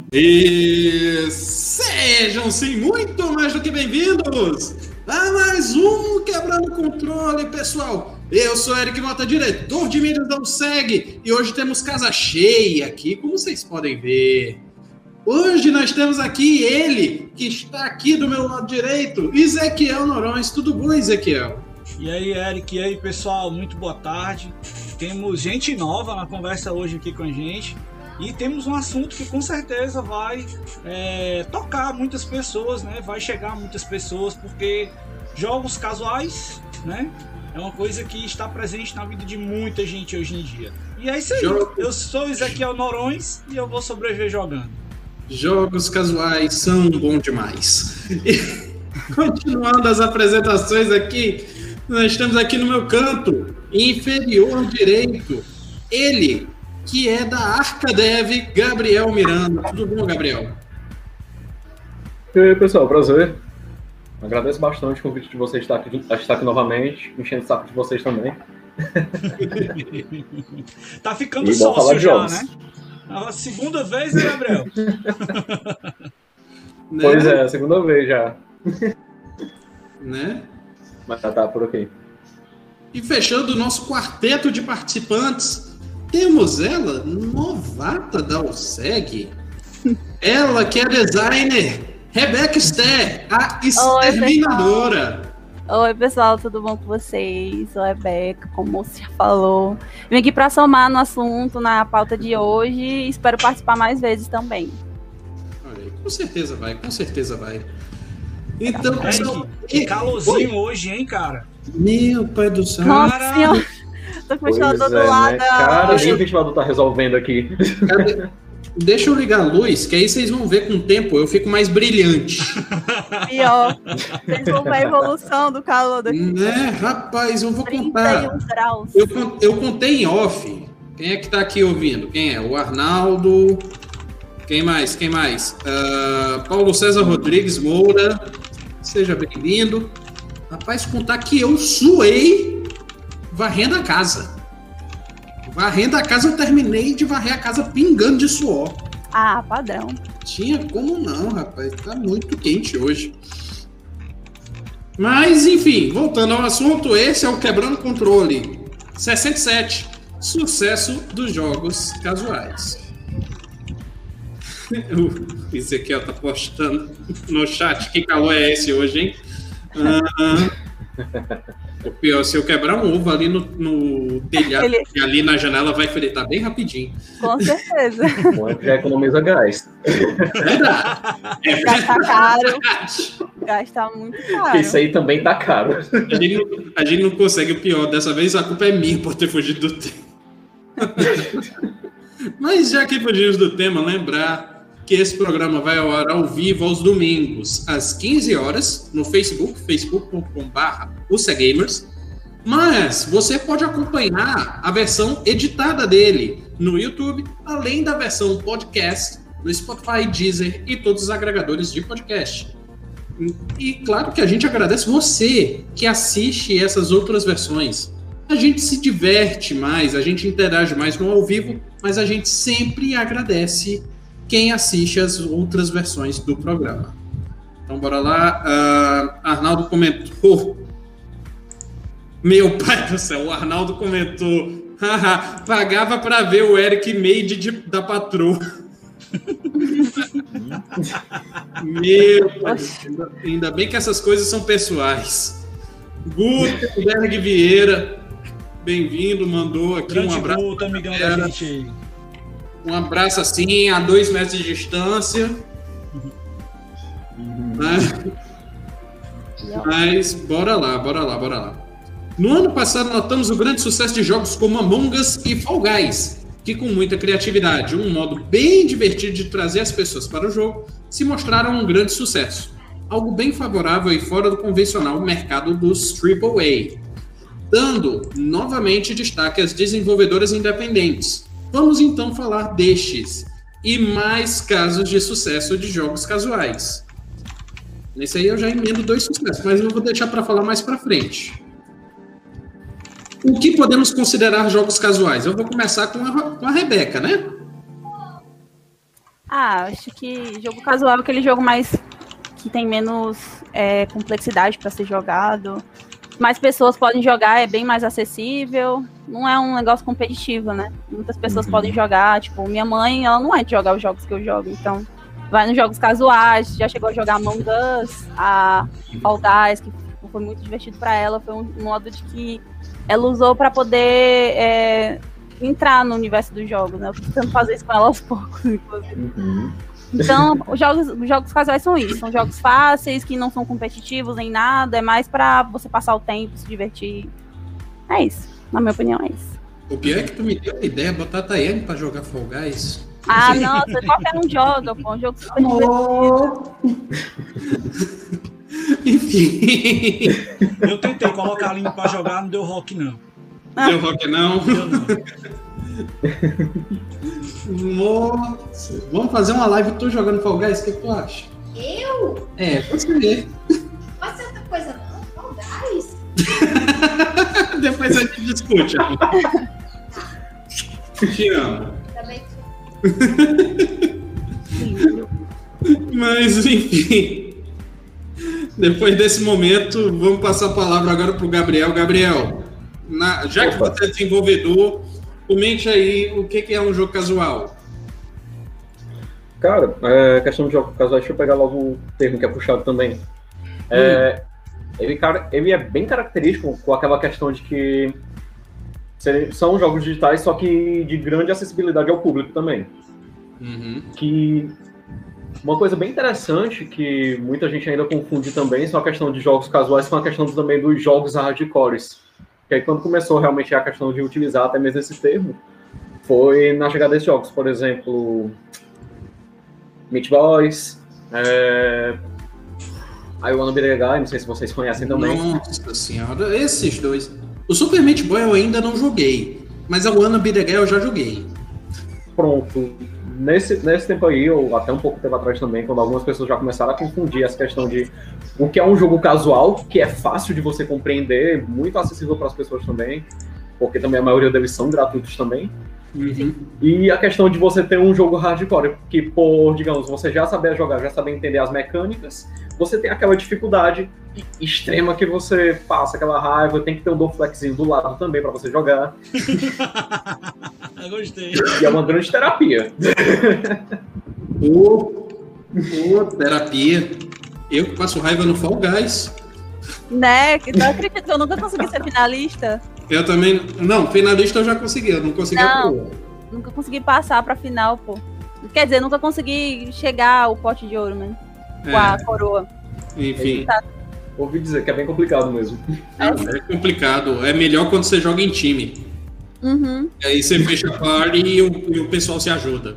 E sejam sim muito mais do que bem-vindos a mais um Quebrando o Controle, pessoal. Eu sou Eric Mota, diretor de mídias da USEG, e hoje temos casa cheia aqui, como vocês podem ver. Hoje nós temos aqui ele, que está aqui do meu lado direito, Ezequiel Norões. Tudo bom, Ezequiel? E aí, Eric, e aí, pessoal, muito boa tarde. Temos gente nova na conversa hoje aqui com a gente. E temos um assunto que com certeza vai tocar muitas pessoas, né? Vai chegar a muitas pessoas, porque jogos casuais, né? É uma coisa que está presente na vida de muita gente hoje em dia. E é isso aí. Eu sou Ezequiel Norões e eu vou sobreviver jogando. Jogos casuais são bom demais. E, continuando as apresentações aqui, nós temos aqui no meu canto inferior direito ele, que é da Arcadev, Gabriel Miranda. Tudo bom, Gabriel? E aí, pessoal, prazer. Agradeço bastante o convite de vocês estar aqui novamente, enchendo o saco de vocês também. Tá ficando sócio já, né? A segunda vez, né, Gabriel? Pois é, a segunda vez já. Né? Mas tá por aqui. E fechando o nosso quarteto de participantes, temos ela, novata da USEG. Ela que é designer, Rebeca Ster, a exterminadora. Oi, pessoal, tudo bom com vocês? Sou a Rebeca, como você já falou. Vim aqui para somar no assunto, na pauta de hoje, e espero participar mais vezes também. Olha, com certeza vai, com certeza vai. Então, pessoal, que calorzinho hoje, hein, cara? Meu pai do céu. Nossa senhora, tô com o ventilador do lado. Né? Cara, o ventilador tá resolvendo aqui. Deixa eu ligar a luz, que aí vocês vão ver com o tempo, eu fico mais brilhante. Pior. Vocês vão ver a evolução do calor daqui. Né, rapaz, eu vou 31 contar. graus. Eu contei em off. Quem é que tá aqui ouvindo? Quem é? O Arnaldo. Quem mais? Paulo César Rodrigues Moura. Seja bem-vindo. Rapaz, contar que eu suei varrendo a casa. Varrendo a casa, eu terminei de varrer a casa pingando de suor. Ah, padrão. Tinha como não, rapaz. Tá muito quente hoje. Mas, enfim, voltando ao assunto, esse é o Quebrando Controle 67. Sucesso dos jogos casuais. O Ezequiel tá postando no chat. Que calor é esse hoje, hein? O pior, se eu quebrar um ovo ali no telhado, e ali na janela vai fritar bem rapidinho. Com certeza. Bom, já economiza gás. Gastar caro. Gastar muito caro. Isso aí também tá caro. A gente não consegue. O pior, dessa vez a culpa é minha por ter fugido do tema. Mas já que fugimos do tema, lembrar que esse programa vai ao ar ao vivo aos domingos, às 15 horas, no Facebook, facebook.com/USEGamers. Mas você pode acompanhar a versão editada dele no YouTube, além da versão podcast no Spotify, Deezer e todos os agregadores de podcast. E claro que a gente agradece você que assiste essas outras versões. A gente se diverte mais, a gente interage mais no ao vivo, mas a gente sempre agradece quem assiste as outras versões do programa. Então, bora lá. Arnaldo comentou. Meu pai do céu, o Arnaldo comentou. Pagava para ver o Eric Made da patroa. Meu pai. Ainda bem que essas coisas são pessoais. Gutenberg Vieira, bem-vindo, mandou aqui grande um abraço. Guto, amigão da gente aí. Um abraço assim, a 2 metros de distância. Mas bora lá. No ano passado, notamos o grande sucesso de jogos como Among Us e Fall Guys, que com muita criatividade, um modo bem divertido de trazer as pessoas para o jogo, se mostraram um grande sucesso. Algo bem favorável e fora do convencional mercado dos AAA. Dando novamente destaque às desenvolvedoras independentes. Vamos então falar destes e mais casos de sucesso de jogos casuais. Nesse aí eu já emendo 2 sucessos, mas eu vou deixar para falar mais para frente. O que podemos considerar jogos casuais? Eu vou começar com a Rebeca, né? Acho que jogo casual é aquele jogo mais que tem menos complexidade para ser jogado. Mais pessoas podem jogar, é bem mais acessível. Não é um negócio competitivo, né? Muitas pessoas podem jogar. Tipo, minha mãe, ela não é de jogar os jogos que eu jogo. Então, vai nos jogos casuais. Já chegou a jogar Among Us, a Fall Guys, que foi muito divertido para ela. Foi um modo de que ela usou para poder entrar no universo dos jogos, né? Eu tô tentando fazer isso com ela aos poucos, inclusive. Então, os jogos casuais são isso. São jogos fáceis, que não são competitivos nem nada. É mais pra você passar o tempo, se divertir. É isso. Na minha opinião, é isso. O pior é que tu me deu a ideia, botar a Tayane pra jogar Fall Guys. Ah, nossa, qualquer um joga, pô. Um jogo super divertido. Enfim. Eu tentei colocar a Aline pra jogar, não deu rock, não. Deu rock, não? Deu não. Nossa. Vamos fazer uma live tu jogando Fall Guys? O que tu acha? Eu? Você. Pode ser outra coisa não? Fall Guys? Depois a gente discute. Te amo. Também. Mas, enfim. Depois desse momento, vamos passar a palavra agora pro Gabriel. Gabriel, já que você é desenvolvedor, comente aí o que é um jogo casual. Cara, questão de jogo casual, deixa eu pegar logo o termo que é puxado também. Ele é bem característico com aquela questão de que são jogos digitais, só que de grande acessibilidade ao público também. Que uma coisa bem interessante que muita gente ainda confunde também são a questão de jogos casuais com a questão também dos jogos hardcores. Que aí quando começou realmente a questão de utilizar até mesmo esse termo, foi na chegada desses jogos. Por exemplo, Meat Boys, I Wanna Be The Guy, não sei se vocês conhecem também. Nossa senhora, esses dois. O Super Meat Boy eu ainda não joguei, mas a Wanna Be The Guy eu já joguei. Pronto. Nesse tempo aí, ou até um pouco tempo atrás também, quando algumas pessoas já começaram a confundir essa questão de o que é um jogo casual, que é fácil de você compreender, muito acessível para as pessoas também, porque também a maioria deles são gratuitos também. E a questão de você ter um jogo hardcore, que por, digamos, você já saber jogar, já saber entender as mecânicas, você tem aquela dificuldade extrema que você passa, aquela raiva, tem que ter um Dorflexinho do lado também para você jogar. Eu gostei. E é uma grande terapia. Terapia. Eu que passo raiva no Fall Guys. Né? Que não acredito que eu nunca consegui ser finalista. Eu também. Não, finalista eu já consegui, eu não consegui a coroa. Nunca consegui passar pra final, pô. Quer dizer, nunca consegui chegar ao pote de ouro, né? Com a coroa. Enfim. Ouvi dizer que é bem complicado mesmo. É complicado. É melhor quando você joga em time. Aí você fecha a party e o pessoal se ajuda.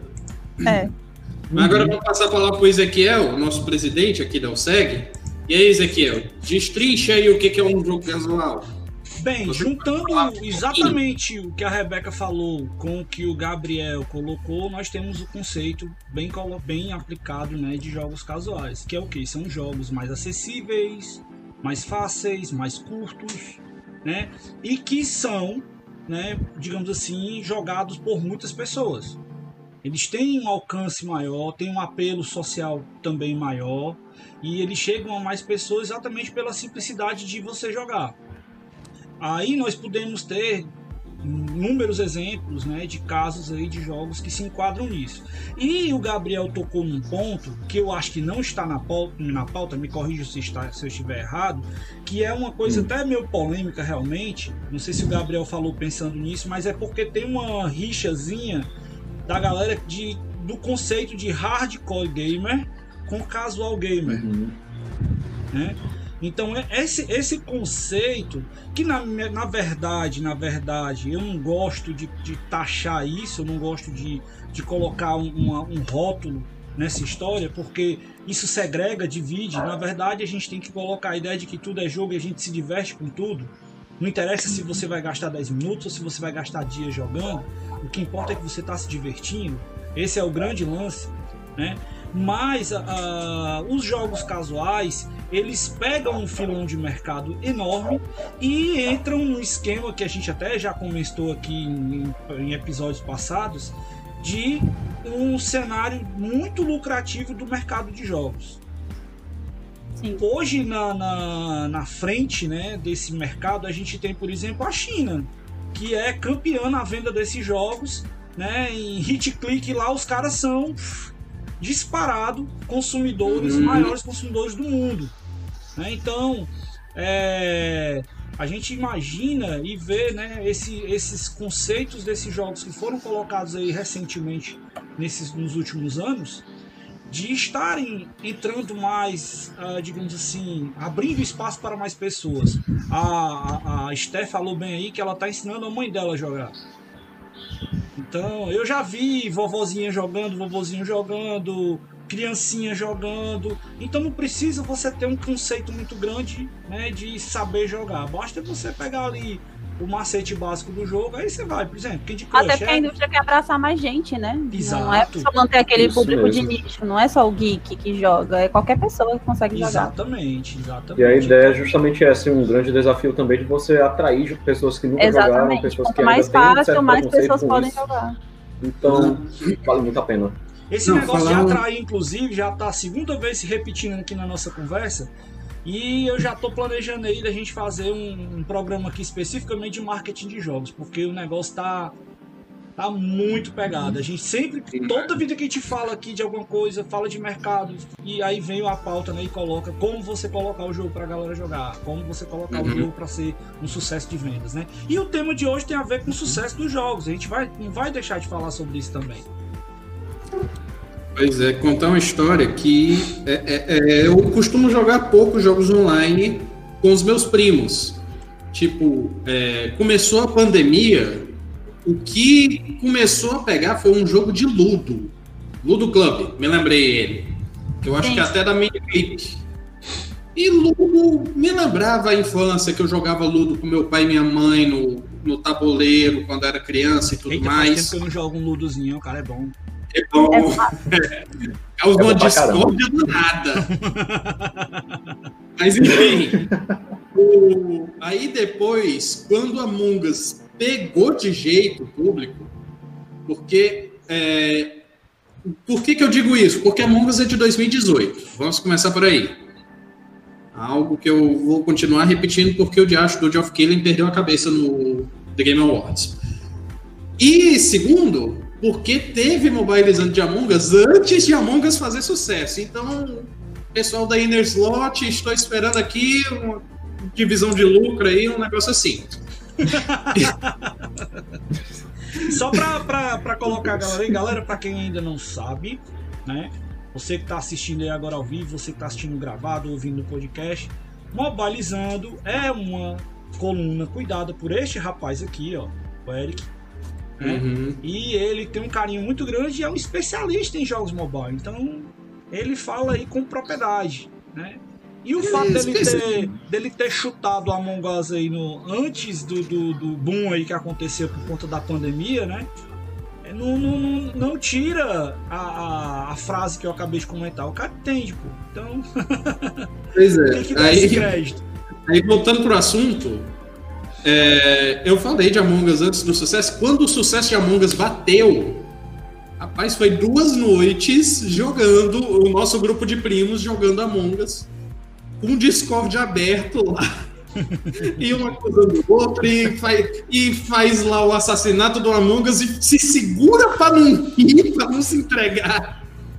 Mas agora vamos passar a palavra pro Ezequiel, nosso presidente aqui da USEG. E aí, Ezequiel, destrincha aí o que é um jogo casual. Bem, juntando exatamente o que a Rebeca falou com o que o Gabriel colocou, nós temos o conceito bem aplicado, né, de jogos casuais, que é o quê? São jogos mais acessíveis, mais fáceis, mais curtos, né, e que são, né, digamos assim, jogados por muitas pessoas. Eles têm um alcance maior, têm um apelo social também maior, e eles chegam a mais pessoas exatamente pela simplicidade de você jogar. Aí nós podemos ter inúmeros exemplos, né, de casos aí de jogos que se enquadram nisso. E o Gabriel tocou num ponto que eu acho que não está na pauta, me corrija se eu estiver errado, que é uma coisa até meio polêmica realmente, não sei se o Gabriel falou pensando nisso, mas é porque tem uma rixazinha da galera do conceito de hardcore gamer com casual gamer, né? Então esse conceito que na verdade eu não gosto de taxar isso, eu não gosto de colocar um rótulo nessa história, porque isso segrega, divide. Na verdade a gente tem que colocar a ideia de que tudo é jogo e a gente se diverte com tudo. Não interessa se você vai gastar 10 minutos ou se você vai gastar dias jogando, o que importa é que você está se divertindo. Esse é o grande lance, né? Mas os jogos casuais, eles pegam um filão de mercado enorme e entram num esquema que a gente até já comentou aqui em episódios passados, de um cenário muito lucrativo do mercado de jogos. Sim. Hoje, na frente, né, desse mercado, a gente tem, por exemplo, a China, que é campeã na venda desses jogos, né? Em hit-click lá, os caras são disparado consumidores, maiores consumidores do mundo, né? Então, a gente imagina e vê, né, esses conceitos desses jogos que foram colocados aí recentemente nos últimos anos, de estarem entrando mais, digamos assim, abrindo espaço para mais pessoas. A Steph falou bem aí que ela está ensinando a mãe dela a jogar. Então, eu já vi vovozinha jogando, vovozinho jogando, criancinha jogando. Então não precisa você ter um conceito muito grande, né, de saber jogar. Basta você pegar ali o macete básico do jogo, aí você vai, por exemplo, Candy Crush. Até porque a indústria quer abraçar mais gente, né? Exato. Não é só manter aquele Isso público mesmo. de nicho, não é só o geek que joga, é qualquer pessoa que consegue jogar. Exatamente. E a ideia é justamente essa, um grande desafio também de você atrair pessoas que nunca jogaram, Exatamente. pessoas que Quanto mais ainda têm um fácil, certo mais preconceito pessoas com podem isso. jogar. Então, vale muito a pena. Esse Não, negócio de falar um- atrair, inclusive, já tá a segunda vez se repetindo aqui na nossa conversa. E eu já tô planejando aí da gente fazer um programa aqui especificamente de marketing de jogos, porque o negócio tá muito pegado. A gente sempre, toda vida que a gente fala aqui de alguma coisa, fala de mercado, e aí vem a pauta, né, e coloca como você colocar o jogo pra galera jogar, como você colocar o jogo pra ser um sucesso de vendas, né? E o tema de hoje tem a ver com o sucesso dos jogos. A gente não vai deixar de falar sobre isso também. Pois é, contar uma história que eu costumo jogar poucos jogos online com os meus primos. Tipo, começou a pandemia, o que começou a pegar foi um jogo de Ludo. Ludo Club, me lembrei ele. Que eu acho Sim. que até da Miniclip. E Ludo me lembrava a infância, que eu jogava Ludo com meu pai e minha mãe no tabuleiro, quando era criança e tudo Eita, faz mais. tempo que eu não jogo um Ludozinho, o cara é bom. Então, causa bom uma pra caramba. discórdia do nada. Mas enfim. Aí depois, quando a Among Us pegou de jeito o público, porque. Por que eu digo isso? Porque a Among Us é de 2018. Vamos começar por aí. Algo que eu vou continuar repetindo porque o diacho do Geoff Keighley perdeu a cabeça no The Game Awards. E segundo, porque teve mobilizando de Among Us antes de Among Us fazer sucesso. Então, pessoal da Inner Slot, estou esperando aqui uma divisão de lucro aí, um negócio assim. Só pra colocar a galera aí, galera, pra quem ainda não sabe, né? Você que tá assistindo aí agora ao vivo, você que tá assistindo gravado, ouvindo o podcast, Mobilizando é uma coluna cuidada por este rapaz aqui, ó, o Eric. Né? Uhum. E ele tem um carinho muito grande e é um especialista em jogos mobile. Então, ele fala aí com propriedade, né? E o fato dele ter chutado a Among Us aí antes do boom aí que aconteceu por conta da pandemia, né? Não tira a frase que eu acabei de comentar. O cara entende, pô. Então, Pois tem que dar esse crédito. Aí, voltando pro assunto, eu falei de Among Us antes do sucesso. Quando o sucesso de Among Us bateu, rapaz, foi 2 noites jogando, o nosso grupo de primos jogando Among Us, um Discord aberto lá, e um acusando o outro, e faz lá o assassinato do Among Us e se segura pra não rir, pra não se entregar.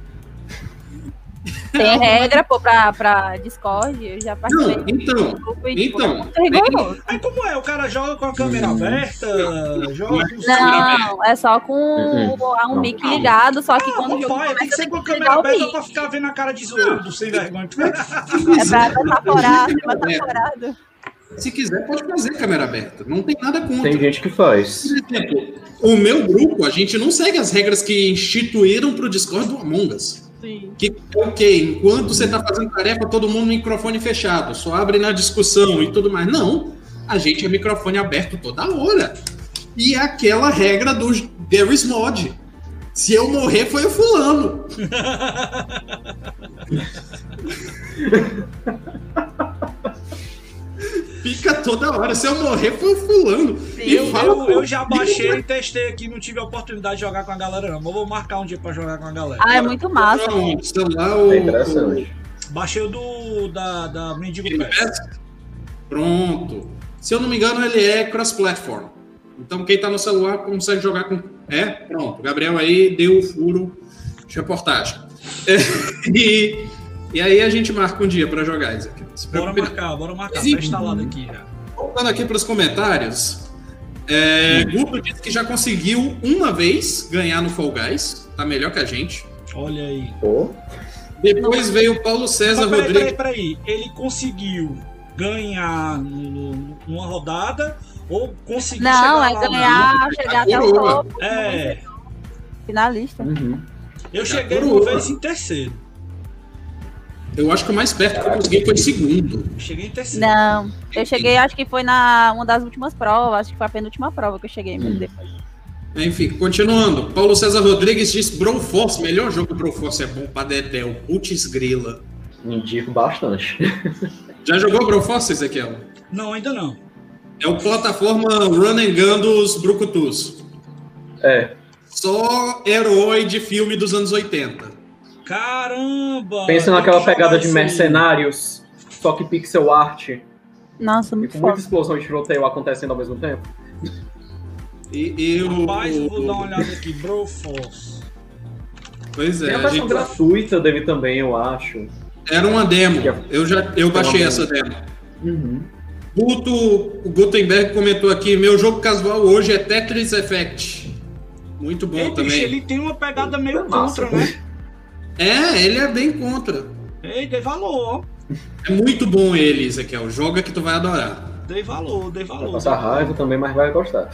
Tem regra, pô, pra Discord, eu já participei Não, do grupo e, tipo, então, é muito rigoroso. Aí como é? O cara joga com a câmera aberta, joga com o Não, é só com um mic ligado, só que quando o jogo pai, tem que começa, ser tem com a que câmera ligar o aberta mic. pra ficar vendo a cara de zoeiro do sem vergonha. É pra metaforar, ser metaforado. Se quiser, pode fazer câmera aberta. Não tem nada contra. Tem gente que faz. Por exemplo, o meu grupo, a gente não segue as regras que instituíram pro Discord do Among Us. Sim. Que ok, enquanto você tá fazendo tarefa, todo mundo microfone fechado, só abre na discussão e tudo mais. Não, a gente é microfone aberto toda hora. E é aquela regra do There is Mod. Se eu morrer, foi o fulano. Fica toda hora. Se eu morrer, foi o fulano. Eu já baixei e testei aqui, não tive a oportunidade de jogar com a galera não. Mas vou marcar um dia pra jogar com a galera. Ah, é muito massa. Não, celular ou... É interessante. Baixei o da Mendigo Pass. Pronto. Se eu não me engano, ele é cross-platform. Então quem tá no celular consegue jogar com... Pronto. O Gabriel aí deu o furo de reportagem. E aí a gente marca um dia pra jogar, Isaac. Bora marcar. Tá instalado aqui já. Voltando aqui pros comentários. Guto disse que já conseguiu uma vez ganhar no Fall Guys. Tá melhor que a gente. Olha aí. Depois veio o Paulo César Rodrigues. Peraí. Ele conseguiu ganhar numa rodada ou conseguiu chegar até o topo. Finalista. Eu cheguei uma vez em terceiro. Eu acho que o mais perto que eu consegui foi segundo. Eu cheguei em terceiro. Não, eu cheguei, acho que foi na uma das últimas provas, acho que foi a penúltima prova que eu cheguei mesmo depois. Enfim, continuando. Paulo César Rodrigues diz Broforce, melhor jogo Broforce é bom pra Dedéu. Putz grila. Indico bastante. Já jogou Broforce, Ezequiel? Não, ainda não. É o plataforma Run and Gun dos Brucutus. Só herói de filme dos anos 80. Caramba! Pensa naquela pegada de mercenários, só que pixel art. Nossa, E muito com muita foda. explosão de tiroteio acontecendo ao mesmo tempo. Rapaz, eu vou dar uma olhada aqui. Broforce. Pois Tem é, a versão gratuita dele também, eu acho. Era uma demo. Eu baixei essa demo. O Gutenberg comentou aqui: meu jogo casual hoje é Tetris Effect. Muito bom também. Bicho, ele tem uma pegada meio massa, contra, né? Ele é bem contra. Ei, dei valor. É muito bom ele, Ezequiel. Joga que tu vai adorar. Dei valor. Vai passar raiva também, mas vai gostar.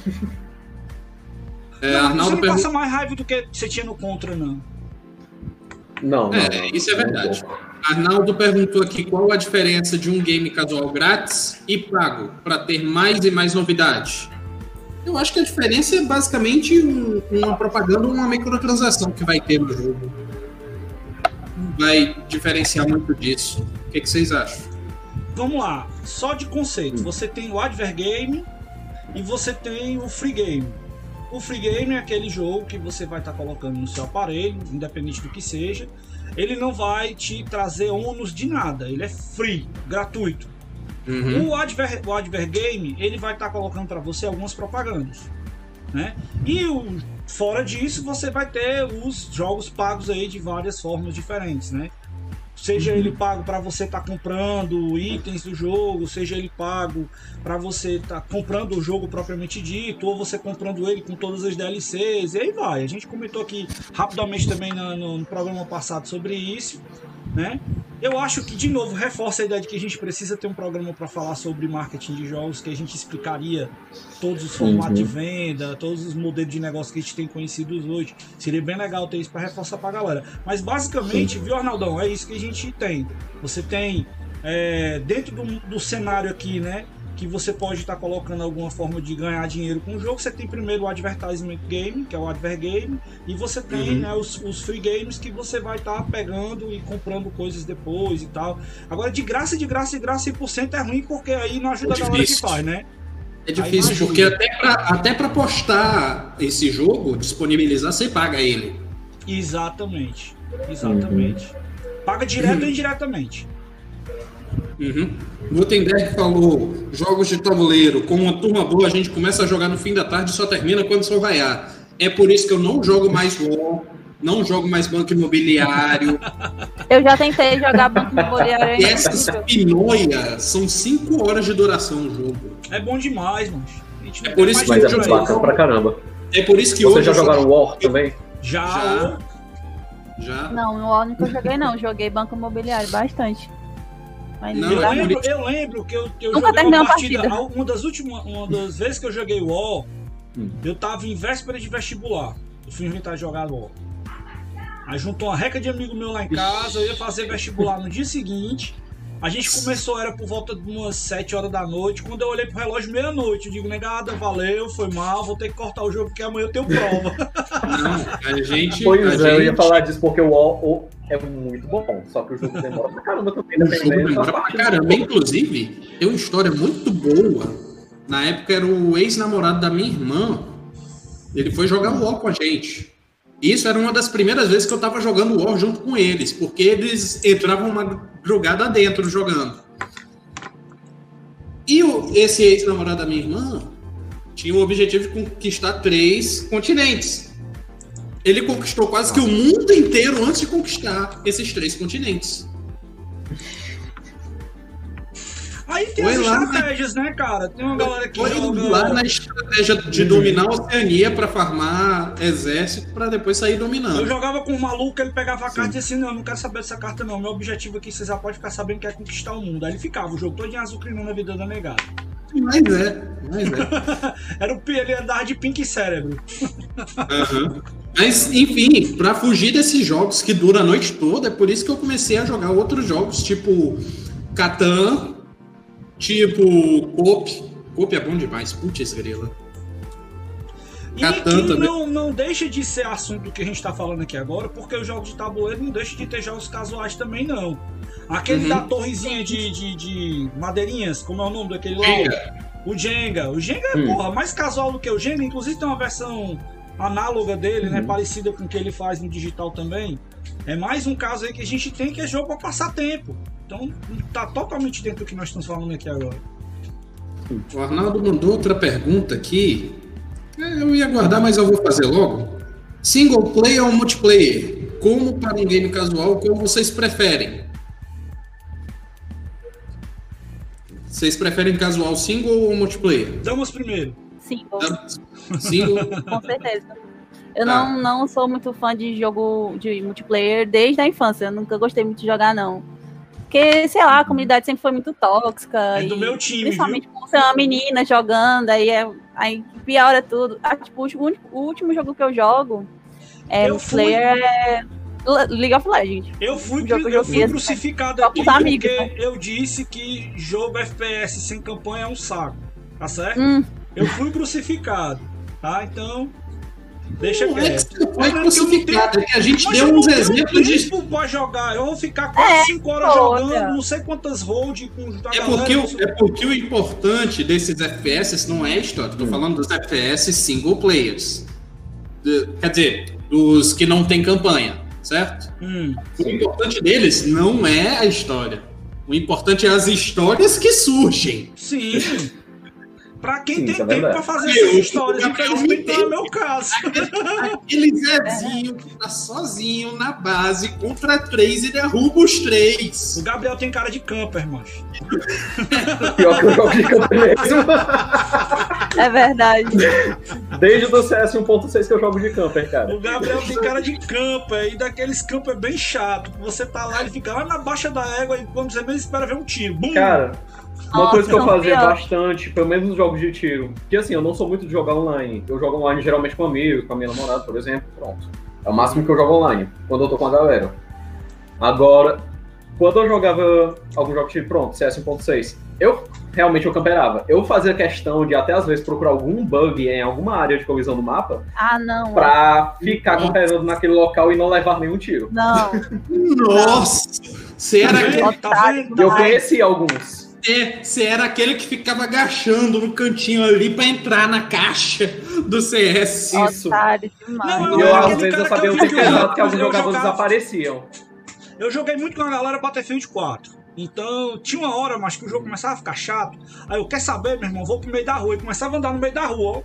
Arnaldo você não passa mais raiva do que você tinha no contra, não. Não. Isso é verdade. Arnaldo perguntou aqui qual a diferença de um game casual grátis e pago para ter mais e mais novidade. Eu acho que a diferença é basicamente uma propaganda ou uma microtransação que vai ter no jogo. Não vai diferenciar muito disso. O que vocês acham? Vamos lá, só de conceito. Você tem o Advergame e você tem o Free Game. O Free Game é aquele jogo que você vai estar colocando no seu aparelho, independente do que seja. Ele não vai te trazer ônus de nada, ele é free, gratuito. O Advergame, ele vai estar colocando para você algumas propagandas, né? E fora disso, você vai ter os jogos pagos aí de várias formas diferentes, né? Seja ele pago para você estar comprando itens do jogo, seja ele pago para você estar comprando o jogo propriamente dito, ou você comprando ele com todas as DLCs, e aí vai. A gente comentou aqui rapidamente também no programa passado sobre isso, né? Eu acho que, de novo, reforça a ideia de que a gente precisa ter um programa para falar sobre marketing de jogos, que a gente explicaria todos os formatos de venda, todos os modelos de negócio que a gente tem conhecidos hoje. Seria bem legal ter isso para reforçar para a galera. Mas, basicamente, viu, Arnaldão? É isso que a gente tem. Você tem, dentro do cenário aqui, né, que você pode estar colocando alguma forma de ganhar dinheiro com o jogo. Você tem primeiro o Advertisement Game, que é o Advergame, e você tem, né, os Free Games, que você vai estar pegando e comprando coisas depois e tal. Agora, de graça, 100% é ruim, porque aí não ajuda a galera que faz, né? É difícil, porque até pra postar esse jogo, disponibilizar, você paga ele. Exatamente. Paga direto ou indiretamente. Gutenberg falou: jogos de tabuleiro, com uma turma boa a gente começa a jogar no fim da tarde e só termina quando o sol raiar. É por isso que eu não jogo mais War, não jogo mais Banco Imobiliário. Eu já tentei jogar Banco Imobiliário. E essas pinóias são 5 horas de duração o jogo. É bom demais, mano. É por isso que Mas eu é muito jogo. bacana pra caramba. É por isso que Vocês hoje já eu jogaram War também? Já. Não, no War nunca joguei, não. Joguei Banco Imobiliário bastante. Mas Não, não dá, não. Eu lembro que eu Nunca joguei terminei uma uma partida. partida. Uma das vezes que eu joguei War, eu tava em véspera de vestibular. Eu fui inventar de jogar War. Aí juntou uma reca de amigo meu lá em casa, eu ia fazer vestibular no dia seguinte. A gente começou, era por volta de umas 7 horas da noite. Quando eu olhei pro relógio, meia-noite, eu digo: negada, valeu, foi mal, vou ter que cortar o jogo porque amanhã eu tenho prova. Não, a gente. Eu ia falar disso porque o War é muito bom, só que o jogo demora pra caramba também. O jogo demora pra caramba. Inclusive, tem uma história muito boa na época era o ex-namorado da minha irmã, ele foi jogar War com a gente. Isso era uma das primeiras vezes que eu tava jogando War junto com eles, porque eles entravam uma madrugada dentro jogando. E esse ex-namorado da minha irmã tinha o objetivo de conquistar 3 continentes. Ele conquistou quase que o mundo inteiro antes de conquistar esses 3 continentes. Aí tem as estratégias, né, cara? Tem uma galera que joga... lá na estratégia de dominar a Oceania pra farmar exército pra depois sair dominando. Eu jogava com um maluco, ele pegava a carta e dizia assim, não, eu não quero saber dessa carta não, meu objetivo aqui, vocês já podem ficar sabendo que é conquistar o mundo. Aí ele ficava o jogo todo em azucrinando a vida da negada. Mas é. Ele andava de pink cérebro. Uhum. Mas, enfim, pra fugir desses jogos que duram a noite toda, é por isso que eu comecei a jogar outros jogos, tipo Catan, tipo Coop. Coop é bom demais, putz grila. E que não deixa de ser assunto que a gente tá falando aqui agora, porque os jogos de tabuleiro não deixam de ter jogos casuais também, não. Aquele da torrezinha de madeirinhas, como é o nome daquele lá? O Jenga. O Jenga é, porra, mais casual do que o Jenga. Inclusive tem uma versão análoga dele, né? Parecida com o que ele faz no digital também. É mais um caso aí que a gente tem, que é jogo pra passar tempo. Então tá totalmente dentro do que nós estamos falando aqui agora. O Arnaldo mandou outra pergunta aqui. Eu ia guardar, mas eu vou fazer logo. Single player ou multiplayer? Como para um game casual, qual vocês preferem? Vocês preferem casual single ou multiplayer? Damas primeiro. Single? Com certeza. Eu não sou muito fã de jogo de multiplayer desde a infância. Eu nunca gostei muito de jogar, não. Porque, sei lá, a comunidade sempre foi muito tóxica. É do meu time, principalmente por ser uma menina jogando, aí piora tudo. Tipo, o último jogo que eu jogo multiplayer é League of Legends. Eu fui crucificado aqui porque eu disse que jogo FPS sem campanha é um saco, tá certo? Eu fui crucificado, tá? Então, deixa quieto. Foi crucificado, a gente deu uns exemplos de... Pra jogar, eu vou ficar quase 5 horas jogando, não sei quantas hold com porque o importante desses FPS não é a história, tô falando dos FPS single players. Quer dizer, dos que não tem campanha. Certo? O importante deles não é a história. O importante é as histórias que surgem. Sim. Pra quem tem tempo pra fazer essas histórias, infelizmente não é o meu caso. Aquele Zezinho que tá sozinho na base contra 3 e derruba os 3. O Gabriel tem cara de camper, macho. Pior que eu jogo de camper mesmo. É verdade. Desde o CS 1.6 que eu jogo de camper, cara. O Gabriel tem cara de camper, e daqueles camper bem chato. Você tá lá e fica lá na baixa da égua e quando você mesmo espera ver um tiro. Bum! Cara, uma coisa que eu fazia bastante, pelo menos nos jogos de tiro, que assim, eu não sou muito de jogar online. Eu jogo online geralmente com amigos, com a minha namorada, por exemplo. Pronto. É o máximo que eu jogo online, quando eu tô com a galera. Agora, quando eu jogava algum jogo de tiro, pronto, CS 1.6, eu camperava. Eu fazia questão de até às vezes procurar algum bug em alguma área de colisão do mapa. Pra ficar camperando naquele local e não levar nenhum tiro. Não. Nossa! Você era aquele... Eu conheci alguns. Você era aquele que ficava agachando no cantinho ali pra entrar na caixa do CS. Isso. Não, eu às vezes eu sabia o tempo exato que alguns jogadores desapareciam. Eu joguei muito com a galera Battlefield 4. Então, tinha uma hora, mas que o jogo começava a ficar chato. Aí eu, quer saber, meu irmão, vou pro meio da rua. E começava a andar no meio da rua, ó.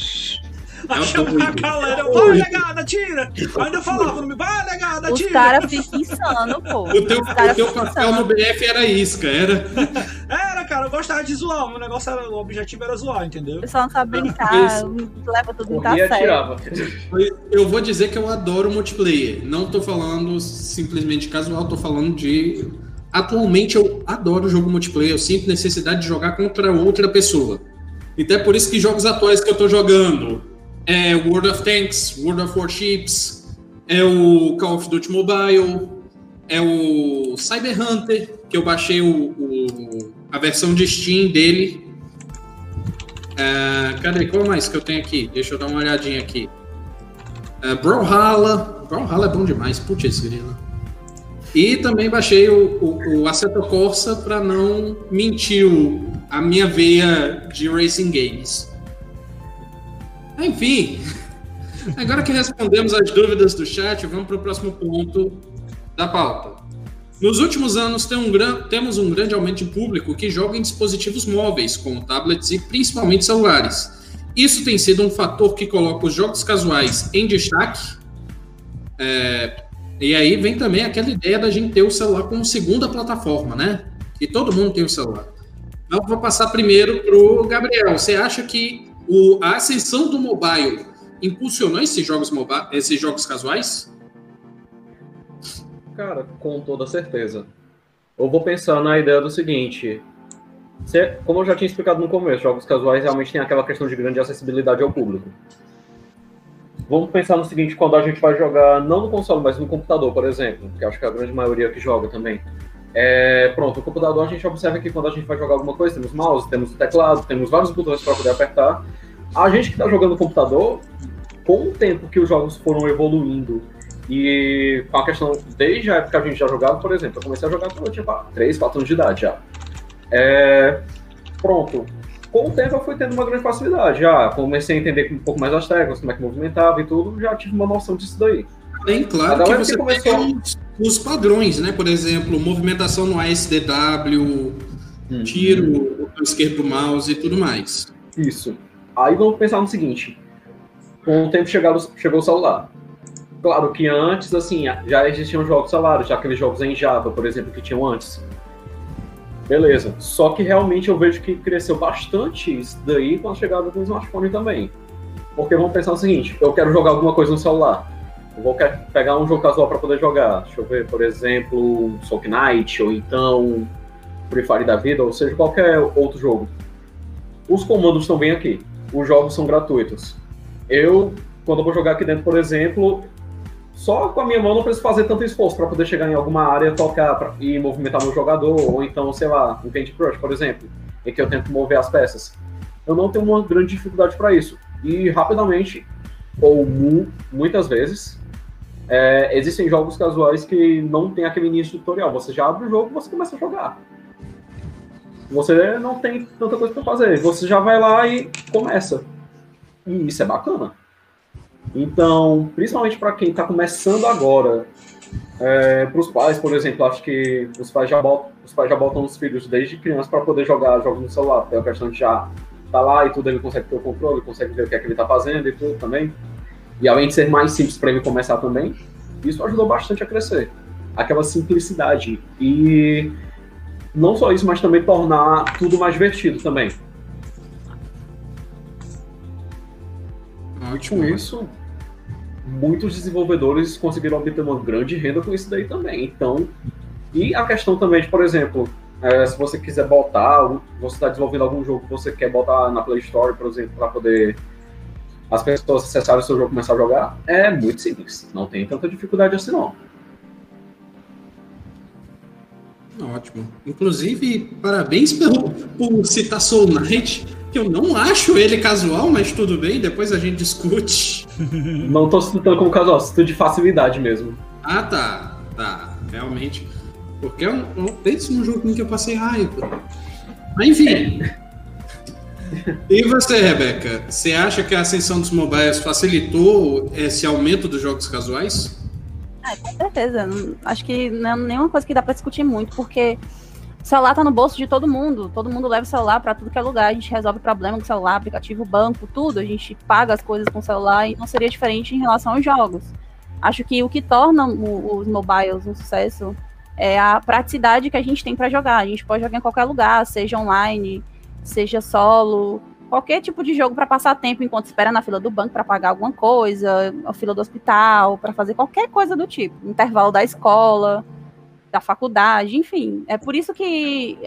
Aí chamava a galera, vai, negada, tira! Ainda eu falava, vai, negada, tira! Os caras ficam insano, pô. O teu papel no BF era isca, era? Era, cara, eu gostava de zoar. O objetivo era zoar, entendeu? O pessoal não sabe brincar, leva tudo muito a sério. Eu vou dizer que eu adoro multiplayer. Não tô falando simplesmente casual, tô falando de... Atualmente eu adoro jogo multiplayer, eu sinto necessidade de jogar contra outra pessoa. Então é por isso que jogos atuais que eu tô jogando é World of Tanks, World of Warships, é o Call of Duty Mobile, é o Cyber Hunter, que eu baixei a versão de Steam dele. Cadê? Qual mais que eu tenho aqui? Deixa eu dar uma olhadinha aqui. Brawlhalla. Brawlhalla é bom demais, putz grila. E também baixei o Assetto Corsa para não mentir a minha veia de racing games. Enfim, agora que respondemos as dúvidas do chat, vamos para o próximo ponto da pauta. Nos últimos anos, temos um grande aumento de público que joga em dispositivos móveis, como tablets e principalmente celulares. Isso tem sido um fator que coloca os jogos casuais em destaque. E aí vem também aquela ideia da gente ter o celular como segunda plataforma, né? E todo mundo tem o celular. Então, eu vou passar primeiro para o Gabriel. Você acha que a ascensão do mobile impulsionou esses jogos casuais? Cara, com toda certeza. Eu vou pensar na ideia do seguinte. Como eu já tinha explicado no começo, jogos casuais realmente tem aquela questão de grande acessibilidade ao público. Vamos pensar no seguinte, quando a gente vai jogar, não no console, mas no computador, por exemplo, que acho que é a grande maioria que joga também. Pronto, o computador a gente observa que quando a gente vai jogar alguma coisa, temos mouse, temos teclado, temos vários botões para poder apertar. A gente que está jogando no computador, com o tempo que os jogos foram evoluindo, e com a questão, desde a época que a gente já jogava, por exemplo, eu comecei a jogar quando eu tinha 3, 4 anos de idade já. Pronto. Com o tempo eu fui tendo uma grande facilidade. Já comecei a entender um pouco mais as teclas, como é que movimentava e tudo, já tive uma noção disso daí. Bem claro que você tem os padrões, né? Por exemplo, movimentação no ASDW, tiro, botão esquerdo do mouse e tudo mais. Isso. Aí vamos pensar no seguinte. Com o tempo chegou o celular. Claro que antes, assim, já existiam jogos celulares, já aqueles jogos em Java, por exemplo, que tinham antes. Beleza. Só que realmente eu vejo que cresceu bastante isso daí com a chegada do smartphone também. Porque vamos pensar o seguinte, eu quero jogar alguma coisa no celular. Eu vou pegar um jogo casual para poder jogar. Deixa eu ver, por exemplo, Soul Knight, ou então Free Fire da vida, ou seja, qualquer outro jogo. Os comandos estão bem aqui. Os jogos são gratuitos. Quando eu vou jogar aqui dentro, por exemplo, só com a minha mão não preciso fazer tanto esforço para poder chegar em alguma área, tocar e movimentar meu jogador, ou então, sei lá, um Candy Crush, por exemplo, em que eu tento mover as peças. Eu não tenho uma grande dificuldade para isso. E rapidamente, ou muitas vezes, existem jogos casuais que não tem aquele início tutorial. Você já abre o jogo e você começa a jogar. Você não tem tanta coisa para fazer. Você já vai lá e começa. E isso é bacana. Então, principalmente para quem está começando agora, para os pais, por exemplo, acho que os pais já botam os filhos desde criança para poder jogar jogos no celular. Tem a questão de já tá lá e tudo, ele consegue ter o controle, consegue ver o que é que ele está fazendo e tudo também. E além de ser mais simples para ele começar também, isso ajudou bastante a crescer. Aquela simplicidade. E não só isso, mas também tornar tudo mais divertido também. Com isso, muitos desenvolvedores conseguiram obter uma grande renda com isso daí também. Então, e a questão também de, por exemplo, se você quiser botar, você está desenvolvendo algum jogo que você quer botar na Play Store, por exemplo, para poder as pessoas acessarem o seu jogo e começar a jogar, é muito simples. Não tem tanta dificuldade assim, não. Ótimo. Inclusive, parabéns por citar Soul Knight, que eu não acho ele casual, mas tudo bem, depois a gente discute. Não tô citando como casual, cito de facilidade mesmo. Ah, tá. Realmente. Porque eu penso num joguinho que eu passei raiva. Mas enfim. E você, Rebeca? Você acha que a ascensão dos mobiles facilitou esse aumento dos jogos casuais? Com certeza. Acho que não é nenhuma coisa que dá pra discutir muito, porque o celular tá no bolso de todo mundo leva o celular pra tudo que é lugar, a gente resolve problema com o celular, aplicativo, banco, tudo, a gente paga as coisas com o celular e não seria diferente em relação aos jogos. Acho que o que torna os mobiles um sucesso é a praticidade que a gente tem pra jogar. A gente pode jogar em qualquer lugar, seja online, seja solo, qualquer tipo de jogo para passar tempo enquanto espera na fila do banco para pagar alguma coisa, a fila do hospital, para fazer qualquer coisa do tipo, intervalo da escola, da faculdade, enfim. É por isso que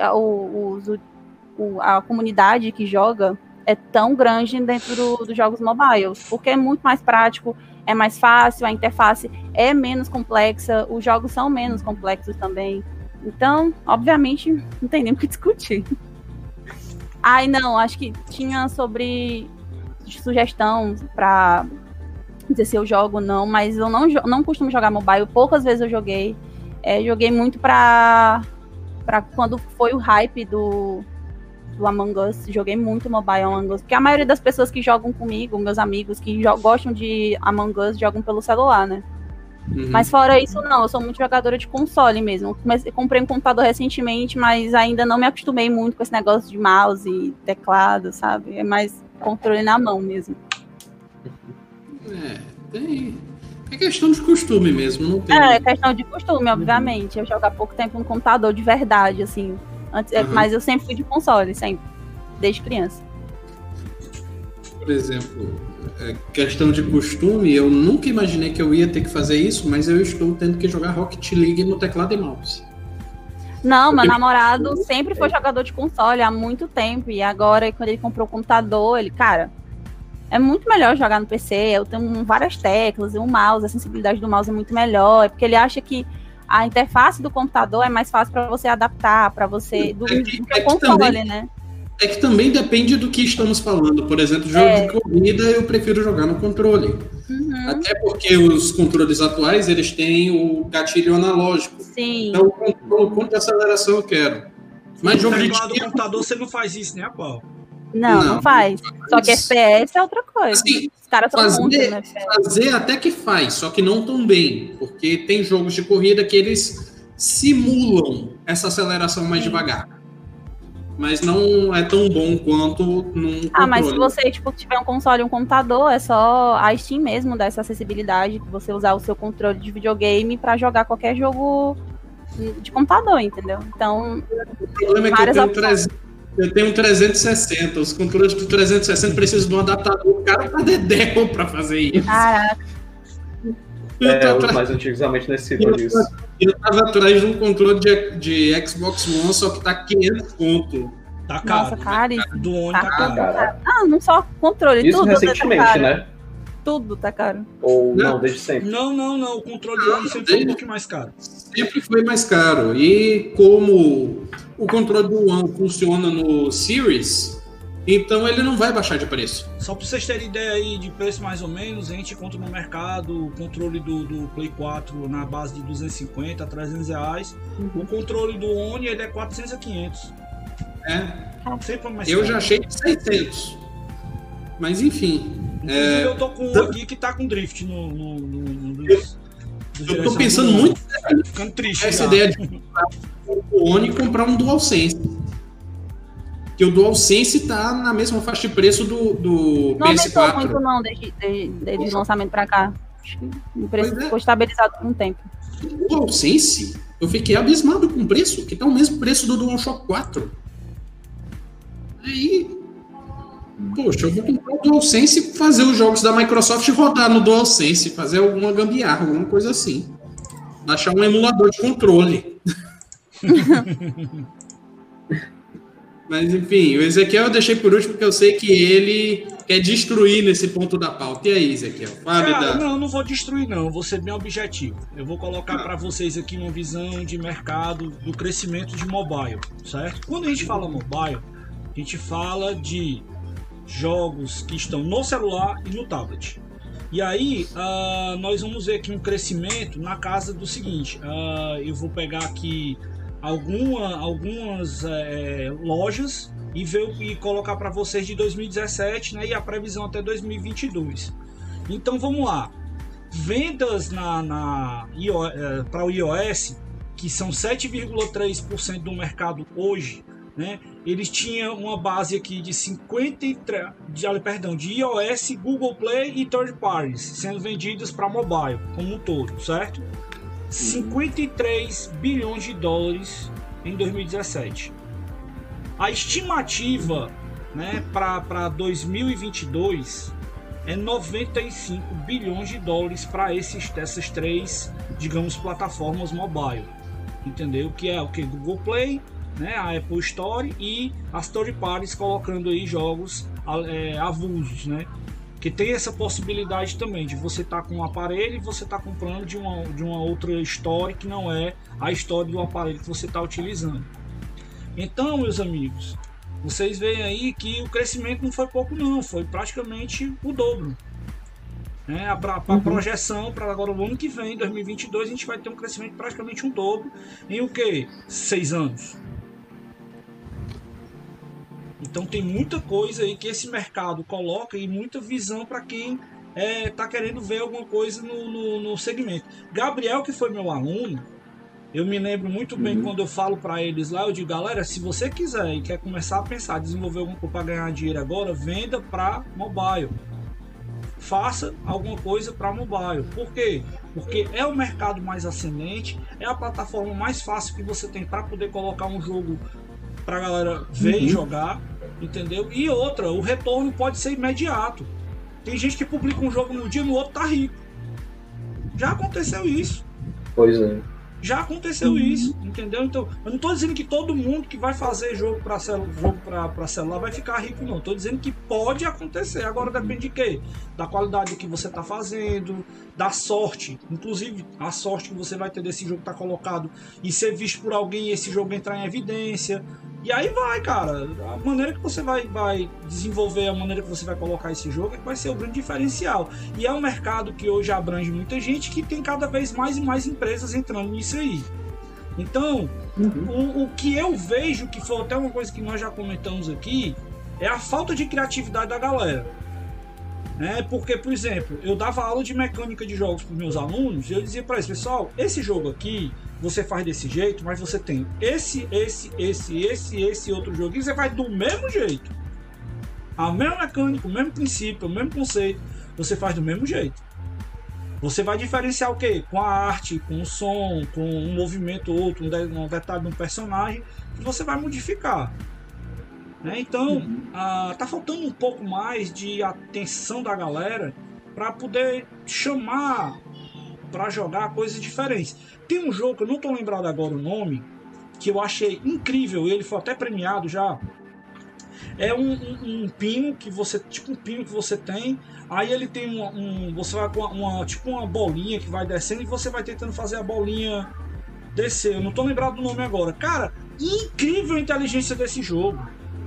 a comunidade que joga é tão grande dentro dos jogos mobiles, porque é muito mais prático, é mais fácil, a interface é menos complexa, os jogos são menos complexos também. Então, obviamente, não tem nem o que discutir. Não, acho que tinha sobre sugestão pra dizer se eu jogo ou não, mas eu não costumo jogar mobile, poucas vezes eu joguei. Joguei muito pra quando foi o hype do Among Us, joguei muito mobile Among Us, porque a maioria das pessoas que jogam comigo, meus amigos que gostam de Among Us, jogam pelo celular, né? Mas fora isso, não, eu sou muito jogadora de console mesmo. Comprei um computador recentemente, mas ainda não me acostumei muito com esse negócio de mouse e teclado, sabe? É mais controle na mão mesmo. É questão de costume mesmo, não tem. É questão de costume, obviamente. Eu jogo há pouco tempo no computador de verdade, assim. Mas eu sempre fui de console, sempre. Desde criança. Por exemplo, questão de costume, eu nunca imaginei que eu ia ter que fazer isso, mas eu estou tendo que jogar Rocket League no teclado e mouse. Não, meu namorado sempre foi jogador de console há muito tempo. E agora, quando ele comprou o computador, ele, cara, é muito melhor jogar no PC. Eu tenho várias teclas e o mouse, a sensibilidade do mouse é muito melhor. É porque ele acha que a interface do computador é mais fácil para você adaptar, para você do que o console, também, né? É que também depende do que estamos falando. Por exemplo, jogo de corrida eu prefiro jogar no controle. Até porque os controles atuais, eles têm o gatilho analógico. Sim. Então, quanto de aceleração eu quero. Mas jogo de tiro... computador você não faz isso, né, qual? Não faz. Só que FPS é outra coisa. Assim, os caras estão muito, né? Fazer até que faz, só que não tão bem. Porque tem jogos de corrida que eles simulam essa aceleração mais devagar. Mas não é tão bom quanto num controle. Mas se você tiver um console e um computador, é só a Steam mesmo dá essa acessibilidade de você usar o seu controle de videogame para jogar qualquer jogo de computador, entendeu? Então, o problema é que eu tenho 360. Os controles de 360 precisam de um adaptador cara pra dedéu pra fazer isso. Caraca. Os mais antigos realmente necessitam disso. Eu tava atrás de um controle de Xbox One, só que tá 500 conto. Tá caro. Nossa, cara, isso do One tá caro. Não só controle, isso tudo recentemente, tá caro. Né? Tudo tá caro. Ou não, desde sempre? Não. O controle do One sempre foi um pouquinho mais caro. Sempre foi mais caro. E como o controle do One funciona no Series, então ele não vai baixar de preço. Só pra vocês terem ideia aí de preço mais ou menos, a gente encontra no mercado o controle do Play 4 na base de 250 a 300 reais. O controle do One ele é 400 a 500. Sempre mais eu caro. Já achei 600. Mas enfim. Inclusive eu tô com um aqui que tá com drift eu tô pensando muito ficando triste. Essa ideia de comprar o One e comprar um DualSense. Que o DualSense tá na mesma faixa de preço do não PS4. Não aumentou muito não, desde o lançamento pra cá. Acho que o preço ficou estabilizado por um tempo. O DualSense, eu fiquei abismado com o preço, que tá o mesmo preço do DualShock 4. Aí, poxa, eu vou comprar o DualSense e fazer os jogos da Microsoft rodar no DualSense, fazer alguma gambiarra, alguma coisa assim. Achar um emulador de controle. Mas, enfim, o Ezequiel eu deixei por último, porque eu sei que ele quer destruir nesse ponto da pauta. E aí, Ezequiel? Não vou destruir, não. Eu vou ser bem objetivo. Eu vou colocar para vocês aqui uma visão de mercado do crescimento de mobile, certo? Quando a gente fala mobile, a gente fala de jogos que estão no celular e no tablet. E aí, nós vamos ver aqui um crescimento na casa do seguinte. Eu vou pegar aqui algumas lojas e colocar para vocês de 2017, né, e a previsão até 2022. Então vamos lá. Vendas para o iOS, que são 7,3% do mercado hoje, né, eles tinham uma base aqui de 53 de iOS, Google Play e third parties sendo vendidas para mobile como um todo, certo? 53 bilhões de dólares em 2017. A estimativa, né, para 2022 é 95 bilhões de dólares para essas três, digamos, plataformas mobile. Entendeu? Que é o que? Google Play, né, a Apple Store e as third parties colocando aí jogos avulsos, né? Que tem essa possibilidade também de você estar com um aparelho e você estar comprando de uma outra store que não é a store do aparelho que você está utilizando. Então, meus amigos, vocês veem aí que o crescimento não foi pouco não, foi praticamente o dobro. né? Para projeção, para agora o ano que vem, 2022, a gente vai ter um crescimento praticamente um dobro em o quê? 6 anos. Então tem muita coisa aí que esse mercado coloca e muita visão para quem tá querendo ver alguma coisa no segmento. Gabriel, que foi meu aluno, eu me lembro muito bem quando eu falo para eles lá, eu digo, galera, se você quiser e quer começar a pensar, desenvolver alguma coisa para ganhar dinheiro agora, venda para mobile. Faça alguma coisa para mobile. Por quê? Porque é o mercado mais ascendente, é a plataforma mais fácil que você tem para poder colocar um jogo para a galera ver e jogar, entendeu? E outra, o retorno pode ser imediato. Tem gente que publica um jogo no dia, no outro tá rico. Já aconteceu isso. Pois é. Já aconteceu isso, entendeu? Então, eu não tô dizendo que todo mundo que vai fazer jogo para celular vai ficar rico, não. Tô dizendo que pode acontecer. Agora depende de quê? Da qualidade que você tá fazendo, da sorte. Inclusive, a sorte que você vai ter desse jogo tá colocado e ser visto por alguém e esse jogo entrar em evidência. E aí vai, cara. A maneira que você vai desenvolver, a maneira que você vai colocar esse jogo é que vai ser o grande diferencial. E é um mercado que hoje abrange muita gente, que tem cada vez mais e mais empresas entrando nisso aí. Então, o que eu vejo, que foi até uma coisa que nós já comentamos aqui, é a falta de criatividade da galera. Porque, por exemplo, eu dava aula de mecânica de jogos para os meus alunos e eu dizia para eles, pessoal, esse jogo aqui você faz desse jeito, mas você tem esse outro jogo e você faz do mesmo jeito. A mesma mecânica, o mesmo princípio, o mesmo conceito, você faz do mesmo jeito. Você vai diferenciar o quê? Com a arte, com o som, com um movimento ou outro, um detalhe de um personagem que você vai modificar. Então, tá faltando um pouco mais de atenção da galera para poder chamar para jogar coisas diferentes. Tem um jogo que eu não tô lembrado agora o nome, que eu achei incrível, ele foi até premiado já. É um pino que você, tipo um pino que você tem, aí ele tem você vai com uma bolinha que vai descendo e você vai tentando fazer a bolinha descer. Eu não tô lembrado do nome agora. Cara, incrível a inteligência desse jogo.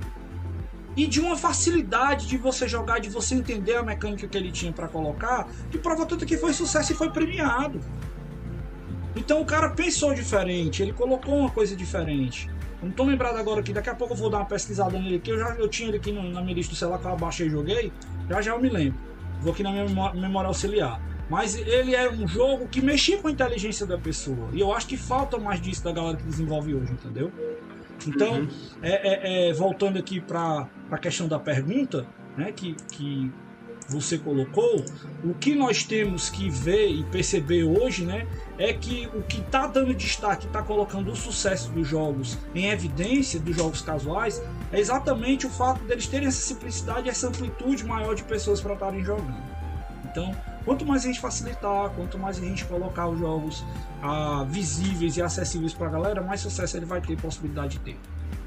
E de uma facilidade de você jogar, de você entender a mecânica que ele tinha para colocar, que prova tanto que foi sucesso e foi premiado. Então o cara pensou diferente, ele colocou uma coisa diferente. Eu não tô lembrado agora aqui, daqui a pouco eu vou dar uma pesquisada nele aqui. Eu tinha ele aqui na minha lista do celular que eu baixei e joguei, já eu me lembro. Vou aqui na minha memória auxiliar. Mas ele é um jogo que mexia com a inteligência da pessoa. E eu acho que falta mais disso da galera que desenvolve hoje, entendeu? Então, voltando aqui para a questão da pergunta, né, que você colocou, o que nós temos que ver e perceber hoje, né, é que o que está dando destaque, está colocando o sucesso dos jogos em evidência, dos jogos casuais, é exatamente o fato deles terem essa simplicidade e essa amplitude maior de pessoas para estarem jogando. Então, quanto mais a gente facilitar, quanto mais a gente colocar os jogos visíveis e acessíveis para a galera, mais sucesso ele vai ter possibilidade de ter.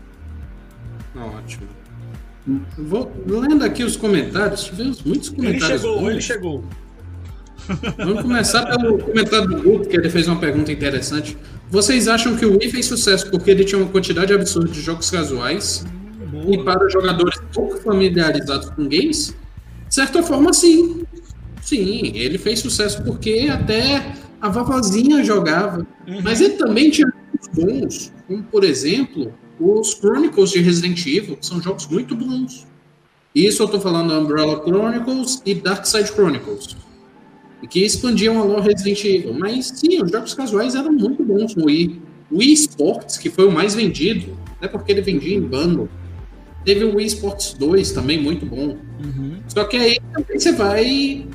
Ótimo. Vou lendo aqui os comentários, tivemos muitos comentários. Ele chegou. Vamos começar pelo comentário do Guto, que ele fez uma pergunta interessante. Vocês acham que o Wii fez sucesso porque ele tinha uma quantidade absurda de jogos casuais e para jogadores pouco familiarizados com games? De certa forma, sim. Sim, ele fez sucesso porque até a vovozinha jogava. Mas ele também tinha jogos bons, como, por exemplo, os Chronicles de Resident Evil, que são jogos muito bons. Isso eu estou falando Umbrella Chronicles e Darkside Chronicles, que expandiam a lore Resident Evil. Mas sim, os jogos casuais eram muito bons no Wii. O Wii Sports, que foi o mais vendido, até porque ele vendia em bundle. Teve o Wii Sports 2 também, muito bom. Só que aí também você vai...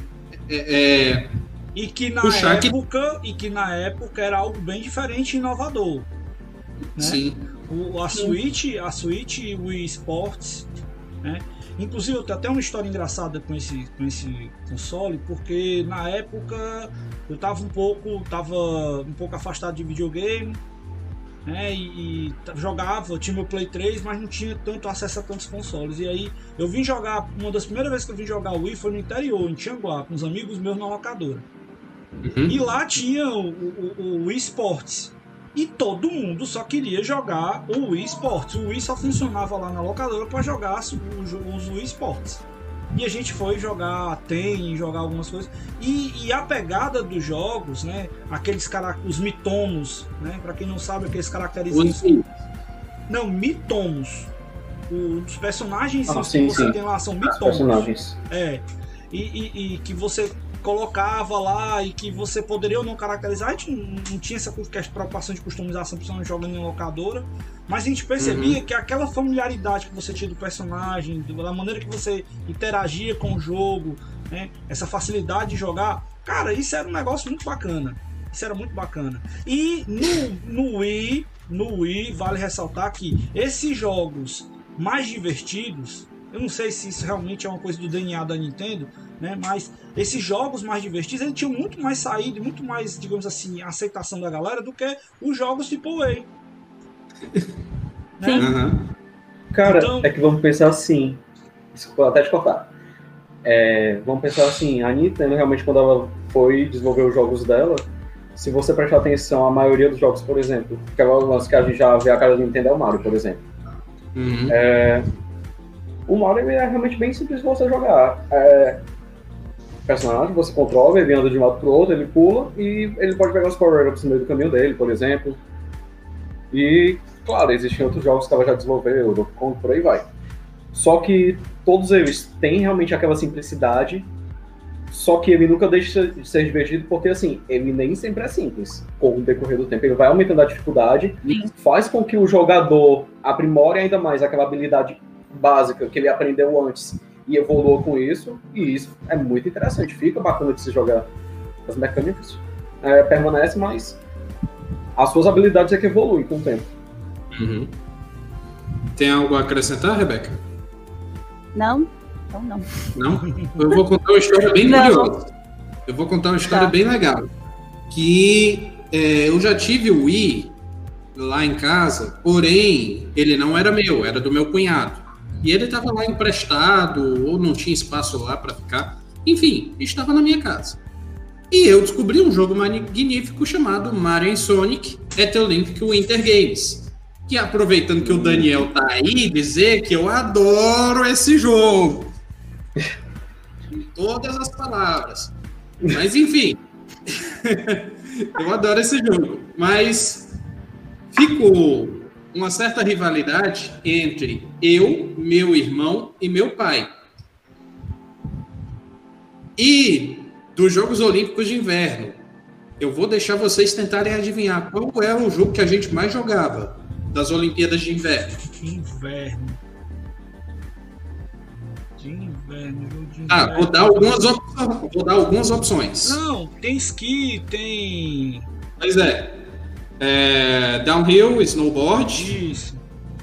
E que na época era algo bem diferente e inovador. Né? Sim. A Switch e o Wii Sports, né? Inclusive eu tenho até uma história engraçada com esse console, porque na época eu tava um pouco afastado de videogame, né? E jogava, eu tinha meu Play 3, mas não tinha tanto acesso a tantos consoles. E aí eu vim jogar, uma das primeiras vezes que eu vim jogar o Wii foi no interior, em Tianguá, com uns amigos meus na locadora. E lá tinha o Wii Sports. E todo mundo só queria jogar o Wii Sports. O Wii só funcionava lá na locadora para jogar os Wii Sports. E a gente foi jogar Tem, jogar algumas coisas. E a pegada dos jogos, né? Os mitomos, né? Pra quem não sabe, aqueles característicos. Não, mitomos. Os personagens que você tem lá são mitomos. Personagens. E que você colocava lá e que você poderia ou não caracterizar. A gente não tinha essa preocupação de customização, principalmente jogando em locadora, mas a gente percebia que aquela familiaridade que você tinha do personagem, da maneira que você interagia com o jogo, né, essa facilidade de jogar, cara, isso era um negócio muito bacana. Isso era muito bacana. E no Wii, vale ressaltar que esses jogos mais divertidos, eu não sei se isso realmente é uma coisa do DNA da Nintendo, né? Mas esses jogos mais divertidos, eles tinham muito mais saída e muito mais, digamos assim, aceitação da galera do que os jogos tipo A. Né? Cara, então, é que vamos pensar assim, desculpa até te cortar. Vamos pensar assim, a Nintendo realmente, quando ela foi desenvolver os jogos dela, se você prestar atenção, a maioria dos jogos, por exemplo, que é o lance que a gente já vê a cara do Nintendo é o Mario, por exemplo. O Mario é realmente bem simples de você jogar. Personagem, você controla, ele anda de um lado pro outro, ele pula e ele pode pegar os power-ups no meio do caminho dele, por exemplo. E, claro, existem outros jogos que ela já desenvolveu, por aí vai. Só que todos eles têm realmente aquela simplicidade, só que ele nunca deixa de ser divertido, porque assim, ele nem sempre é simples. Com o decorrer do tempo, ele vai aumentando a dificuldade, faz com que o jogador aprimore ainda mais aquela habilidade básica que ele aprendeu antes e evolua com isso, e isso é muito interessante, fica bacana de se jogar. As mecânicas permanecem, mas as suas habilidades é que evoluem com o tempo. Tem algo a acrescentar, Rebeca? Não? Então não. Não? Eu vou contar uma história bem curiosa. Eu vou contar uma história bem legal. Que eu já tive o Wii lá em casa, porém, ele não era meu, era do meu cunhado. E ele estava lá emprestado, ou não tinha espaço lá para ficar. Enfim, estava na minha casa. E eu descobri um jogo magnífico chamado Mario & Sonic at the Olympic Winter Games. Que, aproveitando que o Daniel tá aí, dizer que eu adoro esse jogo. Em todas as palavras. Mas, enfim. Eu adoro esse jogo. Mas ficou uma certa rivalidade entre eu, meu irmão e meu pai. E dos Jogos Olímpicos de Inverno, eu vou deixar vocês tentarem adivinhar qual é o jogo que a gente mais jogava das Olimpíadas de Inverno. Vou dar algumas opções. Não, tem esqui, tem... Pois downhill, snowboard, isso,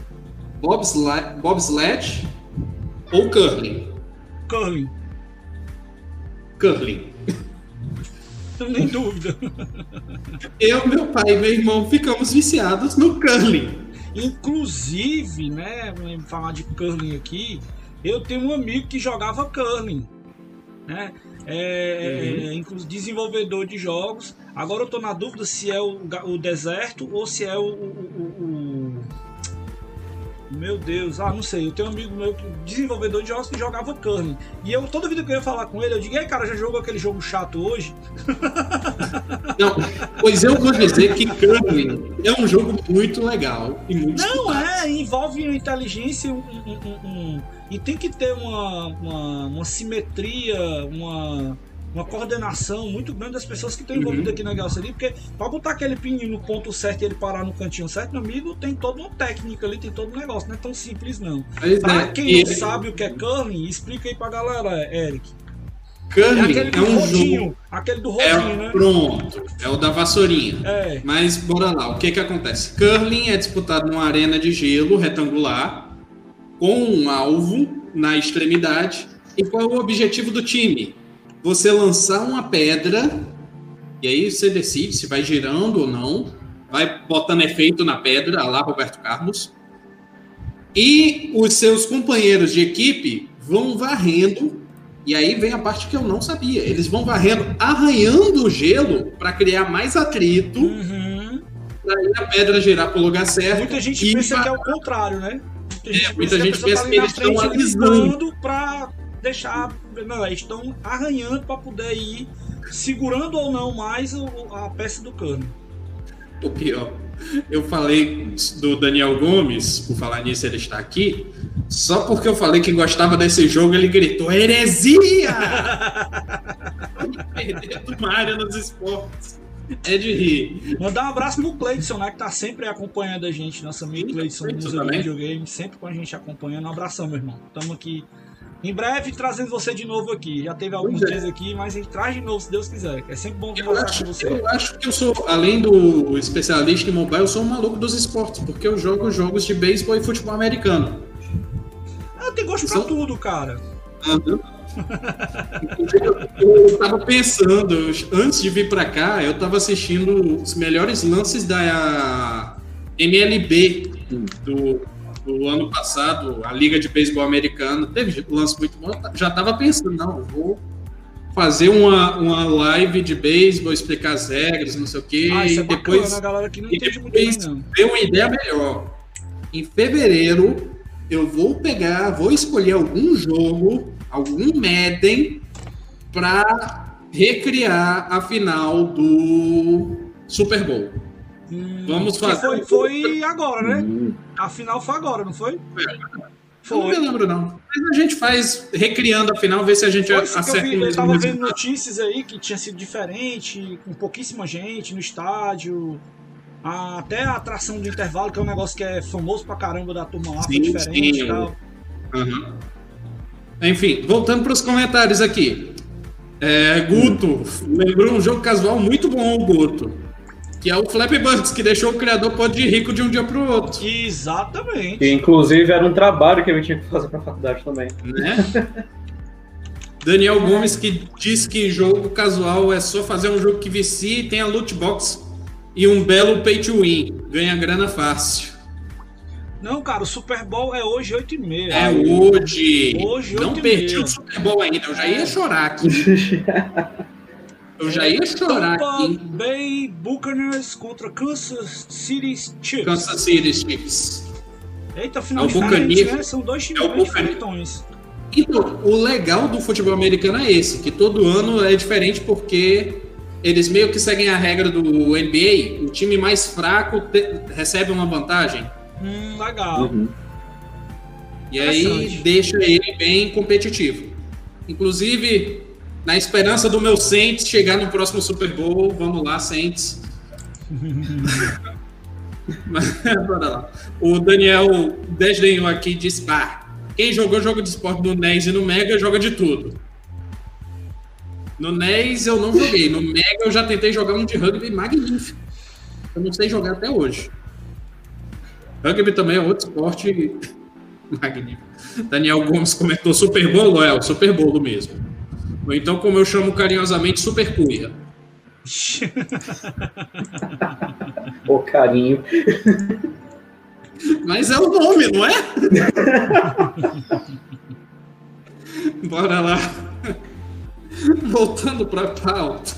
bobsled ou curling? Curling. Não nem dúvida. Eu, meu pai e meu irmão ficamos viciados no curling. Inclusive, né, vamos falar de curling aqui, eu tenho um amigo que jogava curling, né? Inclusive desenvolvedor de jogos. Agora eu tô na dúvida se é o deserto ou se é o meu Deus, não sei. Eu tenho um amigo meu, desenvolvedor de jogos, que jogava curling. E eu, toda vida que eu ia falar com ele, eu digo: ei, cara, já jogou aquele jogo chato hoje? Não, pois eu vou dizer que curling é um jogo muito legal e muito envolve uma inteligência e tem que ter uma simetria, uma coordenação muito grande das pessoas que estão envolvidas aqui no negócio ali, porque para botar aquele pininho no ponto certo e ele parar no cantinho certo, meu amigo, tem toda uma técnica ali, tem todo um negócio, não é tão simples não. Pra quem não sabe o que é curling, explica aí pra galera, Eric. Curling é um jogo... Aquele do rodinho, né? Pronto, é o da vassourinha. Mas bora lá, o que acontece? Curling é disputado numa arena de gelo retangular, com um alvo na extremidade. E qual é o objetivo do time? Você lançar uma pedra, e aí você decide se vai girando ou não, vai botando efeito na pedra, lá Roberto Carlos, e os seus companheiros de equipe vão varrendo, e aí vem a parte que eu não sabia, eles vão varrendo, arranhando o gelo para criar mais atrito, para a pedra girar para o lugar certo. Muita gente pensa que é o contrário, né? Muita gente pensa que eles estão alisando para deixar. Não, eles estão arranhando para poder ir segurando ou não mais a peça do cano. O pior, eu falei do Daniel Gomes, por falar nisso, ele está aqui, só porque eu falei que gostava desse jogo, ele gritou: heresia! Perder do Mario nos esportes. É de rir. Mandar um abraço pro Cleidson, né? Que tá sempre acompanhando a gente. Nosso amigo Cleidson, museu do videogame, sempre com a gente acompanhando. Um abração, meu irmão. Estamos aqui em breve trazendo você de novo aqui. Já teve alguns dias aqui, mas a gente traz de novo, se Deus quiser. É sempre bom conversar com você. Eu acho que eu sou, além do especialista em mobile, eu sou um maluco dos esportes, porque eu jogo jogos de beisebol e futebol americano. Ah, tem gosto pra tudo, cara. Eu tava pensando, antes de vir pra cá, eu tava assistindo os melhores lances da MLB do ano passado, a Liga de Beisebol Americana. Teve lance muito bom. Já tava pensando, não, vou fazer uma live de beisebol, explicar as regras, não sei o quê. Isso é depois, bacana, a galera que não entende muito bem, não. Ter uma ideia melhor. Em fevereiro, eu vou escolher algum jogo, algum Madden, para recriar a final do Super Bowl. Vamos fazer. Foi agora, né? A final foi agora, não foi? Eu não me lembro, não. Mas a gente faz recriando a final, ver se a gente acerta. Eu tava vendo notícias aí que tinha sido diferente, com pouquíssima gente no estádio. Até a atração do intervalo, que é um negócio que é famoso pra caramba da turma lá, foi diferente e tal. Uhum. Enfim, voltando para os comentários aqui. Guto lembrou um jogo casual muito bom, o Guto, que é o Flappy Birds, que deixou o criador pode ir rico de um dia pro outro. Exatamente. E, inclusive, era um trabalho que eu tinha que fazer pra faculdade também. Né? Daniel Gomes, que diz que jogo casual é só fazer um jogo que vicia e tem a loot box e um belo pay to win. Ganha grana fácil. Não, cara, o Super Bowl é hoje 8h30. É hoje. Hoje, 8h30. Não perdi o Super Bowl ainda, eu já ia chorar aqui. Eu já ia chorar aqui. Tampa Bay Buccaneers contra Kansas City Chiefs. Kansas City Chiefs. Eita, final diferente, né? São dois times bem diferentões. Então, o legal do futebol americano é esse, que todo ano é diferente porque eles meio que seguem a regra do NBA, o time mais fraco recebe uma vantagem. Legal. Uhum. E aí deixa ele bem competitivo. Inclusive, na esperança do meu Saints chegar no próximo Super Bowl, vamos lá, Saints. Bora lá. O Daniel desdenhou aqui disse: quem jogou jogo de esporte no NES e no Mega joga de tudo. No NES eu não joguei, no Mega eu já tentei jogar um de rugby magnífico. Eu não sei jogar até hoje. Rugby também é outro esporte magnífico. Daniel Gomes comentou Super Bowl, é o Super Bowl do mesmo. Ou então, como eu chamo carinhosamente, Super Cuia. O carinho. Mas é o nome, não é? Bora lá. Voltando para a pauta.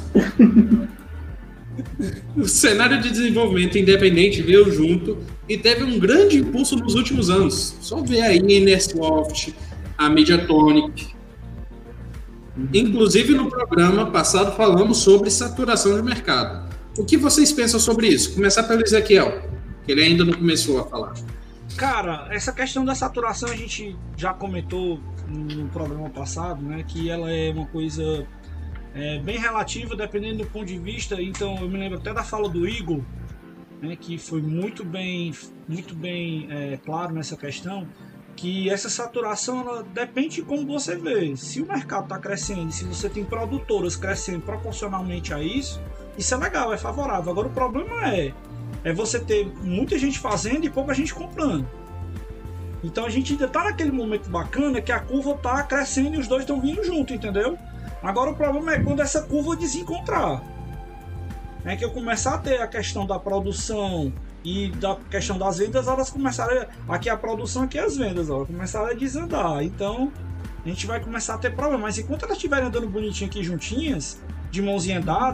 O cenário de desenvolvimento independente veio junto e teve um grande impulso nos últimos anos. Só ver aí a Nearsoft, a Mediatonic. Inclusive no programa passado falamos sobre saturação de mercado. O que vocês pensam sobre isso? Começar pelo Ezequiel, que ele ainda não começou a falar. Cara, essa questão da saturação a gente já comentou no programa passado, né? Que ela é uma coisa bem relativa, dependendo do ponto de vista. Então eu me lembro até da fala do Igor, né, que foi muito bem claro nessa questão, que essa saturação ela depende de como você vê. Se o mercado está crescendo, se você tem produtoras crescendo proporcionalmente a isso é legal, é favorável. Agora o problema é você ter muita gente fazendo e pouca gente comprando. Então a gente ainda está naquele momento bacana que a curva está crescendo e os dois estão vindo junto, entendeu? Agora o problema é quando essa curva desencontrar. É que eu começar a ter a questão da produção e da questão das vendas, elas começaram aqui a produção, aqui as vendas, elas começaram a desandar. Então a gente vai começar a ter problema. Mas enquanto elas estiverem andando bonitinho aqui juntinhas, de mãozinha dada,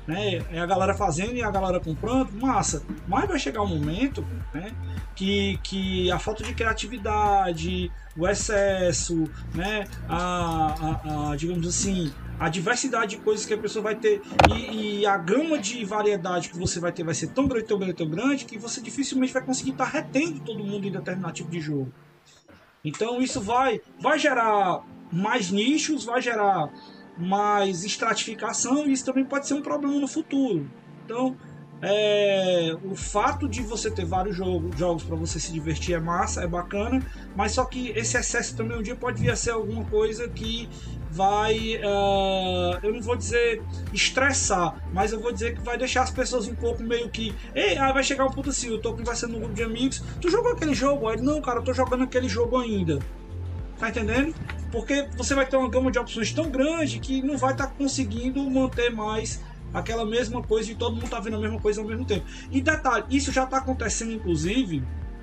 né? É a galera fazendo e a galera comprando, massa. Mas vai chegar um momento, né, que a falta de criatividade, o excesso, né, digamos assim, a diversidade de coisas que a pessoa vai ter e a gama de variedade que você vai ter vai ser tão grande, tão grande, tão grande, que você dificilmente vai conseguir estar retendo todo mundo em determinado tipo de jogo. Então isso vai gerar mais nichos, vai gerar mais estratificação, e isso também pode ser um problema no futuro. Então, o fato de você ter vários jogos para você se divertir é massa, é bacana, mas só que esse excesso também um dia pode vir a ser alguma coisa que vai, eu não vou dizer estressar, mas eu vou dizer que vai deixar as pessoas um pouco meio que, vai chegar um ponto assim, eu tô conversando no grupo de amigos, tu jogou aquele jogo? Aí, não, cara, eu tô jogando aquele jogo ainda. Tá entendendo? Porque você vai ter uma gama de opções tão grande que não vai estar conseguindo manter mais aquela mesma coisa e todo mundo tá vendo a mesma coisa ao mesmo tempo. E detalhe, isso já está acontecendo inclusive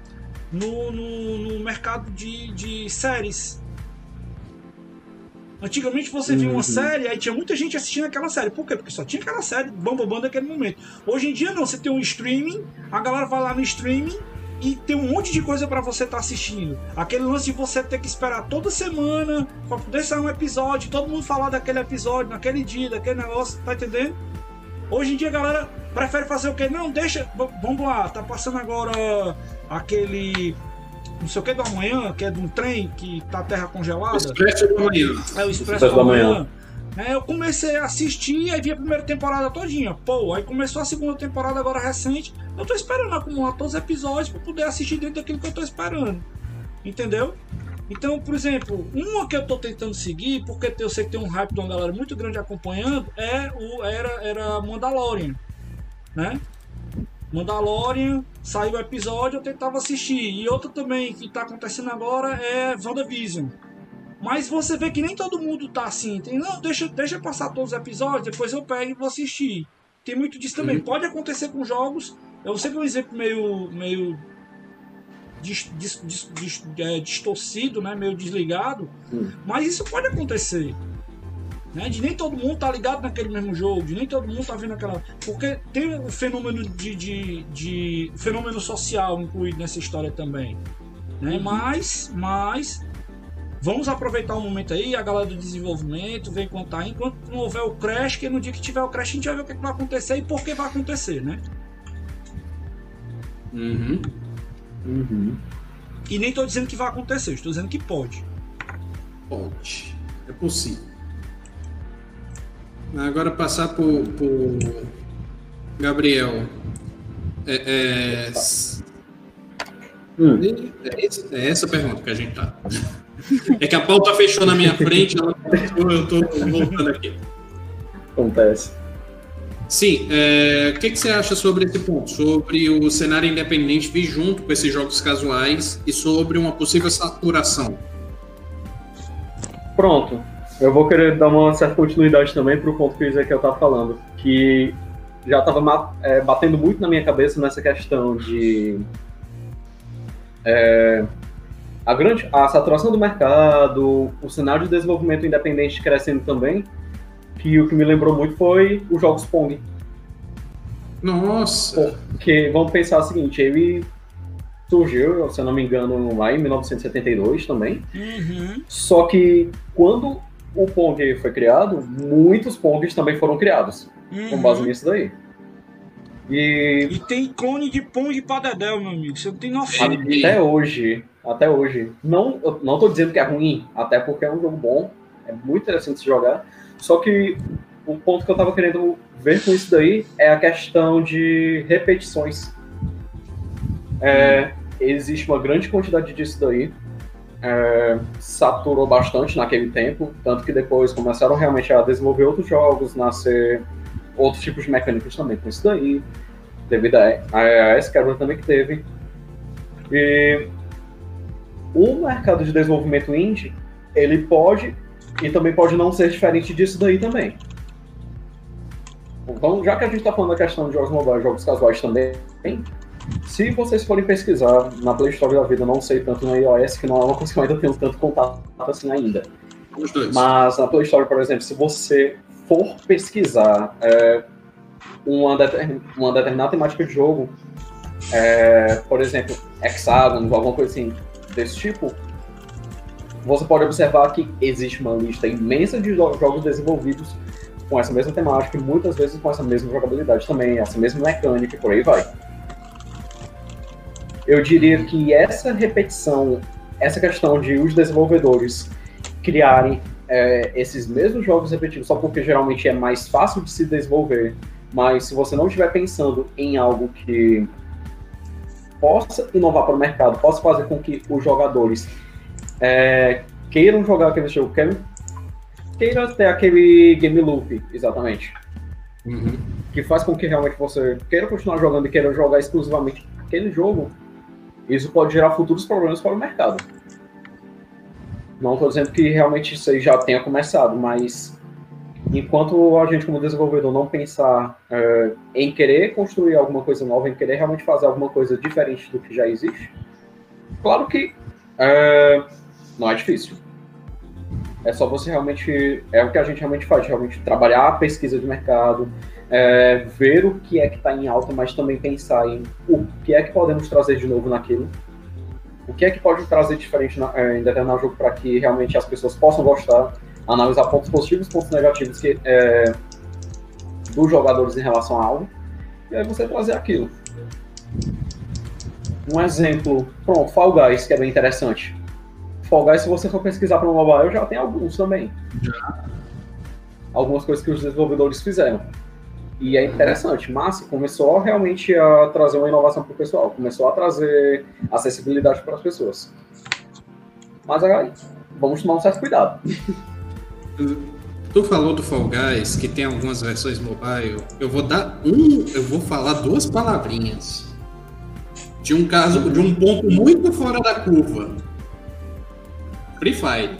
no mercado de séries. Antigamente você via uma série, aí tinha muita gente assistindo aquela série. Por quê? Porque só tinha aquela série bombando naquele momento. Hoje em dia não, você tem um streaming, a galera vai lá no streaming e tem um monte de coisa para você estar assistindo. Aquele lance de você ter que esperar toda semana para poder sair um episódio, todo mundo falar daquele episódio, naquele dia, daquele negócio, tá entendendo? Hoje em dia a galera prefere fazer o quê? Não, deixa, vamos lá, tá passando agora aquele não sei o que do amanhã, que é de um trem que tá a terra congelada. O Expresso do Amanhã. É o Expresso do Amanhã. Eu comecei a assistir, aí vi a primeira temporada todinha. Pô, aí começou a segunda temporada agora recente. Eu tô esperando acumular todos os episódios pra poder assistir dentro daquilo que eu tô esperando. Entendeu? Então, por exemplo, uma que eu tô tentando seguir, porque eu sei que tem um hype de uma galera muito grande acompanhando, era Mandalorian, né? Mandalorian, saiu o episódio, eu tentava assistir. E outra também que tá acontecendo agora é WandaVision. Mas você vê que nem todo mundo tá assim. Não, deixa passar todos os episódios, depois eu pego e vou assistir. Tem muito disso também. Pode acontecer com jogos. Eu sei que é um exemplo meio distorcido, né? Meio desligado. Mas isso pode acontecer. Né? De nem todo mundo tá ligado naquele mesmo jogo. De nem todo mundo tá vendo aquela... Porque tem o fenômeno de fenômeno social incluído nessa história também. Né? Mas vamos aproveitar o momento aí, a galera do desenvolvimento vem contar enquanto não houver o crash, que no dia que tiver o crash a gente vai ver o que vai acontecer e por que vai acontecer, né? E nem estou dizendo que vai acontecer, estou dizendo que pode. Pode. É possível. Agora passar por Gabriel. É essa a pergunta que a gente tá. É que a pauta fechou na minha frente, eu tô voltando aqui. Acontece. Sim, o que você acha sobre esse ponto? Sobre o cenário independente vir junto com esses jogos casuais e sobre uma possível saturação? Pronto. Eu vou querer dar uma certa continuidade também para o ponto que o Ezequiel tá falando, que já estava batendo muito na minha cabeça nessa questão de... a saturação do mercado, o cenário de desenvolvimento independente crescendo também, que o que me lembrou muito foi os jogos Pong. Nossa! Porque, vamos pensar o seguinte, ele surgiu, se eu não me engano, lá em 1972 também. Só que quando o Pong foi criado, muitos Pongs também foram criados, com base nisso daí. E tem clone de Pong pra Dedéu, meu amigo, você não tem noção. Até hoje. Não tô dizendo que é ruim, até porque é um jogo bom, é muito interessante de jogar. Só que o ponto que eu tava querendo ver com isso daí é a questão de repetições. Existe uma grande quantidade disso daí. Saturou bastante naquele tempo, tanto que depois começaram realmente a desenvolver outros jogos, nascer outros tipos de mecânicas também com isso daí, devido a essa quebra também que teve. E o mercado de desenvolvimento indie, ele pode e também pode não ser diferente disso daí também. Então, já que a gente está falando da questão de jogos mobile, jogos casuais também, se vocês forem pesquisar na Play Store da vida, não sei tanto no iOS, que não é uma coisa que eu ainda tenho tanto contato assim ainda. Mas na Play Store, por exemplo, se você for pesquisar uma determinada temática de jogo, por exemplo, hexágonos, alguma coisa assim desse tipo, você pode observar que existe uma lista imensa de jogos desenvolvidos com essa mesma temática e muitas vezes com essa mesma jogabilidade também, essa mesma mecânica e por aí vai. Eu diria que essa repetição, essa questão de os desenvolvedores criarem esses mesmos jogos repetidos só porque geralmente é mais fácil de se desenvolver, mas se você não estiver pensando em algo que possa inovar para o mercado, possa fazer com que os jogadores queiram jogar aquele jogo, queiram ter aquele game loop, exatamente. Uhum. Que faz com que realmente você queira continuar jogando e queira jogar exclusivamente aquele jogo, isso pode gerar futuros problemas para o mercado. Não estou dizendo que realmente isso aí já tenha começado, mas enquanto a gente como desenvolvedor não pensar em querer construir alguma coisa nova, em querer realmente fazer alguma coisa diferente do que já existe, claro que não é difícil. É só você realmente... É o que a gente realmente faz, realmente trabalhar a pesquisa de mercado, ver o que é que está em alta, mas também pensar em o que é que podemos trazer de novo naquilo. O que é que pode trazer diferente em determinado jogo para que realmente as pessoas possam gostar, analisar pontos positivos e pontos negativos dos jogadores em relação a algo, e aí você trazer aquilo. Um exemplo, pronto, Fall Guys, que é bem interessante. Fall Guys, se você for pesquisar para o mobile, já tem alguns também. Algumas coisas que os desenvolvedores fizeram. E é interessante, mas começou realmente a trazer uma inovação para o pessoal, começou a trazer acessibilidade para as pessoas. Mas aí, vamos tomar um certo cuidado. Tu falou do Fall Guys, que tem algumas versões mobile. Eu vou falar duas palavrinhas. De um caso, de um ponto muito fora da curva. Free Fire.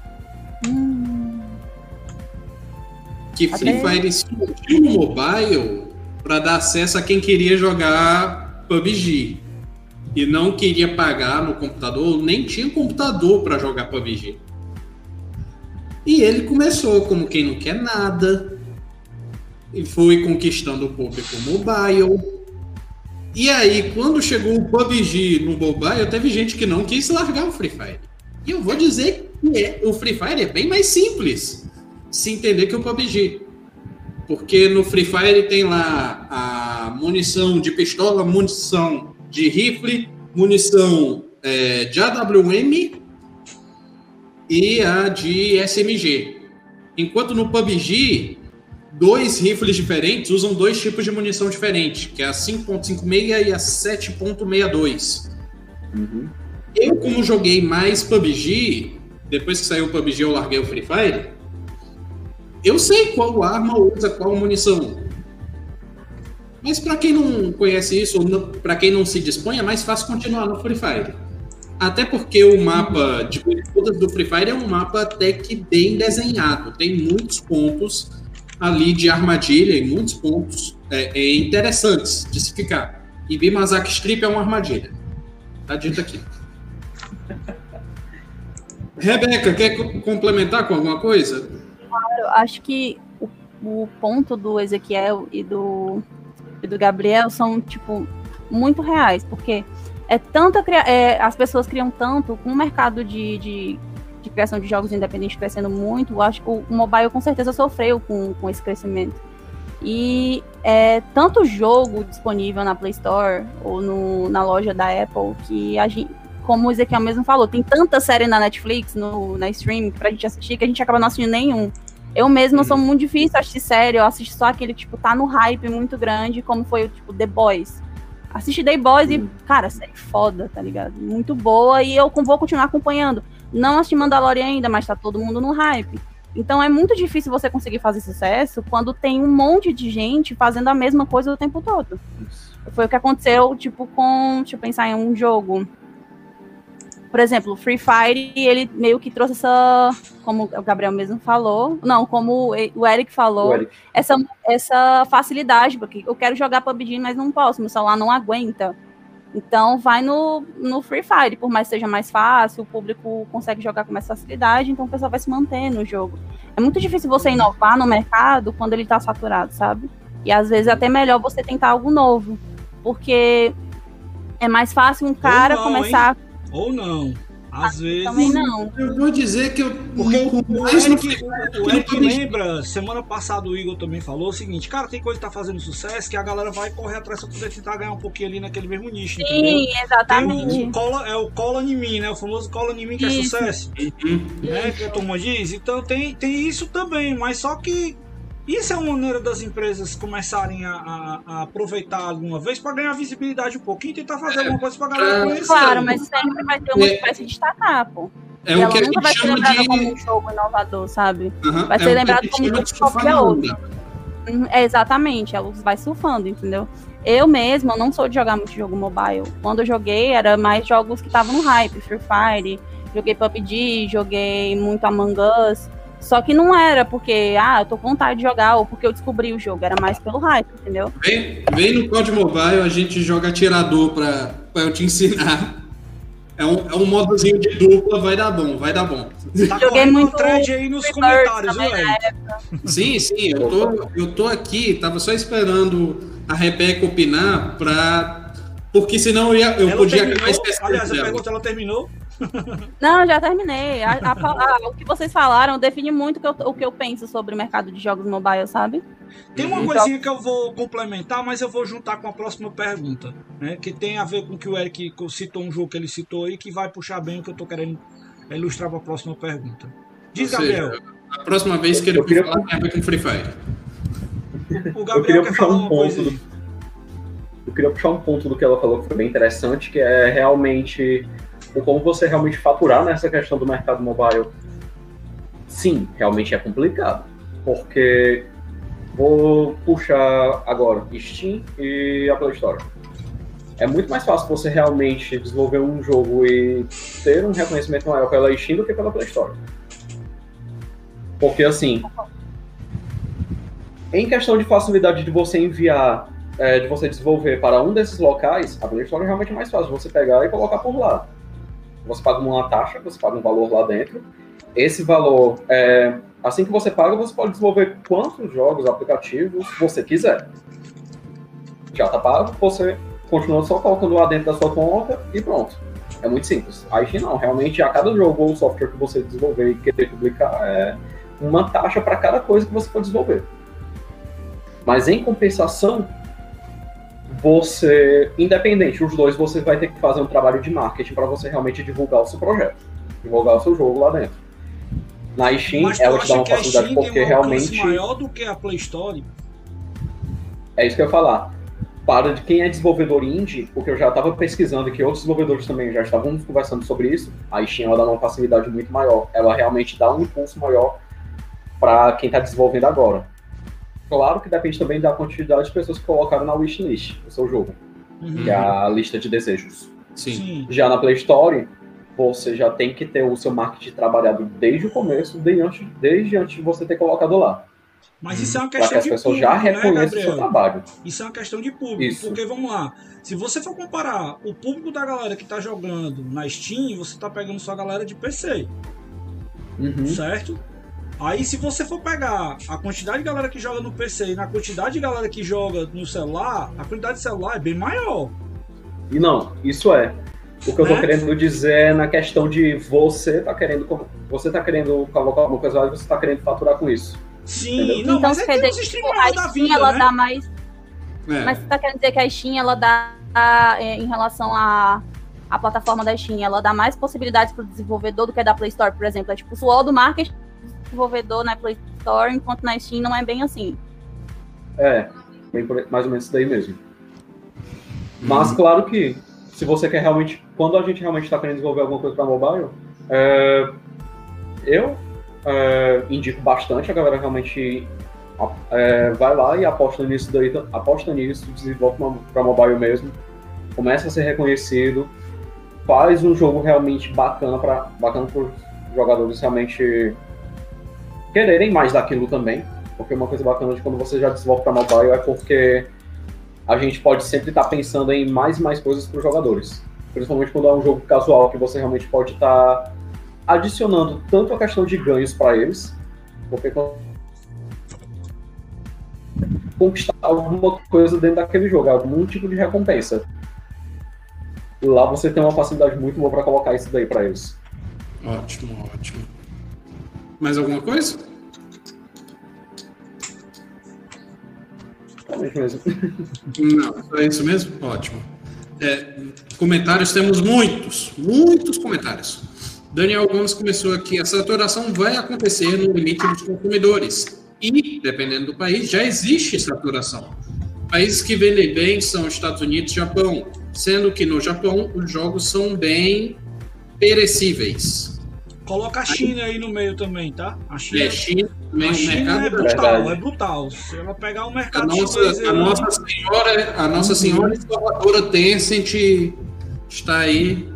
Que Free Fire surgiu no mobile para dar acesso a quem queria jogar PUBG e não queria pagar no computador, nem tinha computador para jogar PUBG. E ele começou como quem não quer nada e foi conquistando o público mobile. E aí, quando chegou o PUBG no mobile, teve gente que não quis largar o Free Fire. E eu vou dizer que o Free Fire é bem mais simples se entender que o PUBG. Porque no Free Fire tem lá a munição de pistola, munição de rifle, munição de AWM e a de SMG. Enquanto no PUBG, 2 rifles diferentes usam 2 tipos de munição diferentes, que é a 5.56 e a 7.62. Uhum. Eu, como joguei mais PUBG, depois que saiu o PUBG eu larguei o Free Fire, eu sei qual arma usa qual munição. Mas para quem não conhece isso, ou para quem não se dispõe, é mais fácil continuar no Free Fire. Até porque o mapa de todas do Free Fire é um mapa até que bem desenhado. Tem muitos pontos ali de armadilha e muitos pontos interessantes de se ficar. E Bimazaki Strip é uma armadilha. Tá dito aqui. Rebeca, quer complementar com alguma coisa? Claro, acho que o ponto do Ezequiel e do Gabriel são, tipo, muito reais, porque as pessoas criam tanto, com o mercado de criação de jogos independentes crescendo muito, eu acho que o mobile com certeza sofreu com esse crescimento. E tanto jogo disponível na Play Store ou na loja da Apple que a gente, como o Ezequiel mesmo falou, tem tanta série na Netflix, na stream, pra gente assistir, que a gente acaba não assistindo nenhum. Eu mesma sou muito difícil assistir série, eu assisto só aquele, tipo, tá no hype muito grande, como foi o, tipo, The Boys. Assisti The Boys e, cara, série foda, tá ligado? Muito boa, e eu vou continuar acompanhando. Não assisti Mandalorian ainda, mas tá todo mundo no hype. Então é muito difícil você conseguir fazer sucesso quando tem um monte de gente fazendo a mesma coisa o tempo todo. Foi o que aconteceu, tipo, deixa eu pensar em um jogo. Por exemplo, o Free Fire, ele meio que trouxe como o Gabriel mesmo falou, não, como o Eric falou, essa facilidade, porque eu quero jogar PUBG, mas não posso, meu celular não aguenta. Então vai no Free Fire, por mais que seja mais fácil, o público consegue jogar com mais facilidade, então o pessoal vai se manter no jogo. É muito difícil você inovar no mercado quando ele tá saturado, sabe? E às vezes é até melhor você tentar algo novo, porque é mais fácil um cara começar... Ou não. Às vezes... Também não. Eu vou dizer que Porque o Eric lembra, semana passada o Igor também falou o seguinte, cara, tem coisa que tá fazendo sucesso que a galera vai correr atrás pra poder tentar ganhar um pouquinho ali naquele mesmo nicho, entendeu? Sim, exatamente. Tem o cola em mim, né? O famoso cola em mim que é sucesso. Né? Que a turma diz. Então tem isso também, mas só que isso é uma maneira das empresas começarem a aproveitar alguma vez para ganhar visibilidade um pouquinho e tentar fazer alguma coisa pra galera conhecer. Claro, mas sempre vai ter uma que vai se destacar, pô. É o que a nunca vai gente ser chama lembrada de... como um jogo inovador, sabe? Uhum, Vai ser lembrado como um jogo de qualquer outro. Exatamente, ela vai surfando, entendeu? Eu mesma não sou de jogar muito jogo mobile. Quando eu joguei, era mais jogos que estavam no hype, Free Fire, joguei PUBG, joguei muito Among Us. Só que não era porque, eu tô com vontade de jogar ou porque eu descobri o jogo, era mais pelo hype, entendeu? Vem no COD Mobile, a gente joga atirador pra eu te ensinar. É um modozinho de dupla, vai dar bom. Tá Joguei muito thread aí nos comentários, viu, Eric? Sim, eu tô aqui, tava só esperando a Rebeca opinar porque senão eu podia acabar esquecendo. Aliás, a pergunta ela terminou? Não, já terminei. O que vocês falaram define muito o que eu penso sobre o mercado de jogos mobile, sabe? Tem uma coisinha que eu vou complementar, mas eu vou juntar com a próxima pergunta, né? Que tem a ver com que o Eric citou um jogo que ele citou aí, que vai puxar bem o que eu tô querendo ilustrar para a próxima pergunta. Diz, Gabriel. A próxima vez que ele for falar, tem a ver com Free Fire. O Gabriel quer falar uma coisa aí. Eu queria puxar um ponto do que ela falou que foi bem interessante, que é realmente como você realmente faturar nessa questão do mercado mobile. Sim, realmente é complicado, porque vou puxar agora Steam e a Play Store. É muito mais fácil você realmente desenvolver um jogo e ter um reconhecimento maior pela Steam do que pela Play Store. Porque assim, em questão de facilidade de você enviar, de você desenvolver para um desses locais, a Play Store é realmente mais fácil de você pegar e colocar por lá. Você paga uma taxa, você paga um valor lá dentro. Esse valor, assim que você paga, você pode desenvolver quantos jogos, aplicativos você quiser. Já tá pago, você continua só colocando lá dentro da sua conta e pronto. É muito simples. Aí não, realmente a cada jogo ou software que você desenvolver e querer publicar é uma taxa para cada coisa que você for desenvolver. Mas em compensação, você, independente, os dois, você vai ter que fazer um trabalho de marketing para você realmente divulgar o seu projeto, divulgar o seu jogo lá dentro. Na Steam, ela te dá uma facilidade porque realmente... maior do que a Play Store? É isso que eu ia falar. Para de quem é desenvolvedor indie, porque eu já estava pesquisando que outros desenvolvedores também já estavam conversando sobre isso, a Steam ela dá uma facilidade muito maior. Ela realmente dá um impulso maior para quem está desenvolvendo agora. Claro que depende também da quantidade de pessoas que colocaram na wishlist o seu jogo, que é a lista de desejos. Sim. Já na Play Store, você já tem que ter o seu marketing trabalhado desde o começo, desde antes de você ter colocado lá. Mas isso é uma questão de público, as pessoas já reconhecem o seu trabalho. Isso é uma questão de público, Isso. Porque vamos lá, se você for comparar o público da galera que está jogando na Steam, você está pegando só a galera de PC, certo? Aí se você for pegar a quantidade de galera que joga no PC e na quantidade de galera que joga no celular, a quantidade de celular é bem maior. E não, isso é. O que eu tô querendo dizer é na questão de você tá querendo colocar alguma coisa lá e você tá querendo faturar com isso. Sim, entendeu? não, Então, mas quer tem dizer uns que streamers da a Steam vida, ela né? dá mais... Mas você tá querendo dizer que a Steam ela dá, em relação à plataforma da Steam, ela dá mais possibilidades pro desenvolvedor do que a da Play Store, por exemplo. É tipo o suor do marketing do desenvolvedor na Play Store, enquanto na Steam não é bem assim. Mais ou menos isso daí mesmo. Mas claro que, se você quer realmente, quando a gente realmente está querendo desenvolver alguma coisa para mobile, eu indico bastante a galera realmente vai lá e aposta nisso, desenvolve para mobile mesmo, começa a ser reconhecido, faz um jogo realmente bacana para os jogadores realmente quererem mais daquilo também, porque uma coisa bacana de quando você já desenvolve para mobile é porque a gente pode sempre estar pensando em mais e mais coisas para os jogadores. Principalmente quando é um jogo casual, que você realmente pode estar adicionando tanto a questão de ganhos para eles, porque conquistar alguma coisa dentro daquele jogo, algum tipo de recompensa. E lá você tem uma facilidade muito boa para colocar isso daí para eles. Ótimo. Mais alguma coisa? Realmente mesmo. Não, é isso mesmo? Ótimo. Comentários, temos muitos comentários. Daniel Gomes começou aqui. A saturação vai acontecer no limite dos consumidores. E, dependendo do país, já existe saturação. Países que vendem bem são Estados Unidos e Japão, sendo que no Japão os jogos são bem perecíveis. Coloca a China aí no meio também, tá? A China mercado é brutal, é brutal. Se ela pegar o mercado chinês... A Nossa Senhora e Salvadora Tencent está aí.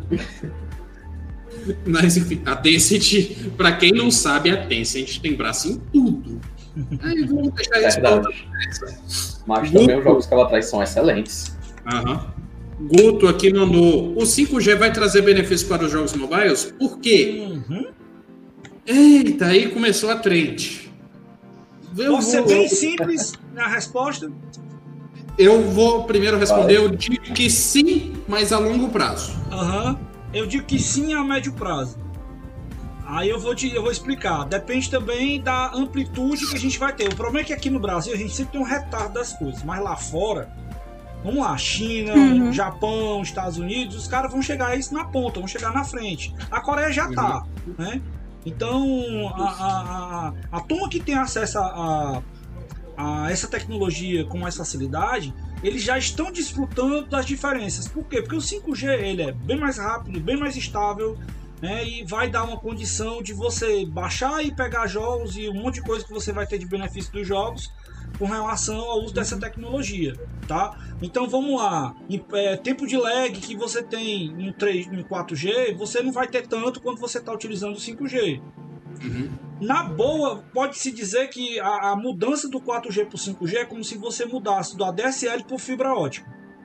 Mas, enfim, a Tencent, para quem não sabe, a Tencent tem braço em tudo. Aí vamos deixar isso pra outra conversa. Mas também os jogos que ela traz são excelentes. Guto aqui mandou: o 5G vai trazer benefícios para os jogos mobiles? Por quê? Eita, aí começou a trend. Pode ser bem simples na resposta. Eu vou primeiro responder. Eu digo que sim, mas a longo prazo. Eu digo que sim a médio prazo. Aí eu vou explicar. Depende também da amplitude que a gente vai ter. O problema é que aqui no Brasil a gente sempre tem um retardo das coisas, mas lá fora, vamos lá, China, Japão, Estados Unidos, os caras vão chegar a isso na ponta, vão chegar na frente. A Coreia já tá, né? Então, a turma que tem acesso a essa tecnologia com mais facilidade, eles já estão desfrutando das diferenças. Por quê? Porque o 5G ele é bem mais rápido, bem mais estável, né, e vai dar uma condição de você baixar e pegar jogos e um monte de coisa que você vai ter de benefício dos jogos com relação ao uso dessa tecnologia, tá? Então vamos lá, tempo de lag que você tem em 4G, você não vai ter tanto quanto você está utilizando o 5G. Na boa, pode-se dizer que a mudança do 4G para o 5G é como se você mudasse do ADSL para fibra ótica.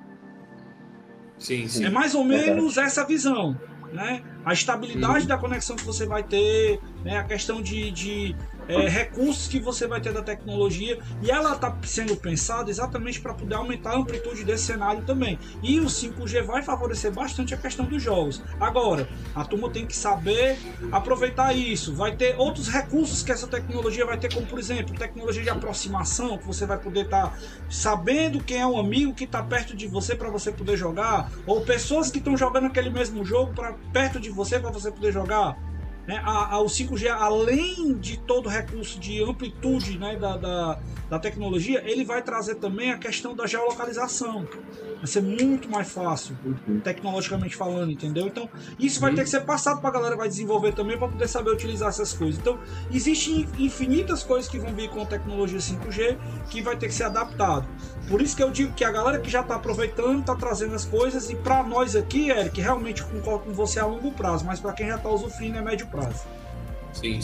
Sim. É mais ou menos essa visão, né? A estabilidade da conexão que você vai ter, né? A questão de recursos que você vai ter da tecnologia, e ela está sendo pensada exatamente para poder aumentar a amplitude desse cenário também. E o 5G vai favorecer bastante a questão dos jogos. Agora, a turma tem que saber aproveitar isso. Vai ter outros recursos que essa tecnologia vai ter, como por exemplo, tecnologia de aproximação, que você vai poder estar sabendo quem é um amigo que está perto de você para você poder jogar, ou pessoas que estão jogando aquele mesmo jogo perto de você para você poder jogar. Né? O 5G, além de todo o recurso de amplitude, né, da tecnologia, ele vai trazer também a questão da geolocalização. Vai ser muito mais fácil, tecnologicamente falando, entendeu? Então, isso vai ter que ser passado para a galera que vai desenvolver também, para poder saber utilizar essas coisas. Então, existem infinitas coisas que vão vir com a tecnologia 5G que vai ter que ser adaptado. Por isso que eu digo que a galera que já está aproveitando, está trazendo as coisas, e para nós aqui, Eric, realmente concordo com você a longo prazo, mas para quem já está usufruindo é médio prazo. Sim.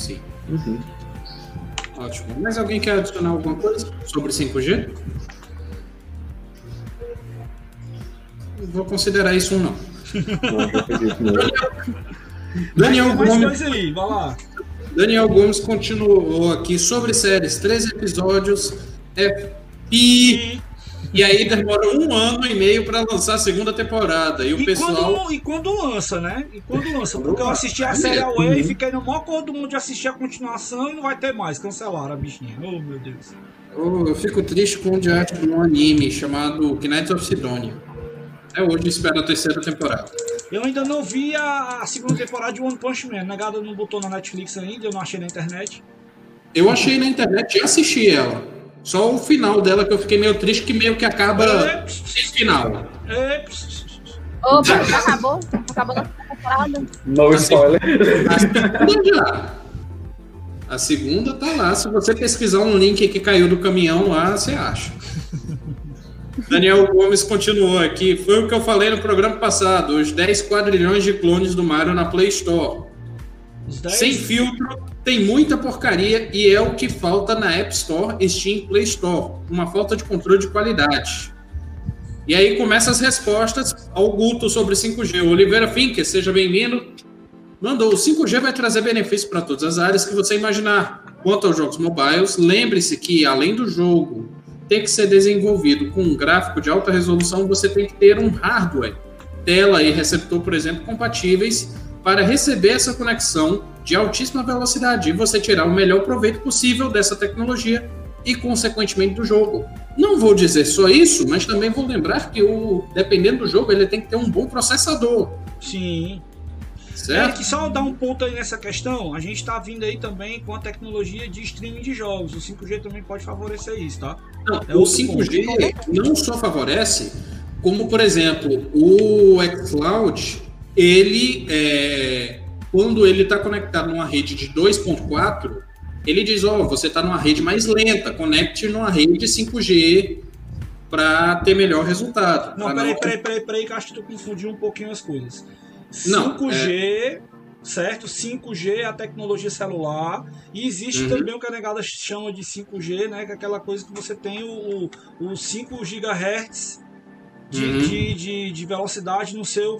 Ótimo. Mais alguém quer adicionar alguma coisa sobre 5G? Vou considerar isso não. Daniel Gomes. Aí, vai lá. Daniel Gomes continuou aqui sobre séries, 13 episódios. E aí demora 1 ano e meio para lançar a segunda temporada. E o pessoal. Quando lança, né? Porque eu assisti a série Away e fiquei no maior cor do mundo de assistir a continuação e não vai ter mais. Cancelaram a bichinha. Oh, meu Deus. Eu fico triste com o diante de um anime chamado Knights of Sidonia. Até hoje espero a 3ª temporada. Eu ainda não vi a 2ª temporada de One Punch Man. Negado não botou na Netflix ainda, eu não achei na internet. Eu achei na internet e assisti ela. Só o final dela que eu fiquei meio triste, que meio que acaba sem final. Opa, já acabou? Acabou a temporada? No spoiler. A segunda tá lá. Se você pesquisar um link que caiu do caminhão lá, você acha. Daniel Gomes continuou aqui. Foi o que eu falei no programa passado. Os 10 quadrilhões de clones do Mario na Play Store. Sem filtro, tem muita porcaria e é o que falta na App Store, Steam, Play Store. Uma falta de controle de qualidade. E aí começam as respostas ao Guto sobre 5G. O Oliveira Finker, seja bem-vindo. Mandou: o 5G vai trazer benefícios para todas as áreas que você imaginar. Quanto aos jogos mobiles, lembre-se que, além do jogo ter que ser desenvolvido com um gráfico de alta resolução, você tem que ter um hardware, tela e receptor, por exemplo, compatíveis para receber essa conexão de altíssima velocidade e você tirar o melhor proveito possível dessa tecnologia e, consequentemente, do jogo. Não vou dizer só isso, mas também vou lembrar que, dependendo do jogo, ele tem que ter um bom processador. Sim. Certo? Só dar um ponto aí nessa questão, a gente está vindo aí também com a tecnologia de streaming de jogos. O 5G também pode favorecer isso, tá? Não, o 5G não só favorece, como, por exemplo, o xCloud, ele, quando ele está conectado numa rede de 2.4, ele diz, você está numa rede mais lenta, conecte numa rede 5G para ter melhor resultado. Não, peraí, que eu acho que tu confundiu um pouquinho as coisas. Não, 5G, certo? 5G é a tecnologia celular e existe também o que a negada chama de 5G, né? Que é aquela coisa que você tem o 5 GHz de velocidade no seu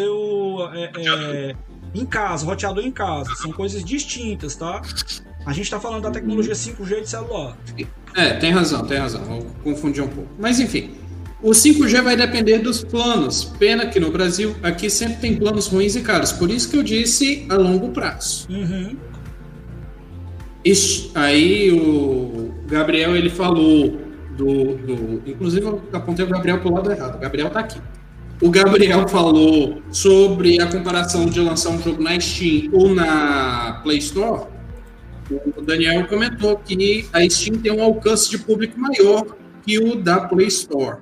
em casa, roteador em casa. São coisas distintas, tá? A gente está falando da tecnologia 5G de celular. Tem razão. Eu confundi um pouco. Mas, enfim, o 5G vai depender dos planos. Pena que no Brasil, aqui sempre tem planos ruins e caros. Por isso que eu disse a longo prazo. Aí o Gabriel, ele falou inclusive eu apontei o Gabriel pro lado errado. O Gabriel tá aqui. O Gabriel falou sobre a comparação de lançar um jogo na Steam ou na Play Store. O Daniel comentou que a Steam tem um alcance de público maior que o da Play Store.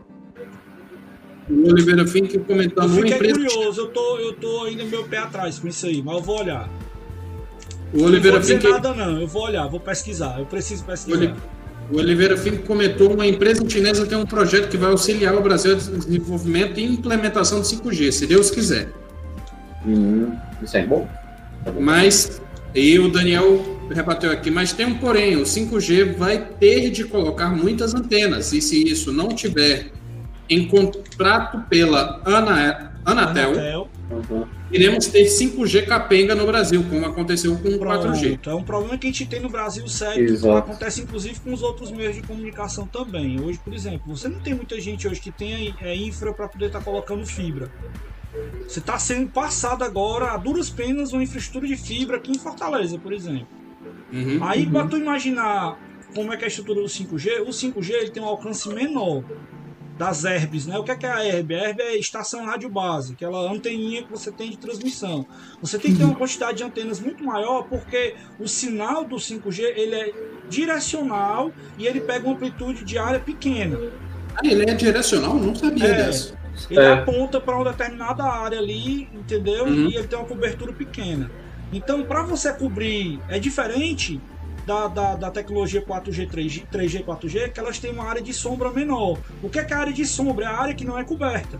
O Oliveira Fink comentando... Eu fiquei curioso, eu tô ainda meu pé atrás com isso aí, mas eu vou olhar. O Oliveira Fink... Não vou dizer nada não, eu vou olhar, vou pesquisar, eu preciso pesquisar. O Oliveira Fink comentou: uma empresa chinesa tem um projeto que vai auxiliar o Brasil no desenvolvimento e implementação de 5G, se Deus quiser. Isso é bom. Mas, e o Daniel rebateu aqui, mas tem um porém, o 5G vai ter de colocar muitas antenas, e se isso não tiver em contrato pela Anatel, iremos ter 5G capenga no Brasil, como aconteceu com o 4G. É um problema que a gente tem no Brasil sério, que acontece inclusive com os outros meios de comunicação também. Hoje, por exemplo, você não tem muita gente hoje que tem infra para poder estar colocando fibra. Você está sendo passado agora, a duras penas, uma infraestrutura de fibra aqui em Fortaleza, por exemplo. Aí, para tu imaginar como é que é a estrutura do 5G, o 5G ele tem um alcance menor das herbes, né? O que é a herb? A herb é a estação rádio base, aquela anteninha que você tem de transmissão. Você tem que ter uma quantidade de antenas muito maior, porque o sinal do 5G ele é direcional e ele pega uma amplitude de área pequena. Ele é direcional? Não sabia dessa. Ele aponta para uma determinada área ali, entendeu? E ele tem uma cobertura pequena. Então, para você cobrir, é diferente da tecnologia 4G, 3G, 4G, que elas têm uma área de sombra menor. O que é a área de sombra? É a área que não é coberta.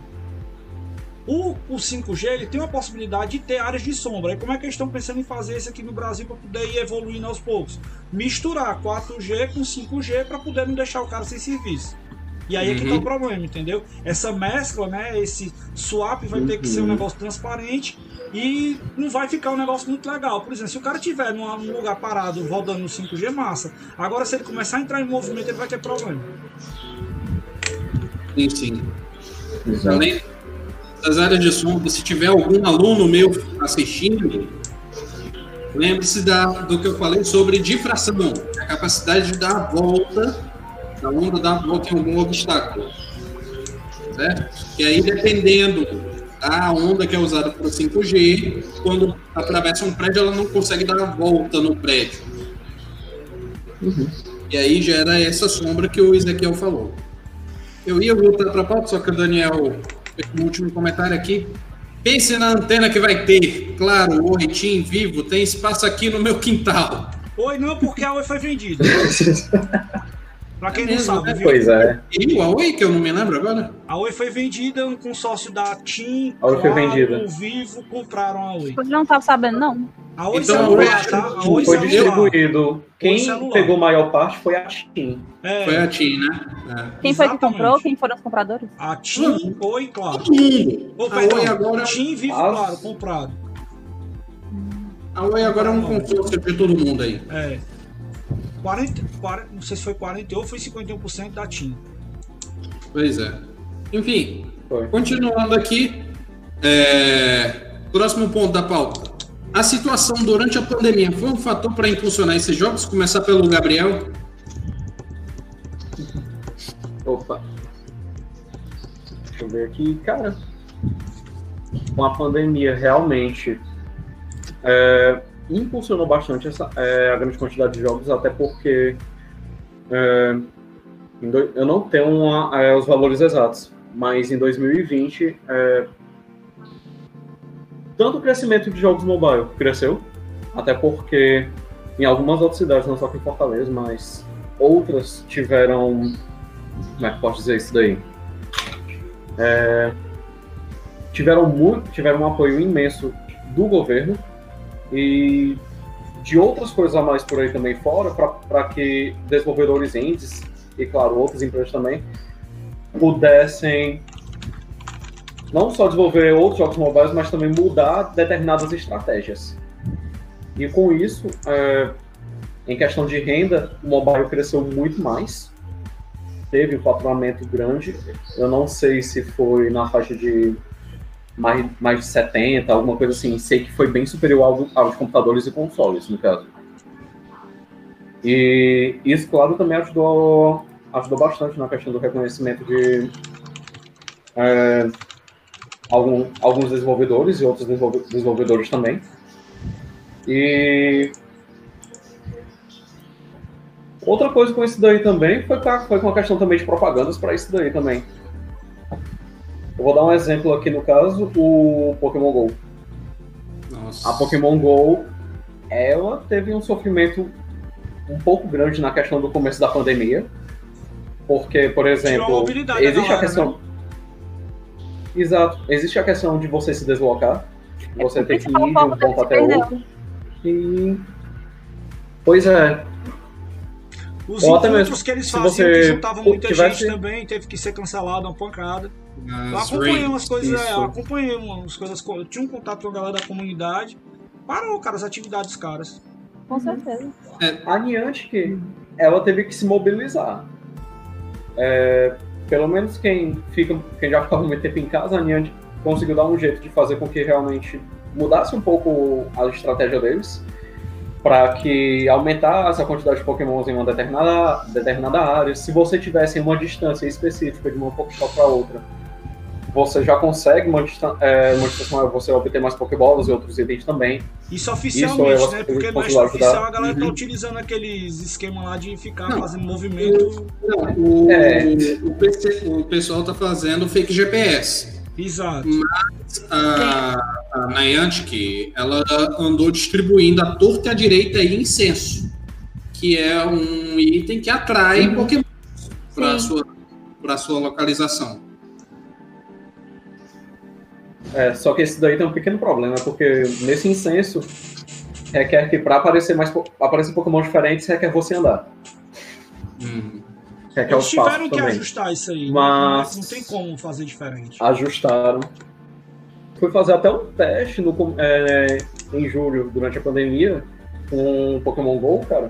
O 5G ele tem uma possibilidade de ter áreas de sombra. E como é que eles estão pensando em fazer isso aqui no Brasil para poder ir evoluindo aos poucos? Misturar 4G com 5G para poder não deixar o cara sem serviço. E aí é que tá o problema, entendeu? Essa mescla, né, esse swap vai ter que ser um negócio transparente e não vai ficar um negócio muito legal. Por exemplo, se o cara estiver num lugar parado rodando no 5G, massa. Agora, se ele começar a entrar em movimento, ele vai ter problema. Sim. Além das áreas de sombra, se tiver algum aluno meu assistindo, lembre-se do que eu falei sobre difração, a capacidade de dar a volta. A onda dá a volta em algum obstáculo, certo? E aí, dependendo da onda que é usada para o 5G, quando atravessa um prédio, ela não consegue dar a volta no prédio. E aí gera essa sombra que o Ezequiel falou. Eu ia voltar para a pauta, só que o Daniel fez um último comentário aqui. Pense na antena que vai ter. Claro, o Oi TIM Vivo tem espaço aqui no meu quintal. Oi não, porque a Oi foi vendida. Pra quem não sabe, viu? Pois é. E a Oi, que eu não me lembro agora? A Oi foi vendida, um consórcio da TIM, a Oi foi vendida. O Vivo compraram a Oi. Eu não tava sabendo, não. A Oi então, celular, tá? A Oi foi celular. distribuído. Quem pegou a maior parte foi a TIM. Foi a TIM, né? Quem foi que comprou? Quem foram os compradores? A TIM, Oi, claro. Todo mundo. Perdão, Oi agora... TIM, Vivo, claro, comprado. A Oi agora é um consórcio de todo mundo aí. não sei se foi 41 ou foi 51% da TIM. Pois é. Enfim, Foi. continuando aqui, próximo ponto da pauta. A situação durante a pandemia foi um fator para impulsionar esses jogos? Começar pelo Gabriel. Opa. Deixa eu ver aqui. Cara, com a pandemia, realmente impulsionou bastante a grande quantidade de jogos, até porque eu não tenho os valores exatos, mas em 2020, tanto o crescimento de jogos mobile cresceu, até porque em algumas outras cidades, não só aqui em Fortaleza, mas outras tiveram... Como é que posso dizer isso daí? Tiveram um apoio imenso do governo e de outras coisas a mais por aí também fora, para que desenvolvedores indies e, claro, outras empresas também pudessem não só desenvolver outros jogos mobiles, mas também mudar determinadas estratégias. E com isso, em questão de renda, o mobile cresceu muito mais, teve um faturamento grande. Eu não sei se foi na faixa de mais de 70, alguma coisa assim. Sei que foi bem superior aos computadores e consoles, no caso. E isso, claro, também ajudou bastante na questão do reconhecimento de alguns desenvolvedores e outros desenvolvedores também. E outra coisa com isso daí também foi com a questão também de propagandas para isso daí também. Eu vou dar um exemplo aqui no caso, o Pokémon GO. Nossa. A Pokémon GO, ela teve um sofrimento um pouco grande na questão do começo da pandemia, porque, por exemplo, existe a questão... Exato, existe a questão de você se deslocar, você ter que ir de um ponto até outro. E... Pois é. Os encontros que eles faziam, que juntavam muita gente também, teve que ser cancelado, uma pancada. Eu acompanhei umas coisas, eu tinha um contato com a galera da comunidade, parou, cara, as atividades dos caras. Com certeza. A Niantic, ela teve que se mobilizar. Pelo menos quem já ficava muito tempo em casa, a Niantic conseguiu dar um jeito de fazer com que realmente mudasse um pouco a estratégia deles, para que aumentasse a quantidade de Pokémons em uma determinada área. Se você tivesse uma distância específica de uma Pokéstop para outra, você já consegue uma distância maior, você obter mais Pokébolas e outros itens também. Isso oficialmente, né? Porque no extra-oficial a galera tá utilizando aqueles esquemas lá de ficar fazendo movimento. O pessoal tá fazendo fake GPS. Exato. Mas a Niantic, ela andou distribuindo à torta e à direita aí incenso, que é um item que atrai Pokémon para sua localização. Só que esse daí tem um pequeno problema, porque nesse incenso requer que para aparecer Pokémon diferentes, requer você andar. Eles tiveram que ajustar isso aí, mas não tem como fazer diferente. Ajustaram. Fui fazer até um teste em julho, durante a pandemia, com Pokémon GO, cara.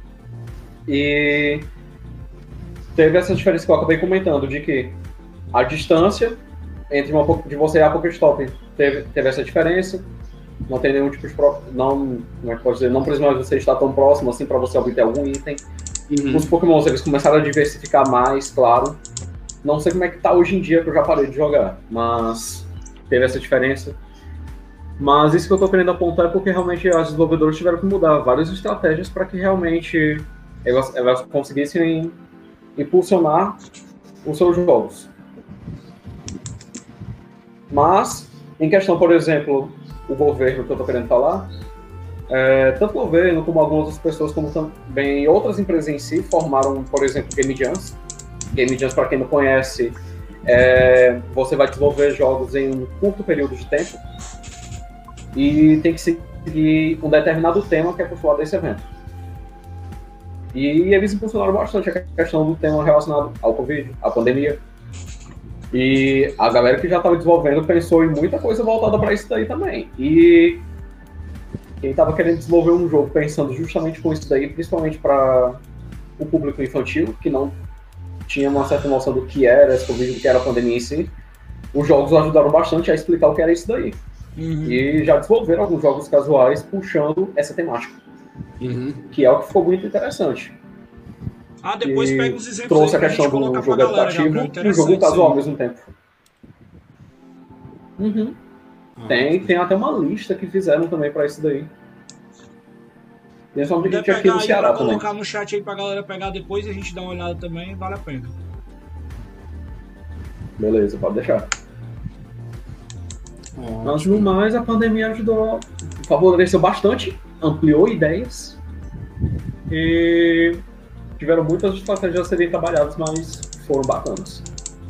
E teve essa diferença que eu acabei comentando, de que a distância entre de você e a Pokéstop teve essa diferença. Não tem nenhum tipo de... Não precisa mais você estar tão próximo assim para você obter algum item. Os Pokémons, eles começaram a diversificar mais, claro. Não sei como é que tá hoje em dia, que eu já parei de jogar, mas teve essa diferença. Mas isso que eu tô querendo apontar é porque realmente os desenvolvedores tiveram que mudar várias estratégias para que realmente elas conseguissem impulsionar os seus jogos. Mas, em questão, por exemplo, o governo que eu tô querendo falar, tanto o governo como algumas outras pessoas, como também outras empresas em si, formaram, por exemplo, Game Jams. Game Jams, para quem não conhece, você vai desenvolver jogos em um curto período de tempo e tem que seguir um determinado tema que é postulado desse evento. E eles impulsionaram bastante a questão do tema relacionado ao Covid, à pandemia. E a galera que já estava desenvolvendo pensou em muita coisa voltada para isso daí também. E Quem estava querendo desenvolver um jogo pensando justamente com isso daí, principalmente para o público infantil, que não tinha uma certa noção do que era esse Covid, do que era a pandemia em si, os jogos ajudaram bastante a explicar o que era isso daí. E já desenvolveram alguns jogos casuais puxando essa temática, que é o que ficou muito interessante. Depois E pega os exemplos trouxe aí a pra gente questão do colocar jogo pra galera, educativo Gabriel. e o jogo Interessante casual ao isso aí. mesmo tempo. Tem até uma lista que fizeram também para isso daí. Tem só um Puder vídeo aqui pegar no aí Ceará pra também. colocar no chat aí pra galera pegar depois e a gente dar uma olhada também, vale a pena. Beleza, pode deixar. Mas no mais, a pandemia ajudou, favoreceu bastante, ampliou ideias e tiveram muitas estratégias a serem trabalhadas, mas foram bacanas.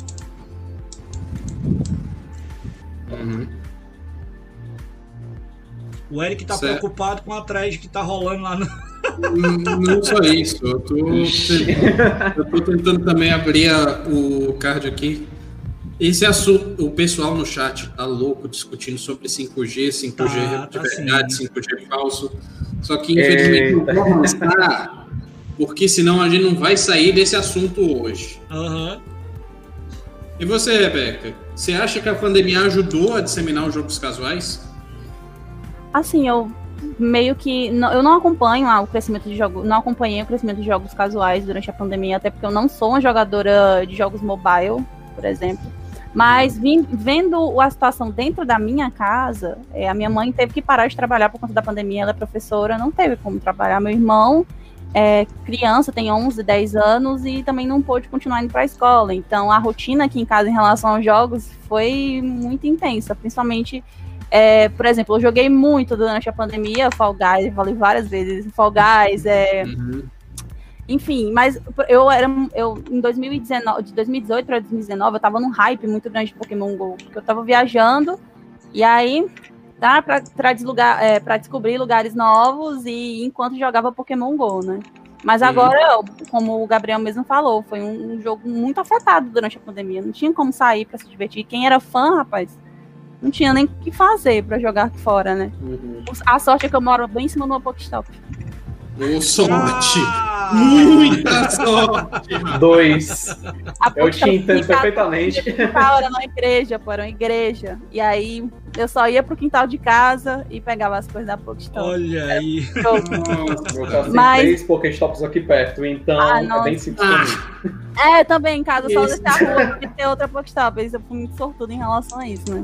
O Eric tá Certo. preocupado com a thread que tá rolando lá no... Não só isso, eu tô tentando também abrir o card aqui. Esse assunto, o pessoal no chat tá louco discutindo sobre 5G, 5G Tá de verdade, sim. 5G falso. Só que infelizmente não vou avançar, porque senão a gente não vai sair desse assunto hoje. E você, Rebeca? Você acha que a pandemia ajudou a disseminar os jogos casuais? Assim, eu meio que eu não acompanho o crescimento de jogos, não acompanhei o crescimento de jogos casuais durante a pandemia, até porque eu não sou uma jogadora de jogos mobile, por exemplo. Mas vendo a situação dentro da minha casa, a minha mãe teve que parar de trabalhar por conta da pandemia, ela é professora, não teve como trabalhar. Meu irmão criança, tem 11, 10 anos e também não pôde continuar indo para a escola. Então a rotina aqui em casa em relação aos jogos foi muito intensa, principalmente por exemplo, eu joguei muito durante a pandemia Fall Guys, falei várias vezes Fall Guys, enfim, mas eu em 2019, de 2018 para 2019, eu tava num hype muito grande de Pokémon GO, porque eu tava viajando, e aí dá pra descobrir lugares novos, e enquanto jogava Pokémon GO, né? Mas agora, como o Gabriel mesmo falou, foi um jogo muito afetado durante a pandemia, não tinha como sair pra se divertir. Quem era fã, rapaz, não tinha nem o que fazer pra jogar aqui fora, né? A sorte é que eu moro bem em cima de uma Pokestop. Ô, sorte! Muita sorte! 2. Eu te entendo perfeitamente. Era uma igreja, era uma igreja. E aí eu só ia pro quintal de casa e pegava as coisas da Pokestop. Olha aí. Meu caso tem 3 Pokéstops aqui perto, então é bem simples pra mim. Também em casa, só deixar a rua e ter outra Pokestop. Eu fui muito sortudo em relação a isso, né?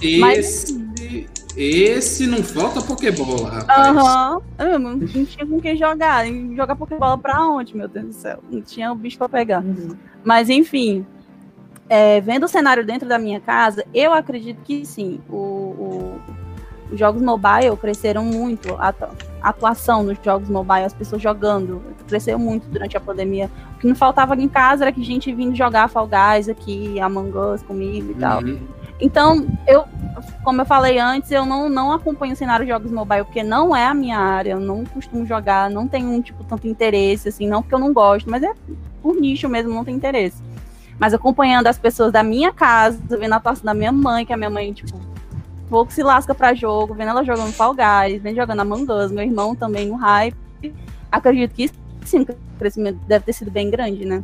Esse não falta Pokébola, rapaz. Eu não tinha com quem jogar. E jogar Pokébola pra onde, meu Deus do céu? Não tinha o bicho pra pegar. Mas, enfim, vendo o cenário dentro da minha casa, eu acredito que sim. Os jogos mobile cresceram muito. A atuação nos jogos mobile, as pessoas jogando, cresceu muito durante a pandemia. O que não faltava aqui em casa era que gente vindo jogar Fall Guys aqui, Among Us comigo e tal. Então, como eu falei antes, eu não acompanho o cenário de jogos mobile, porque não é a minha área, eu não costumo jogar, não tenho tanto interesse, assim, não porque eu não gosto, mas é por nicho mesmo, não tem interesse. Mas acompanhando as pessoas da minha casa, vendo a atuação da minha mãe, que a minha mãe, pouco se lasca pra jogo, vendo ela jogando Fall Guys, vendo jogando Among Us, meu irmão também no hype, acredito que sim, o crescimento deve ter sido bem grande, né?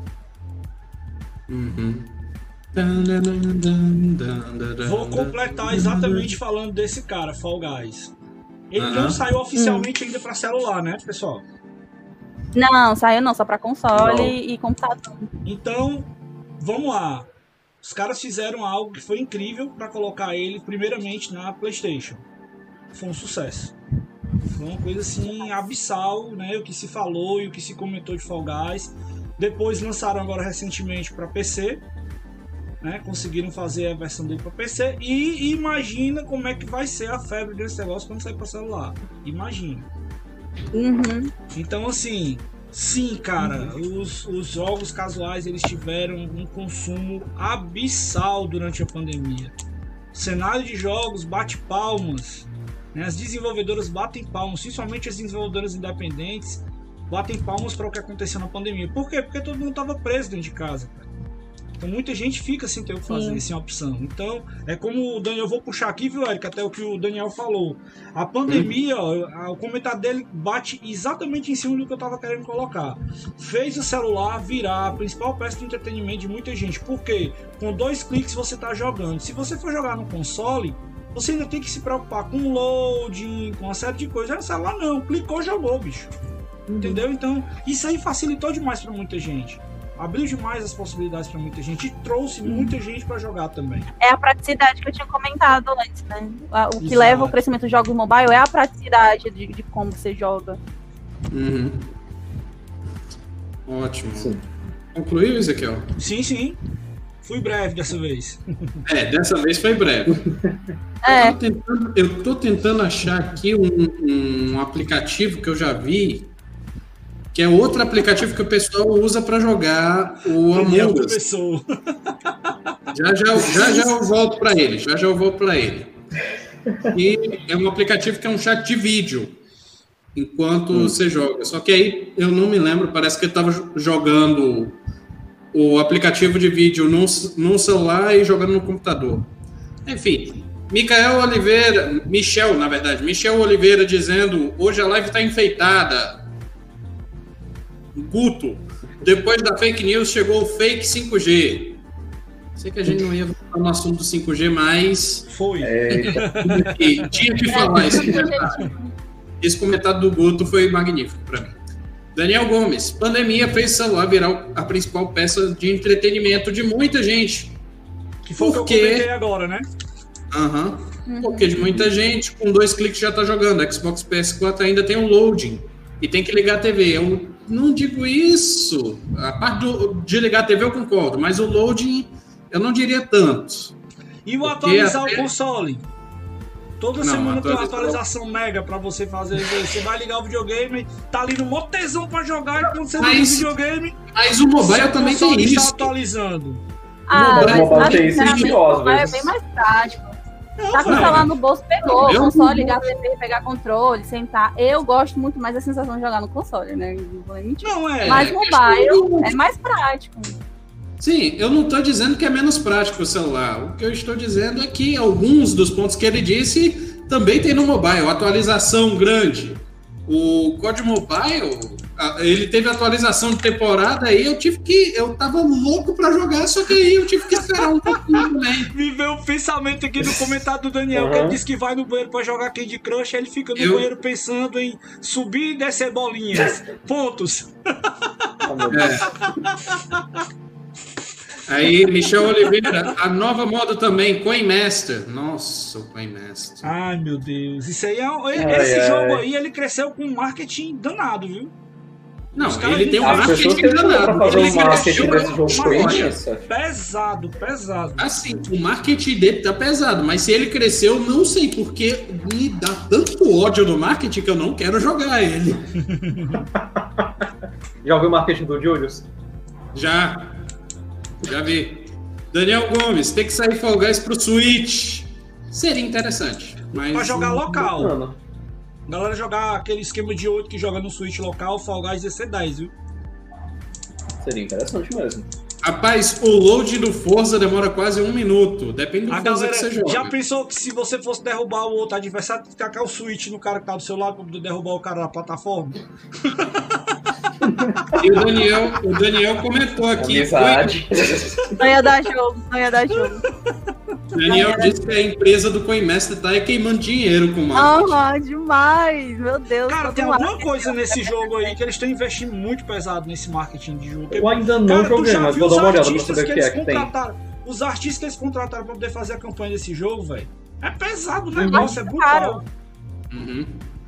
Vou completar exatamente falando desse cara, Fall Guys. Ele não saiu oficialmente ainda pra celular, né, pessoal? Não, saiu não, só pra console e computador. Então, vamos lá. Os caras fizeram algo que foi incrível pra colocar ele primeiramente na PlayStation. Foi um sucesso. Foi uma coisa assim abissal, né, o que se falou e o que se comentou de Fall Guys. Depois lançaram agora recentemente pra PC. Né, conseguiram fazer a versão dele para PC e imagina como é que vai ser a febre desse negócio quando sair para celular. Imagina. Então assim, sim, cara, os jogos casuais eles tiveram um consumo abissal durante a pandemia. O cenário de jogos bate palmas, né, as desenvolvedoras batem palmas, principalmente as desenvolvedoras independentes batem palmas para o que aconteceu na pandemia. Por quê? Porque todo mundo estava preso dentro de casa, cara. Então muita gente fica sem ter o que fazer, sem opção. Então, é como o Daniel, eu vou puxar aqui, viu, Eric, até o que o Daniel falou. A pandemia, ó, o comentário dele bate exatamente em cima do que eu tava querendo colocar. Fez o celular virar a principal peça de entretenimento de muita gente. Por quê? Com 2 cliques você tá jogando. Se você for jogar no console, você ainda tem que se preocupar com loading, com uma série de coisas. No celular não, clicou, jogou, bicho. Entendeu? Então, isso aí facilitou demais para muita gente. Abriu demais as possibilidades para muita gente e trouxe muita gente para jogar também. É a praticidade que eu tinha comentado antes, né? O que Exato. leva ao crescimento dos jogos mobile é a praticidade de como você joga. Uhum. Ótimo. Sim. Concluiu, Ezequiel? Sim. Fui breve dessa vez. Dessa vez foi breve. É. Eu tô tentando achar aqui um aplicativo que eu já vi, que é outro aplicativo que o pessoal usa para jogar o Daniel Among Us. começou. Já eu volto para ele. Já eu volto para ele. E é um aplicativo que é um chat de vídeo enquanto você joga. Só que aí eu não me lembro, parece que ele estava jogando o aplicativo de vídeo num celular e jogando no computador. Enfim, Michel Oliveira dizendo: hoje a live está enfeitada. Guto, depois da fake news chegou o fake 5G. Sei que a gente não ia voltar no assunto do 5G, mas Foi. tinha que falar esse comentário. Esse comentário do Guto foi magnífico para mim. Daniel Gomes, pandemia fez o celular virar a principal peça de entretenimento de muita gente. Que foi o que eu comentei agora, né? Porque de muita gente, com 2 cliques já tá jogando. Xbox PS4 ainda tem um loading e tem que ligar a TV. Eu não digo isso. A parte de ligar a TV eu concordo, mas o loading eu não diria tanto. E o atualizar até- o console? Toda Não, semana tem uma atualizar- atualização mega pra você fazer. Você vai ligar o videogame, tá ali no mó tesão pra jogar, e quando você liga o Mas videogame, Mas o mobile seu também console tem está isso. atualizando. mobile tem isso, sinceramente, pior, às o mobile é vezes. bem mais prático. Não, Tá com o velho. celular no bolso, pegou. Eu- Console, ligar a TV, pegar controle, sentar. Eu gosto muito mais da sensação de jogar no console, né? Não vou nem mentir. Não é. Mas mobile é mais prático. Sim, eu não estou dizendo que é menos prático o celular. O que eu estou dizendo é que alguns dos pontos que ele disse também tem no mobile. Atualização grande. O COD Mobile, ele teve atualização de temporada aí, eu tava louco para jogar, só que aí eu tive que esperar um pouquinho também. Me veio um pensamento aqui no comentário do Daniel, que ele disse que vai no banheiro pra jogar Candy Crush, aí ele fica no banheiro pensando em subir e descer bolinhas. Pontos. Oh, meu Deus. Aí, Michel Oliveira, a nova moda também, Coinmaster. Nossa, o Coinmaster. Ai, meu Deus. Isso aí Ai, esse ai. jogo aí, ele cresceu com um marketing danado, viu? Não, Os caras ele tem um As pessoas marketing que ele pra danado. fazer Ele um marketing cresceu desse jogo uma foi loja. imensa. Pesado. Assim, o marketing dele tá pesado, mas se ele cresceu, não sei, porque me dá tanto ódio no marketing que eu não quero jogar ele. Já ouviu o marketing do Julius? Já vi. Daniel Gomes, tem que sair Fall Guys pro Switch. Seria interessante, mas... Pra jogar local. Mano, Galera jogar aquele esquema de 8 que joga no Switch local, Fall Guys ia ser 10, viu? seria interessante mesmo. Rapaz, o load do Forza demora quase 1 minuto. Depende do A Forza galera que você joga. já pensou que se você fosse derrubar o outro adversário, tacar o Switch no cara que tá do seu lado pra poder derrubar o cara da plataforma? E o Daniel comentou aqui. Amizade. Não ia dar jogo, não ia dar jogo. O Daniel disse que a empresa do Coinmaster tá queimando dinheiro com o marketing. Ah, demais, meu Deus. Cara, todo tem mundo- alguma coisa nesse jogo aí que eles estão investindo muito pesado nesse marketing de jogo. Eu ainda não Cara, tu joguei, já mas viu vou dar uma os olhada pra artistas saber o que é que tem. contrataram? Os artistas que eles contrataram pra poder fazer a campanha desse jogo, velho. É pesado o negócio, é brutal. Uhum.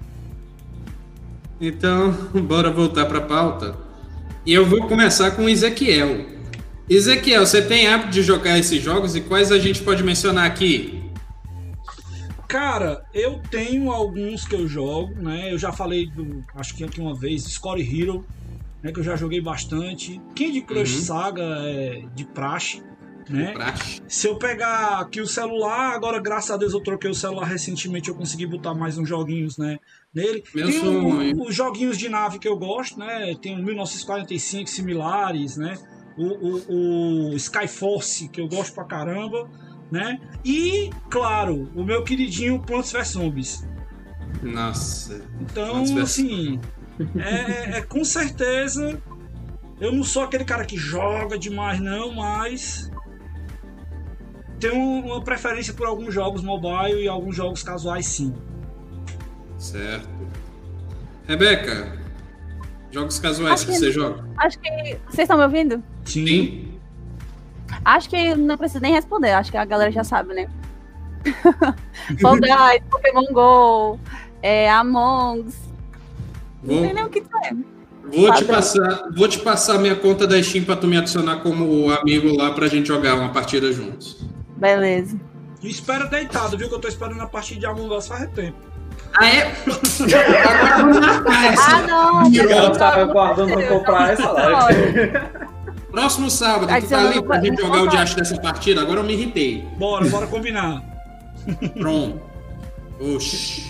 Então, bora voltar pra pauta. E eu vou começar com o Ezequiel. Ezequiel, você tem hábito de jogar esses jogos e quais a gente pode mencionar aqui? Cara, eu tenho alguns que eu jogo, né? Eu já falei, acho que aqui uma vez, Score Hero, né? Que eu já joguei bastante. Candy Crush Saga é de praxe, né? Praxe. Se eu pegar aqui o celular, agora graças a Deus eu troquei o celular recentemente, eu consegui botar mais uns joguinhos, né, nele. Meu Tem sonho. os joguinhos de nave que eu gosto, né? Tem o 1945 similares, né? o Skyforce, que eu gosto pra caramba, né? E, claro, o meu queridinho Plants vs Zombies. Nossa. Então, assim, com certeza, eu não sou aquele cara que joga demais, não, mas tenho uma preferência por alguns jogos mobile e alguns jogos casuais, sim. Certo. Rebeca, jogos casuais que você joga? Acho que... Vocês estão me ouvindo? Sim. Acho que não preciso nem responder, acho que a galera já sabe, né? Fall Guys, Pokémon GO, Among Us. Não tem nem o que dizer. Vou te passar minha conta da Steam pra tu me adicionar como amigo lá pra gente jogar uma partida juntos. Beleza. E espera deitado, viu? Que eu tô esperando a partida de Among Us faz tempo. Ah, é? Agora vamos marcar essa. não. Eu tava aguardando pra comprar essa live. Próximo sábado, tu tá ali pra gente jogar o diacho dessa partida? Agora eu me irritei. Bora combinar. Pronto. Oxi.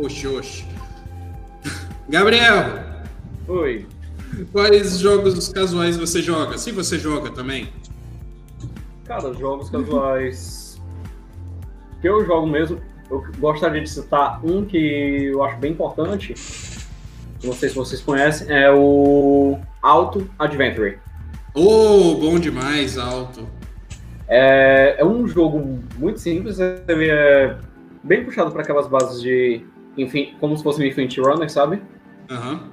Gabriel. Oi. Quais jogos casuais você joga? Se você joga também. Cara, jogos casuais que eu jogo mesmo, eu gostaria de citar um que eu acho bem importante, não sei se vocês conhecem, é o Auto Adventure. Bom demais, Auto. É um jogo muito simples, ele é bem puxado para aquelas bases de, enfim, como se fosse um Infinity Runner, sabe? Aham.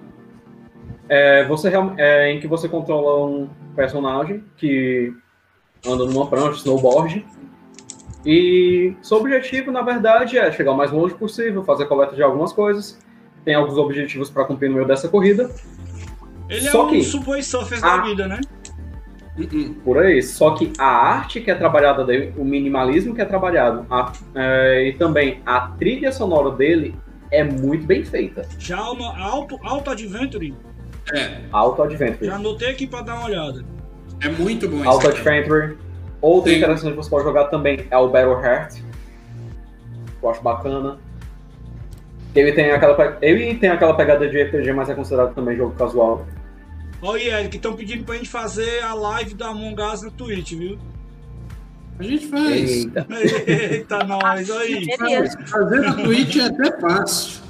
Em que você controla um personagem que anda numa prancha, snowboard, e seu objetivo, na verdade, é chegar o mais longe possível, fazer a coleta de algumas coisas. Tem alguns objetivos para cumprir no meio dessa corrida. Ele é um Subway Surfers da vida, né? Por aí. Só que a arte que é trabalhada dele, o minimalismo que é trabalhado, e também a trilha sonora dele é muito bem feita. Já o Auto Adventure? Auto Adventure. Já anotei aqui para dar uma olhada. É muito bom esse Auto Adventure. Outro Sim. interessante que você pode jogar também é o Battle Heart. Eu acho bacana. Ele tem aquela pegada de RPG, mas é considerado também jogo casual. Olha, Eric, estão pedindo pra gente fazer a live da Among Us no Twitch, viu? A gente faz. Eita. Eita, nós, aí. Fazer na Twitch é até fácil.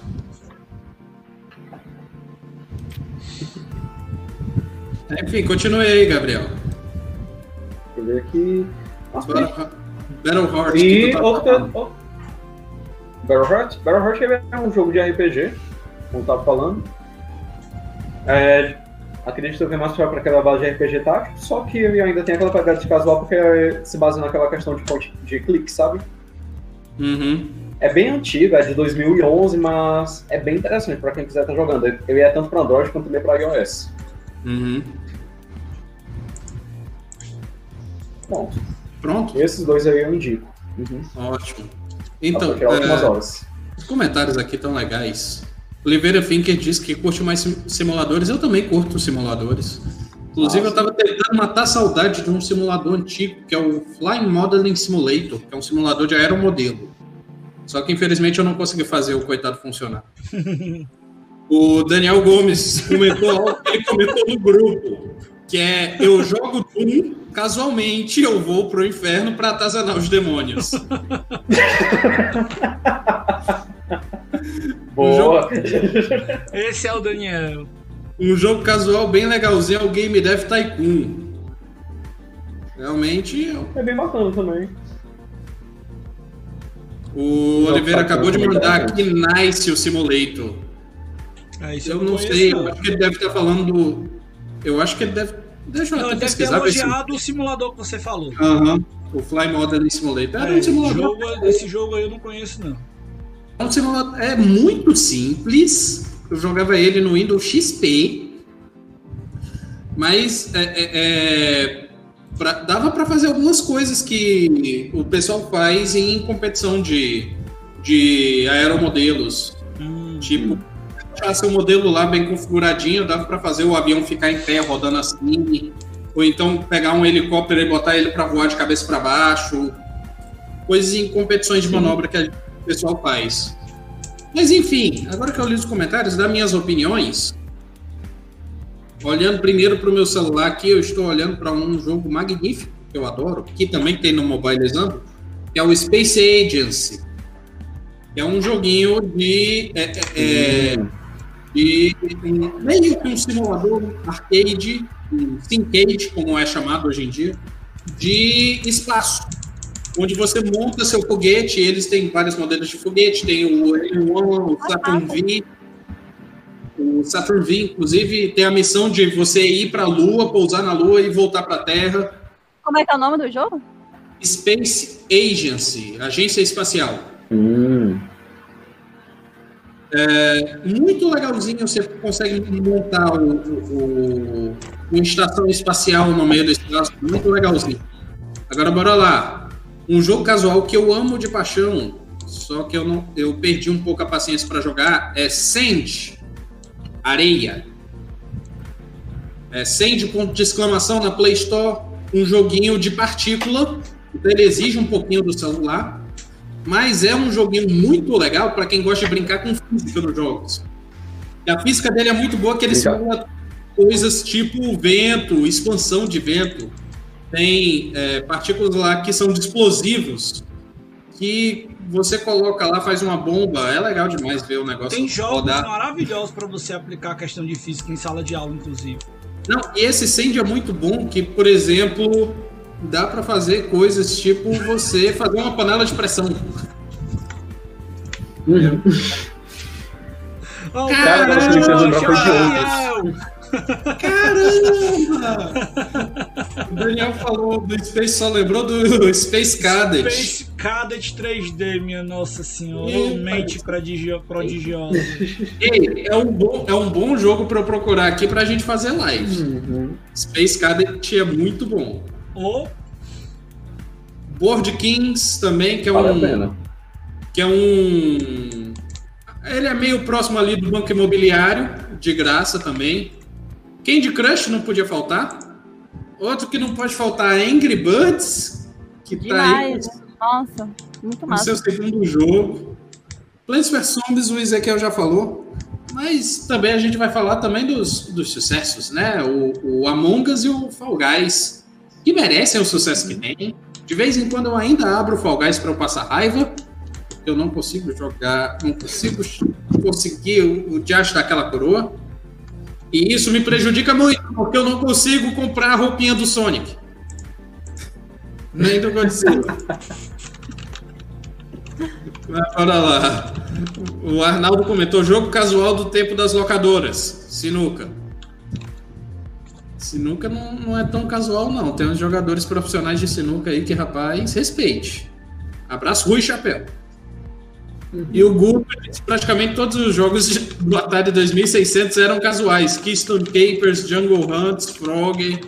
Enfim, continue aí, Gabriel. Deixa eu ver aqui. Battle Heart. E Battle Heart? Battle Heart é um jogo de RPG, como eu tava falando. Acredito que é mais para aquela base de RPG tático, só que ele ainda tem aquela pegada de casual porque se baseia naquela questão de clique, sabe? Uhum. É bem antigo, é de 2011, mas é bem interessante para quem quiser estar jogando. Ele é tanto para Android quanto também para iOS. Uhum. Pronto? Esses dois aí eu indico. Ótimo. Então, algumas horas. Os comentários aqui estão legais. Oliveira Finker diz que curte mais simuladores. Eu também curto simuladores. Inclusive, eu estava tentando matar a saudade de um simulador antigo, que é o Flying Modeling Simulator, que é um simulador de aeromodelo. Só que, infelizmente, eu não consegui fazer o coitado funcionar. O Daniel Gomes comentou algo que ele comentou no grupo, que é: eu jogo Doom, casualmente eu vou pro inferno para atazanar os demônios. Boa! Esse é o Daniel. Um jogo casual bem legalzinho é o Game Dev Tycoon. Realmente... É bem bacana também. O Oliveira acabou de mandar aqui Nice o Simulator. Eu não sei, eu acho que ele deve estar falando do... Eu acho que ele deve... Deixa eu até pesquisar. Ele deve ter elogiado o simulador que você falou. O Fly Modeling Simulator. Um simulador. Esse jogo aí eu não conheço, não. É um simulador, é muito simples. Eu jogava ele no Windows XP, mas dava para fazer algumas coisas que o pessoal faz em competição de aeromodelos. Tipo, deixar seu modelo lá bem configuradinho, dava para fazer o avião ficar em pé rodando assim, ou então pegar um helicóptero e botar ele para voar de cabeça para baixo. Coisas em competições de manobra que o pessoal faz. Mas enfim, agora que eu li os comentários, das minhas opiniões, olhando primeiro para o meu celular aqui, eu estou olhando para um jogo magnífico que eu adoro, que também tem no Mobile Example, que é o Space Agency. Que é um joguinho de meio que um simulador arcade, um Syncade, como é chamado hoje em dia, de espaço, onde você monta seu foguete. Eles têm vários modelos de foguete, tem o M1, o Saturn V. O Saturn V, inclusive, tem a missão de você ir para a Lua, pousar na Lua e voltar para a Terra. Como é que é o nome do jogo? Space Agency, Agência Espacial. Muito legalzinho, você consegue montar uma estação espacial no meio do espaço, muito legalzinho. Agora bora lá. Um jogo casual que eu amo de paixão, só que eu perdi um pouco a paciência para jogar, é Sand, Areia. Sand, ponto de exclamação na Play Store, um joguinho de partícula, então ele exige um pouquinho do celular. Mas é um joguinho muito legal para quem gosta de brincar com física nos jogos. E a física dele é muito boa, que ele simula coisas tipo vento, expansão de vento. Tem partículas lá que são de explosivos, que você coloca lá, faz uma bomba. É legal demais ver o negócio. Tem jogos rodar. maravilhosos para você aplicar a questão de física em sala de aula, inclusive. Não, e esse Sand é muito bom, que, por exemplo, dá para fazer coisas tipo você fazer uma panela de pressão. Caramba! O Daniel falou do Space, só lembrou do Space Cadet. Space Cadet 3D, minha nossa senhora. Mente prodigiosa. Ei, é um bom jogo para eu procurar aqui pra gente fazer live. Space Cadet é muito bom. Board Kings também, que é ele é meio próximo ali do Banco Imobiliário, de graça também. Candy Crush não podia faltar. Outro que não pode faltar é Angry Birds, que Demais. tá aí Nossa, muito no massa. seu segundo jogo. Plants vs Zombies, o Ezequiel já falou. Mas também a gente vai falar também dos sucessos, né? O Among Us e o Fall Guys, que merecem o sucesso que tem. De vez em quando eu ainda abro o Fall Guys para eu passar raiva. Eu não consigo jogar, não consigo conseguir o diacho daquela coroa. E isso me prejudica muito, porque eu não consigo comprar a roupinha do Sonic. Nem do Godzilla. Mas bora lá. O Arnaldo comentou: jogo casual do tempo das locadoras. Sinuca. Sinuca não é tão casual, não. Tem uns jogadores profissionais de sinuca aí que, rapaz, respeite. Abraço, Rui Chapéu. E o Google disse que praticamente todos os jogos do Atari 2600 eram casuais. Keystone Capers, Jungle Hunts, Frog.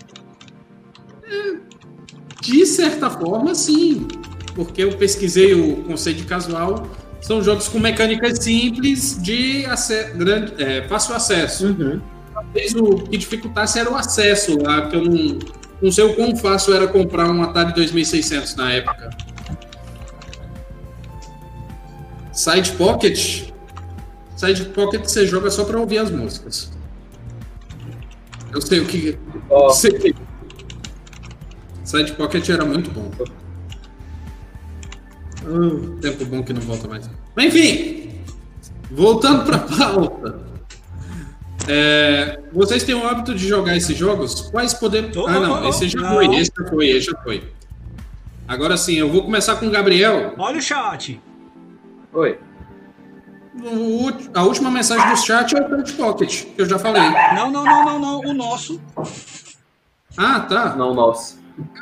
De certa forma, sim. Porque eu pesquisei o conceito de casual. São jogos com mecânicas simples de fácil acesso. Talvez o que dificultasse era o acesso lá, que eu não sei o quão fácil era comprar um Atari 2600 na época. Side Pocket você joga só pra ouvir as músicas. Eu sei o que... Side Pocket era muito bom. Tempo bom que não volta mais. Mas enfim, voltando pra pauta. Vocês têm o hábito de jogar esses jogos? Quais podemos... esse já foi. Agora sim, eu vou começar com o Gabriel. Olha o chat. Oi. A última mensagem do chat é o Side Pocket, que eu já falei. Não, o nosso. Ah, tá. Não, nosso.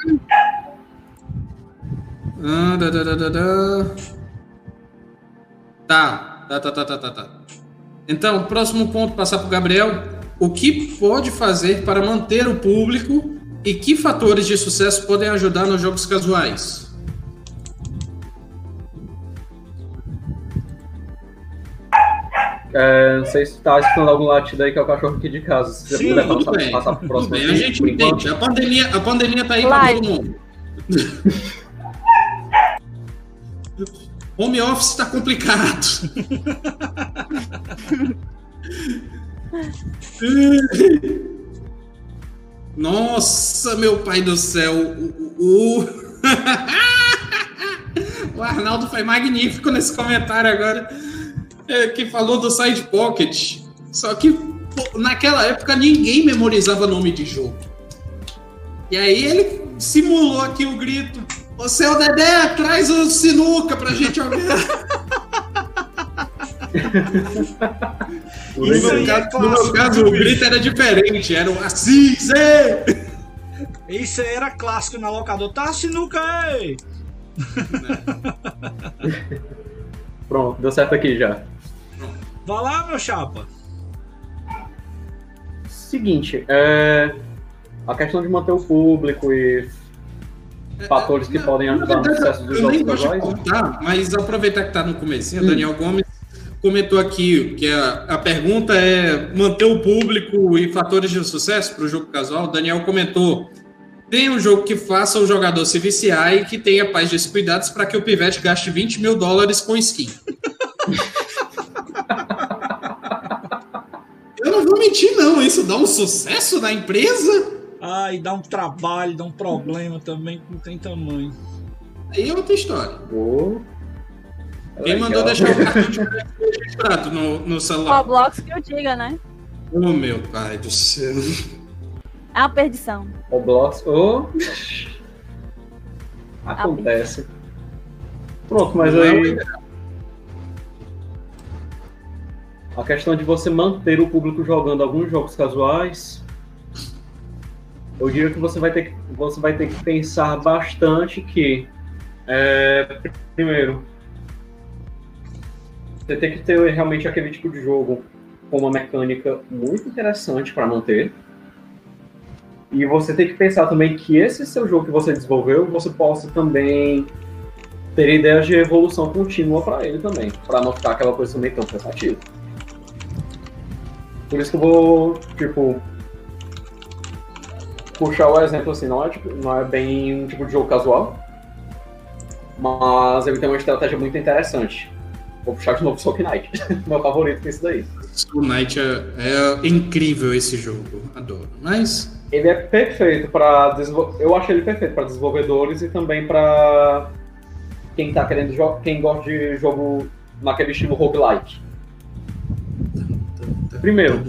Tá. Então, próximo ponto, passar para o Gabriel. O que pode fazer para manter o público e que fatores de sucesso podem ajudar nos jogos casuais? Não sei se tá escutando algum latido aí, que é o cachorro aqui de casa. Se você puder passar pro próximo bem, a gente entende. A pandemia tá aí para todo mundo. Home office tá complicado. Nossa, meu pai do céu. O Arnaldo foi magnífico nesse comentário agora, que falou do Side Pocket. Só que naquela época ninguém memorizava nome de jogo. E aí ele simulou aqui o grito: "Ô seu Dedé, traz o sinuca pra gente jogar." No meu caso, o grito era diferente, era o Assis! Isso aí era clássico na locadora. Tá, sinuca aí! Pronto, deu certo aqui já. Vai lá, meu chapa. Seguinte, a questão de manter o público e fatores que podem ajudar no sucesso dos eu nem jogos gosto de casuais. contar, mas aproveitar que tá no comecinho, Daniel Gomes comentou aqui que a pergunta é manter o público e fatores de sucesso para o jogo casual. O Daniel comentou: tem um jogo que faça o jogador se viciar e que tenha paz de cuidados para que o pivete gaste $20 mil com skin. Eu não vou mentir, não. Isso dá um sucesso na empresa? Ai, dá um trabalho, dá um problema também que não tem tamanho. Aí é outra história. Quem Legal. mandou deixar o cartão de crédito registrado no celular? Roblox que eu diga, né? Oh, meu pai do céu. É uma perdição. Roblox, acontece. Pronto, mas aí a questão de você manter o público jogando alguns jogos casuais, eu diria que você vai ter que pensar bastante que, primeiro, você tem que ter realmente aquele tipo de jogo com uma mecânica muito interessante para manter. E você tem que pensar também que esse seu jogo que você desenvolveu, você possa também ter ideias de evolução contínua para ele também, para não ficar aquela coisa também tão cansativa. Por isso que eu vou, puxar o exemplo assim, não é bem um tipo de jogo casual, mas ele tem uma estratégia muito interessante. Vou puxar de novo Soul Knight, meu favorito com isso daí. Soul Knight é incrível esse jogo, adoro. Mas ele é perfeito para eu acho ele perfeito para desenvolvedores e também para quem tá querendo quem gosta de jogo naquele estilo roguelike. Primeiro,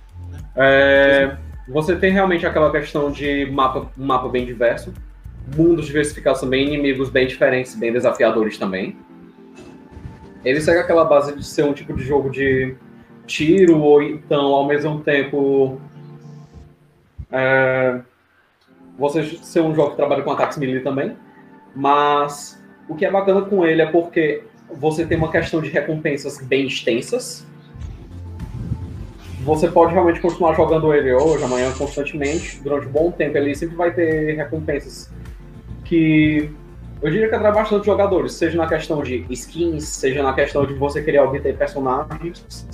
você tem realmente aquela questão de um mapa bem diverso, mundos diversificados também, inimigos bem diferentes, bem desafiadores também. Ele segue aquela base de ser um tipo de jogo de tiro, ou então, ao mesmo tempo, você ser um jogo que trabalha com ataques melee também. Mas o que é bacana com ele é porque você tem uma questão de recompensas bem extensas. Você pode realmente continuar jogando ele hoje, amanhã, constantemente. Durante um bom tempo, ele sempre vai ter recompensas que eu diria que atrai bastante jogadores, seja na questão de skins, seja na questão de você querer obter personagens.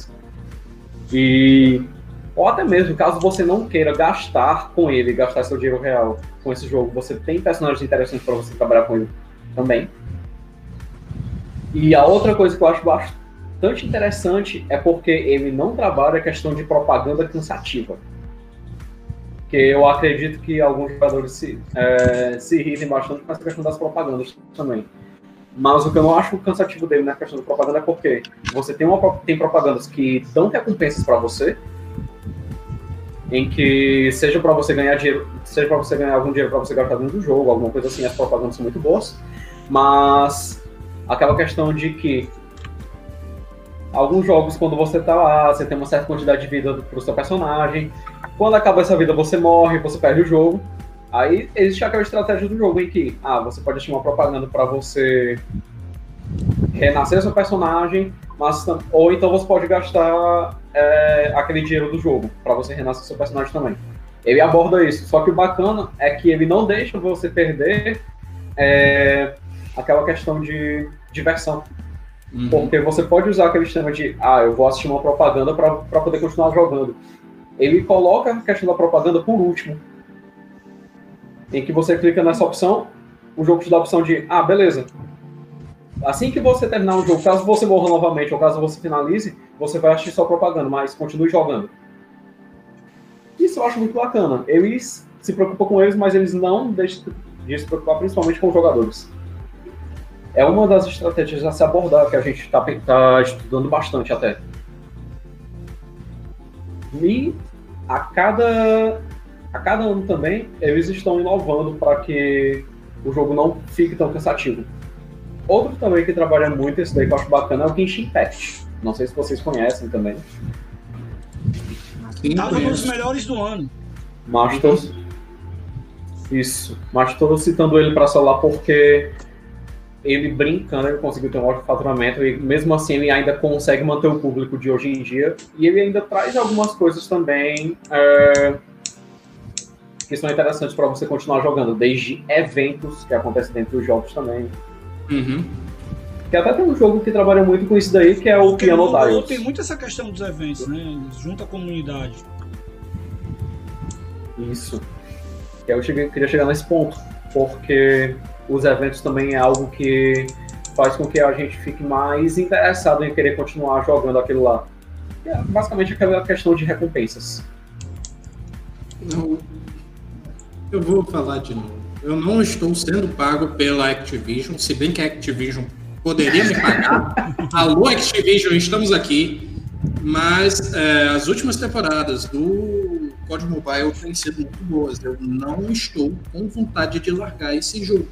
Ou até mesmo, caso você não queira gastar com ele, gastar seu dinheiro real com esse jogo, você tem personagens interessantes para você trabalhar com ele também. E a outra coisa que eu acho bastante interessante é porque ele não trabalha a questão de propaganda cansativa. Porque eu acredito que alguns jogadores se irritem bastante com essa questão das propagandas também. Mas o que eu não acho cansativo dele na questão da propaganda é porque você tem propagandas que dão recompensas para você, em que seja para você ganhar dinheiro, seja para você ganhar algum dinheiro para você gastar dentro do jogo, alguma coisa assim, as propagandas são muito boas. Mas aquela questão de que alguns jogos, quando você tá lá, você tem uma certa quantidade de vida pro seu personagem. Quando acaba essa vida, você morre, você perde o jogo. Aí existe aquela estratégia do jogo em que você pode assistir uma propaganda para você renascer seu personagem, ou então você pode gastar aquele dinheiro do jogo para você renascer seu personagem também. Ele aborda isso, só que o bacana é que ele não deixa você perder aquela questão de diversão. Porque você pode usar aquele sistema de eu vou assistir uma propaganda para poder continuar jogando. Ele coloca a questão da propaganda por último. Em que você clica nessa opção, o jogo te dá a opção de, beleza. Assim que você terminar o jogo, caso você morra novamente ou caso você finalize, você vai assistir sua propaganda, mas continue jogando. Isso eu acho muito bacana. Eles se preocupam com eles, mas eles não deixam de se preocupar principalmente com os jogadores. É uma das estratégias a se abordar, que a gente tá estudando bastante até. E a cada ano também, eles estão inovando para que o jogo não fique tão cansativo. Outro também que trabalha muito, esse daí que eu acho bacana, é o Genshin Impact. Não sei se vocês conhecem também. Tava nos melhores do ano. Mas estou citando ele para celular porque ele brincando, ele conseguiu ter um ótimo faturamento e mesmo assim ele ainda consegue manter o público de hoje em dia e ele ainda traz algumas coisas também que são interessantes para você continuar jogando, desde eventos que acontecem dentro dos jogos também. Uhum. Que até tem um jogo que trabalha muito com isso daí, que é o Piano Dials. Tem muito essa questão dos eventos, né? Junta a comunidade. Isso. Eu queria chegar nesse ponto, porque os eventos também é algo que faz com que a gente fique mais interessado em querer continuar jogando aquilo lá. É basicamente aquela questão de recompensas. Não, eu vou falar de novo. Eu não estou sendo pago pela Activision, se bem que a Activision poderia me pagar. Alô, Activision, estamos aqui. Mas as últimas temporadas do COD Mobile têm sido muito boas. Eu não estou com vontade de largar esse jogo.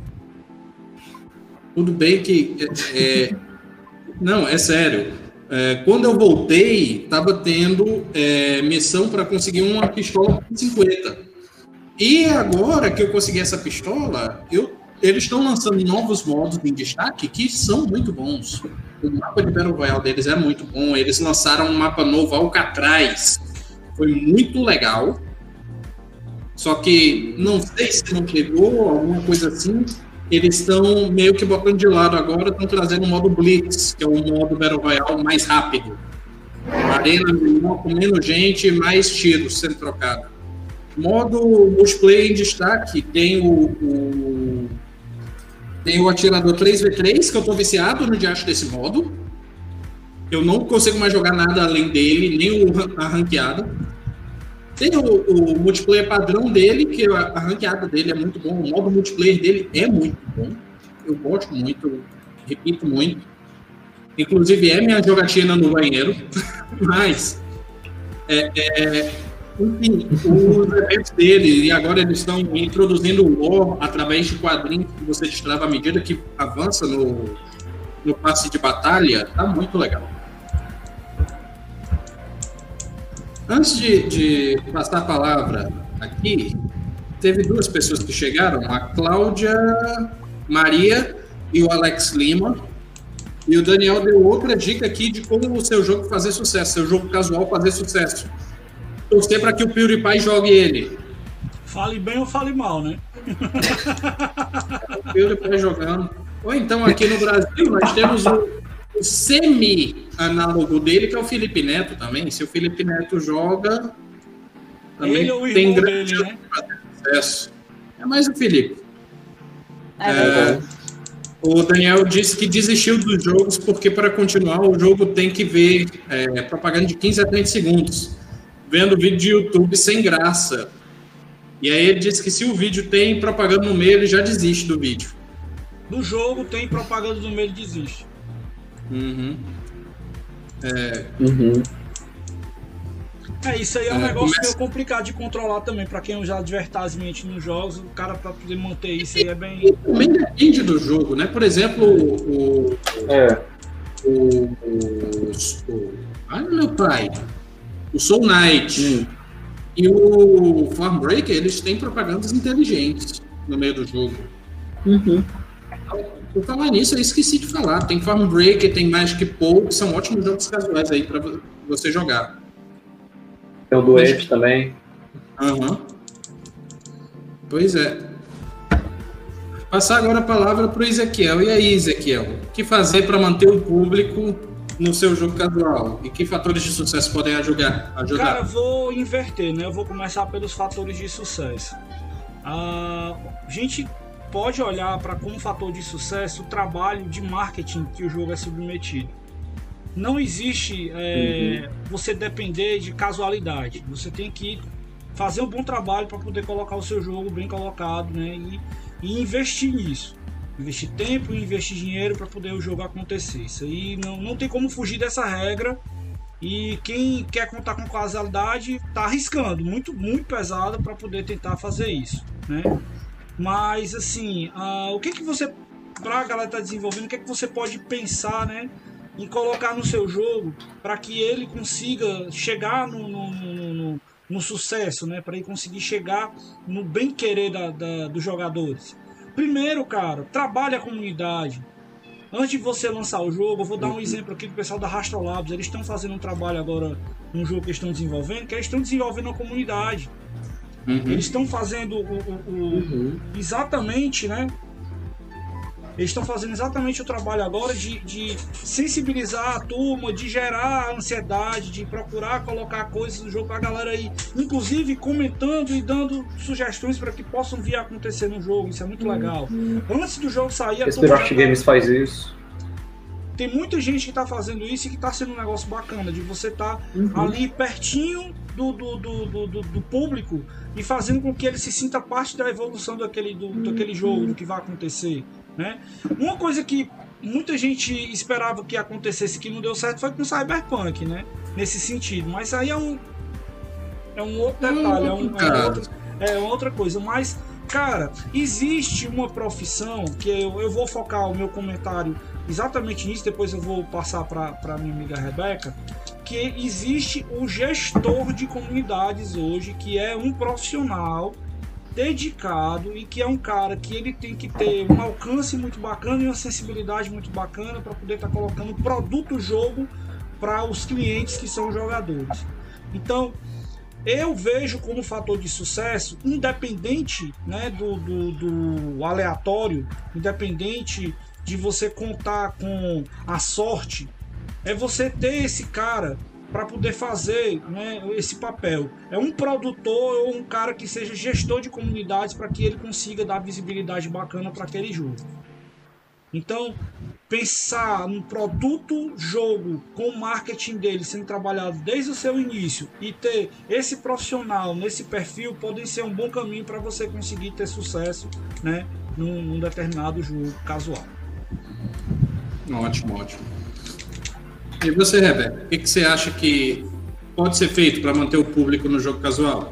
Tudo bem que... não, é sério. Quando eu voltei, estava tendo missão para conseguir uma pistola 50. E agora que eu consegui essa pistola, eles estão lançando novos modos em destaque que são muito bons. O mapa de Battle Royale deles é muito bom. Eles lançaram um mapa novo, Alcatraz. Foi muito legal. Só que não sei se não chegou, alguma coisa assim. Eles estão meio que botando de lado agora, estão trazendo o modo Blitz, que é o modo Battle Royale mais rápido. Arena menor, com menos gente, mais tiros sendo trocados. Modo multiplayer em destaque, tem o atirador 3v3, que eu tô viciado no diacho desse modo. Eu não consigo mais jogar nada além dele, nem a ranqueada. Tem o multiplayer padrão dele, que a ranqueada dele é muito bom. O modo multiplayer dele é muito bom. Eu gosto muito, repito muito. Inclusive é minha jogatina no banheiro. Mas, enfim, os eventos dele, e agora eles estão introduzindo o lore através de quadrinhos que você destrava à medida que avança no passe de batalha. Tá muito legal. Antes de passar a palavra aqui, teve duas pessoas que chegaram, a Cláudia Maria e o Alex Lima. E o Daniel deu outra dica aqui de como o seu jogo fazer sucesso, seu jogo casual fazer sucesso. Torcer para que o PewDiePie jogue ele. Fale bem ou fale mal, né? O PewDiePie jogando. Ou então aqui no Brasil nós temos o semi-análogo dele, que é o Felipe Neto também. Se o Felipe Neto joga, também ele ou o tem irmão grande dele, né? sucesso. É mais o Felipe. É O Daniel disse que desistiu dos jogos porque para continuar o jogo tem que ver propaganda de 15 a 30 segundos. Vendo vídeo de YouTube sem graça. E aí ele disse que se o vídeo tem propaganda no meio, ele já desiste do vídeo. Do jogo tem propaganda no meio, ele desiste. Uhum. Isso aí é um negócio meio complicado de controlar também, pra quem usa advertisement nos jogos, o cara pra poder manter isso aí é bem... E também depende do jogo, né? Por exemplo, meu pai, o Soul Knight e o Farm Breaker, eles têm propagandas inteligentes no meio do jogo. Por falar nisso, eu esqueci de falar. Tem Farm Breaker, tem Magic Pool, que são ótimos jogos casuais aí pra você jogar. Tem o Duet também. Pois é. Passar agora a palavra para o Ezequiel. E aí, Ezequiel? O que fazer para manter o público no seu jogo casual? E que fatores de sucesso podem ajudar? Cara, eu vou inverter, né? Eu vou começar pelos fatores de sucesso. A gente pode olhar para como fator de sucesso o trabalho de marketing que o jogo é submetido. Não existe você depender de casualidade. Você tem que fazer um bom trabalho para poder colocar o seu jogo bem colocado, né? E investir nisso. Investir tempo e investir dinheiro para poder o jogo acontecer. Isso aí não tem como fugir dessa regra. E quem quer contar com casualidade está arriscando muito, muito pesado para poder tentar fazer isso, né? Mas assim, o que você, para a galera estar desenvolvendo, o que você pode pensar, né, em colocar no seu jogo para que ele consiga chegar no sucesso, né? Para ele conseguir chegar no bem querer dos jogadores. Primeiro, cara, trabalhe a comunidade. Antes de você lançar o jogo, eu vou dar um exemplo aqui do pessoal da Rastrolabs. Eles estão fazendo um trabalho agora, um jogo que eles estão desenvolvendo, que eles estão desenvolvendo a comunidade. Eles estão fazendo exatamente, né? Eles estão fazendo exatamente o trabalho agora de sensibilizar a turma, de gerar ansiedade, de procurar colocar coisas no jogo para a galera aí, inclusive comentando e dando sugestões para que possam vir a acontecer no jogo. Isso é muito legal. Antes do jogo sair, a Spirit Games faz isso. Tem muita gente que está fazendo isso e que está sendo um negócio bacana, de você estar ali pertinho do público e fazendo com que ele se sinta parte da evolução daquele jogo, do que vai acontecer, né? Uma coisa que muita gente esperava que acontecesse que não deu certo foi com o Cyberpunk, né? Nesse sentido, mas aí é um outro detalhe, é uma outra coisa. Mas, cara, existe uma profissão que eu vou focar o meu comentário exatamente nisso, depois eu vou passar para minha amiga Rebeca, que existe o gestor de comunidades hoje, que é um profissional dedicado e que é um cara que ele tem que ter um alcance muito bacana e uma sensibilidade muito bacana para poder estar colocando produto jogo para os clientes que são jogadores. Então, eu vejo como fator de sucesso, independente, né, do aleatório, independente de você contar com a sorte, é você ter esse cara para poder fazer, né, esse papel. É um produtor ou um cara que seja gestor de comunidades para que ele consiga dar visibilidade bacana para aquele jogo. Então, pensar no produto jogo com o marketing dele sendo trabalhado desde o seu início e ter esse profissional nesse perfil podem ser um bom caminho para você conseguir ter sucesso, né, num determinado jogo casual. Ótimo, ótimo. E você, Rebeca, o que você acha que pode ser feito para manter o público no jogo casual?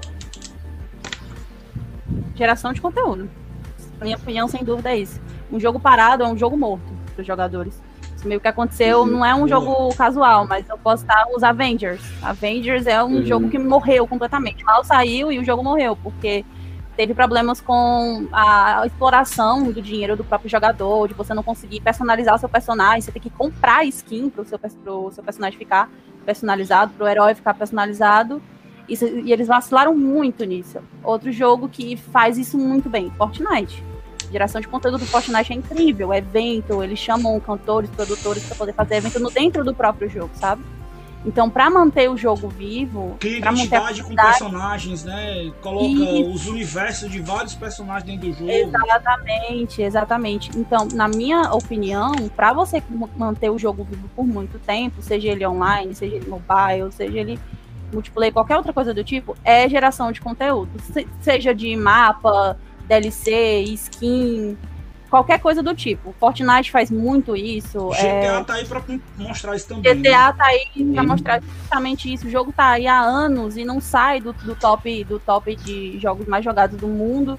Geração de conteúdo. A minha opinião, sem dúvida, é isso. Um jogo parado é um jogo morto para os jogadores. Isso meio que aconteceu, não é um jogo casual, mas eu posso citar os Avengers. Avengers é um jogo que morreu completamente. Mal saiu e o jogo morreu, porque teve problemas com a exploração do dinheiro do próprio jogador, de você não conseguir personalizar o seu personagem, você tem que comprar skin pro seu personagem ficar personalizado, pro herói ficar personalizado, e eles vacilaram muito nisso. Outro jogo que faz isso muito bem, Fortnite. A geração de conteúdo do Fortnite é incrível, evento, eles chamam cantores, produtores para poder fazer evento dentro do próprio jogo, sabe? Então, para manter o jogo vivo... Cria identidade com personagens, né? Coloca os universos de vários personagens dentro do jogo. Exatamente, exatamente. Então, na minha opinião, para você manter o jogo vivo por muito tempo, seja ele online, seja ele mobile, seja ele multiplayer, qualquer outra coisa do tipo, é geração de conteúdo. Seja de mapa, DLC, skin... qualquer coisa do tipo. Fortnite faz muito isso. GTA tá aí pra mostrar isso também. GTA tá aí pra mostrar justamente isso. O jogo tá aí há anos e não sai do top de jogos mais jogados do mundo.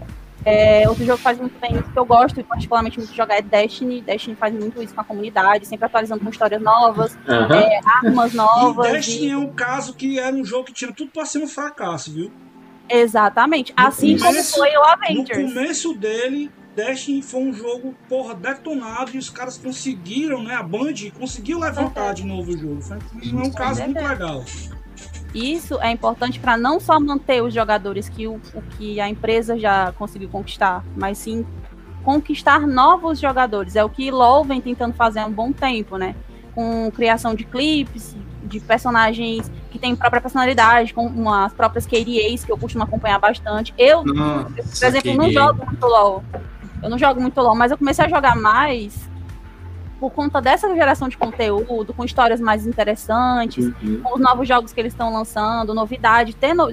Outro jogo que faz muito bem isso que eu gosto e particularmente muito de jogar é Destiny. Destiny faz muito isso com a comunidade, sempre atualizando com histórias novas, armas novas. E Destiny é um caso que era um jogo que tinha tudo pra ser um fracasso, viu? Exatamente. Assim como foi o Avengers. No começo dele, Destiny foi um jogo, detonado, e os caras conseguiram, né, a Band conseguiu levantar de novo o jogo. Foi um caso muito legal. Isso é importante para não só manter os jogadores o que a empresa já conseguiu conquistar, mas sim conquistar novos jogadores. É o que LoL vem tentando fazer há um bom tempo, né? Com criação de clipes, de personagens que têm própria personalidade, com as próprias KDAs, que eu costumo acompanhar bastante. Por exemplo, não jogo muito LoL. Eu não jogo muito LoL, mas eu comecei a jogar mais por conta dessa geração de conteúdo, com histórias mais interessantes, com os novos jogos que eles estão lançando, novidade,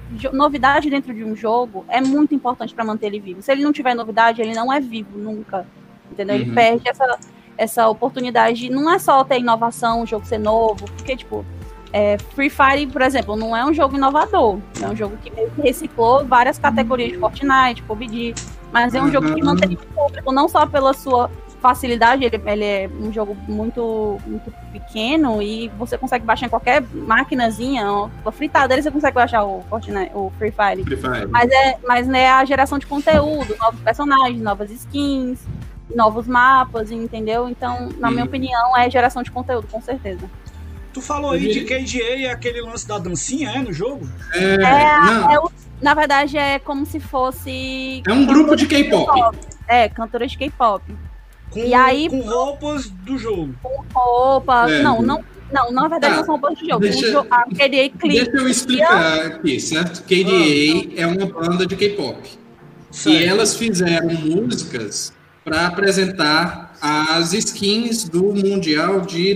novidade dentro de um jogo é muito importante para manter ele vivo. Se ele não tiver novidade, ele não é vivo nunca, entendeu? Ele perde essa oportunidade. Não é só ter inovação, o jogo ser novo, porque, tipo, Free Fire, por exemplo, não é um jogo inovador, é um jogo que meio que reciclou várias categorias de Fortnite, PUBG, mas é um jogo que mantém o público, não só pela sua facilidade, ele é um jogo muito, muito pequeno e você consegue baixar em qualquer maquinazinha, a fritadeira você consegue baixar o Fortnite, o Free Fire. Mas é a geração de conteúdo, novos personagens, novas skins, novos mapas, entendeu? Então, na minha opinião, é geração de conteúdo, com certeza. Tu falou aí de KDA e aquele lance da dancinha, no jogo? Na verdade, é como se fosse... É um grupo de K-pop. Cantora de K-pop. Com roupas do jogo. Com roupas. Não, na verdade não são roupas do jogo. A KDA Clip. Deixa eu explicar aqui, certo? KDA é uma banda de K-pop. E elas fizeram músicas para apresentar as skins do Mundial de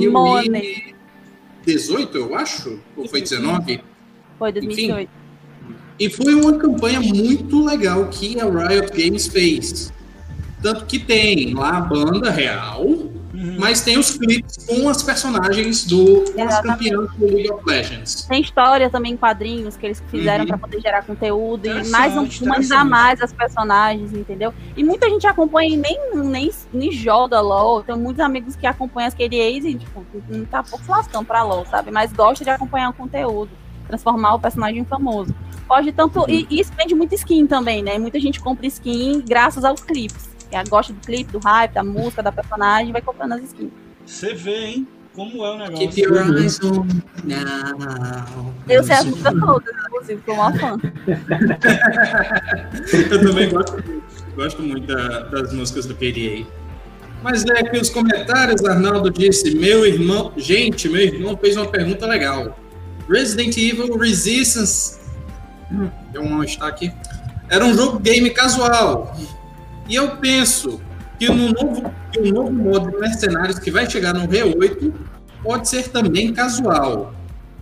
2018, eu acho? Ou foi 19? Foi 2018. Enfim, e foi uma campanha muito legal que a Riot Games fez. Tanto que tem lá a banda real, mas tem os clipes com as personagens com as campeãs do League of Legends. Tem história também em quadrinhos que eles fizeram para poder gerar conteúdo e mais humanizar mais as personagens, entendeu? E muita gente acompanha e nem joga LOL. Tem muitos amigos que acompanham as KDAs e tipo, não tá pouco se lascando pra LOL, sabe? Mas gosta de acompanhar o conteúdo, transformar o personagem famoso. Pode tanto. E isso vende muito skin também, né? Muita gente compra skin graças aos clipes. Gosta do clipe, do hype, da música, da personagem, vai comprando as skins. Você vê, hein? Como é o negócio. Keep your eyes on now. Eu sei as músicas todas, inclusive, sou uma fã. Eu também gosto muito das músicas do KDA. Mas aqui os comentários, Arnaldo disse, meu irmão fez uma pergunta legal. Resident Evil Resistance deu um mal-estar aqui. Era um jogo game casual. E eu penso que o novo modo de mercenários que vai chegar no R8 pode ser também casual.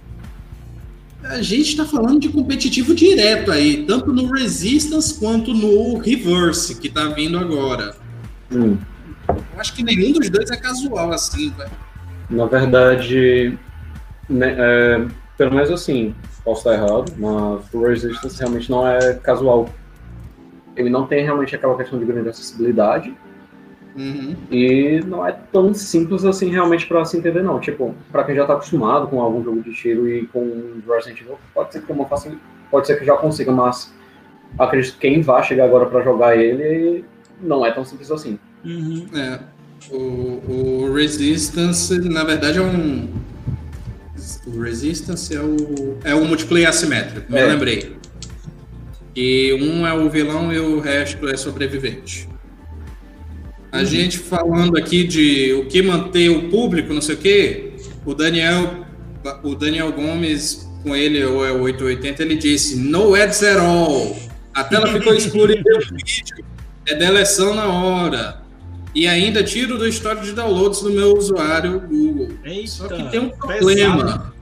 A gente está falando de competitivo direto aí, tanto no Resistance quanto no Reverse, que está vindo agora. Eu acho que nenhum dos dois é casual assim, velho. Na verdade, pelo menos assim, posso estar errado, mas o Resistance realmente não é casual. Ele não tem realmente aquela questão de grande acessibilidade. E não é tão simples assim realmente para se entender, não. Tipo, para quem já tá acostumado com algum jogo de tiro e com Resident Evil, pode ser que pode ser que já consiga, mas acredito que quem vai chegar agora para jogar ele não é tão simples assim. O Resistance, na verdade, o Resistance é o multiplayer assimétrico, me lembrei. E um é o vilão e o resto é sobrevivente. A gente falando aqui de o que manter o público, não sei o quê, o Daniel Gomes, com ele, ou é o 880, ele disse, no ads at all. A tela ficou escura e deu vídeo. É deleção na hora. E ainda tiro do histórico de downloads do meu usuário Google. Eita, só que tem um problema.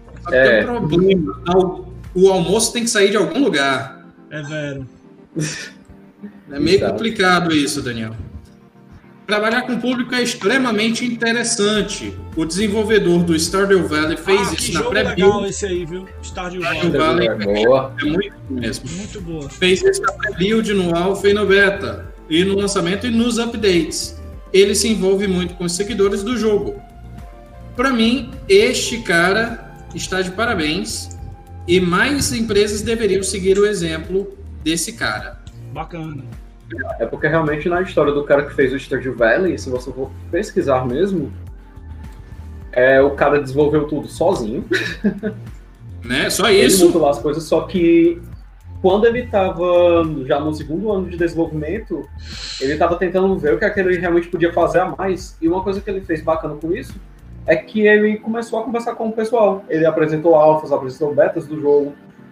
O almoço tem que sair de algum lugar. É velho. É meio complicado isso, Daniel. Trabalhar com o público é extremamente interessante. O desenvolvedor do Stardew Valley fez isso na pré-build. Legal esse aí, viu? Stardew Valley é boa. É muito mesmo. Muito boa. Fez isso na pré-build, no alpha e no beta. E no lançamento e nos updates. Ele se envolve muito com os seguidores do jogo. Para mim, este cara está de parabéns. E mais empresas deveriam seguir o exemplo desse cara. Bacana. É porque realmente na história do cara que fez o Stardew Valley, se você for pesquisar mesmo, o cara desenvolveu tudo sozinho. Né? Só isso. Ele montou lá as coisas, só que quando ele estava já no segundo ano de desenvolvimento, ele estava tentando ver o que ele realmente podia fazer a mais. E uma coisa que ele fez bacana com isso é que ele começou a conversar com o pessoal. Ele apresentou alfas, apresentou betas do jogo.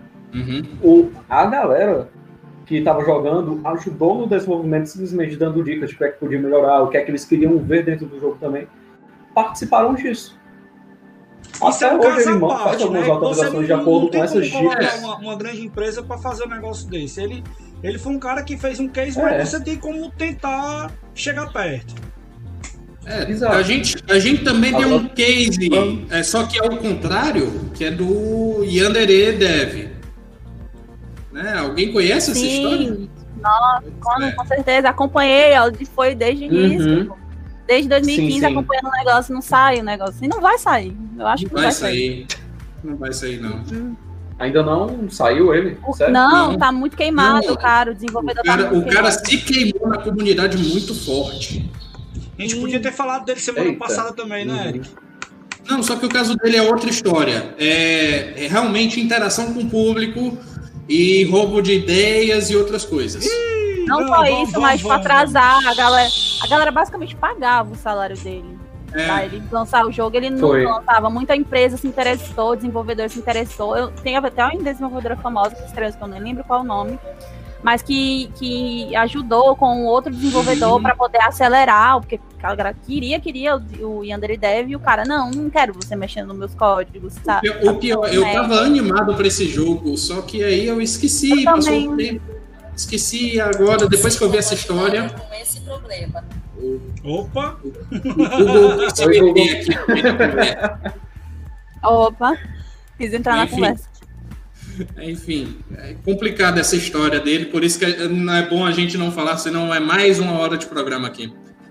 A galera que estava jogando ajudou no desenvolvimento, simplesmente dando dicas de o que é que podia melhorar, o que é que eles queriam ver dentro do jogo também. Participaram disso. Isso é um Até caso hoje ele à parte, faz algumas né? autorizações de acordo com essas Você não tem como dicas. colocar uma grande empresa para fazer um negócio desse. Ele foi um cara que fez um case, mas você tem como tentar chegar perto. Exato. A gente também tem um Agora- case, só que é o contrário, que é do Yandere Dev. Né? Alguém conhece essa história? Sim, nossa, com certeza. Acompanhei, ela foi desde o início. Desde 2015 Sim. acompanhando o negócio, não sai o negócio. E não vai sair. Eu acho que Não vai sair. Não vai sair, não. Ainda não saiu ele? Sério? Não, Não. tá muito queimado, Não. cara. O desenvolvedor tá muito O cara queimado. se queimou na comunidade muito forte. A gente podia ter falado dele semana Eita. passada também, né, Eric? Não, só que o caso dele é outra história. É realmente interação com o público e roubo de ideias e outras coisas. Não só isso, mas pra atrasar, a galera basicamente pagava o salário dele. Pra ele lançar o jogo, ele não lançava. Muita empresa se interessou, desenvolvedor se interessou. Eu tenho até uma desenvolvedora famosa que estreou, que eu nem lembro qual o nome, mas que ajudou com outro desenvolvedor para poder acelerar, porque a galera queria o Yandere Dev e o cara, não quero você mexendo nos meus códigos, sabe? O pior, eu tava animado pra esse jogo, só que aí eu esqueci, passou o tempo. Esqueci agora, depois que eu vi essa história. Com esse problema. Opa! O Google se meter aqui. Opa, quis entrar na Enfim. conversa. Enfim, é complicada essa história dele, por isso que não é bom a gente não falar, senão é mais uma hora de programa aqui.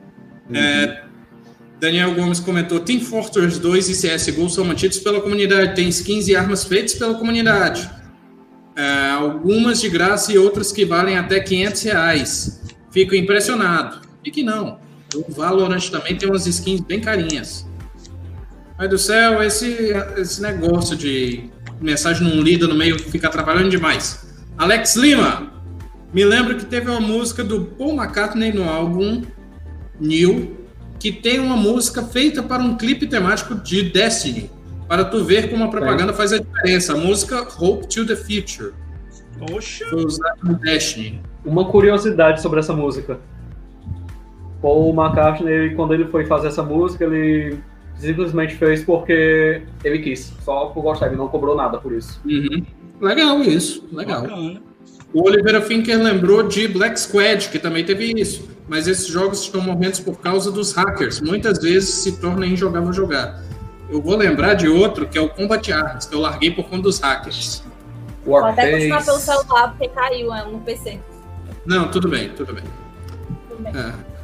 Daniel Gomes comentou: Team Fortress 2 e CSGO são mantidos pela comunidade, tem skins e armas feitas pela comunidade. Algumas de graça e outras que valem até R$500. Fico impressionado. E que não. O Valorant também tem umas skins bem carinhas. Mas do céu, esse negócio de mensagem não lida no meio fica atrapalhando demais. Alex Lima, me lembro que teve uma música do Paul McCartney no álbum New, que tem uma música feita para um clipe temático de Destiny, para tu ver como a propaganda faz a diferença. A música Hope to the Future. Poxa! Foi usada no Destiny. Uma curiosidade sobre essa música. Paul McCartney, quando ele foi fazer essa música, ele simplesmente fez porque ele quis. Só por gostar, ele não cobrou nada por isso. Legal isso, legal. Bacana. O Oliveira Finker lembrou de Black Squad, que também teve isso. Mas esses jogos estão morrendo por causa dos hackers. Muitas vezes se torna injogável jogar. Eu vou lembrar de outro, que é o Combat Arms, que eu larguei por conta dos hackers. Vou até Warface. continuar pelo celular, porque caiu no PC. Não, tudo bem, tudo bem. Tudo bem.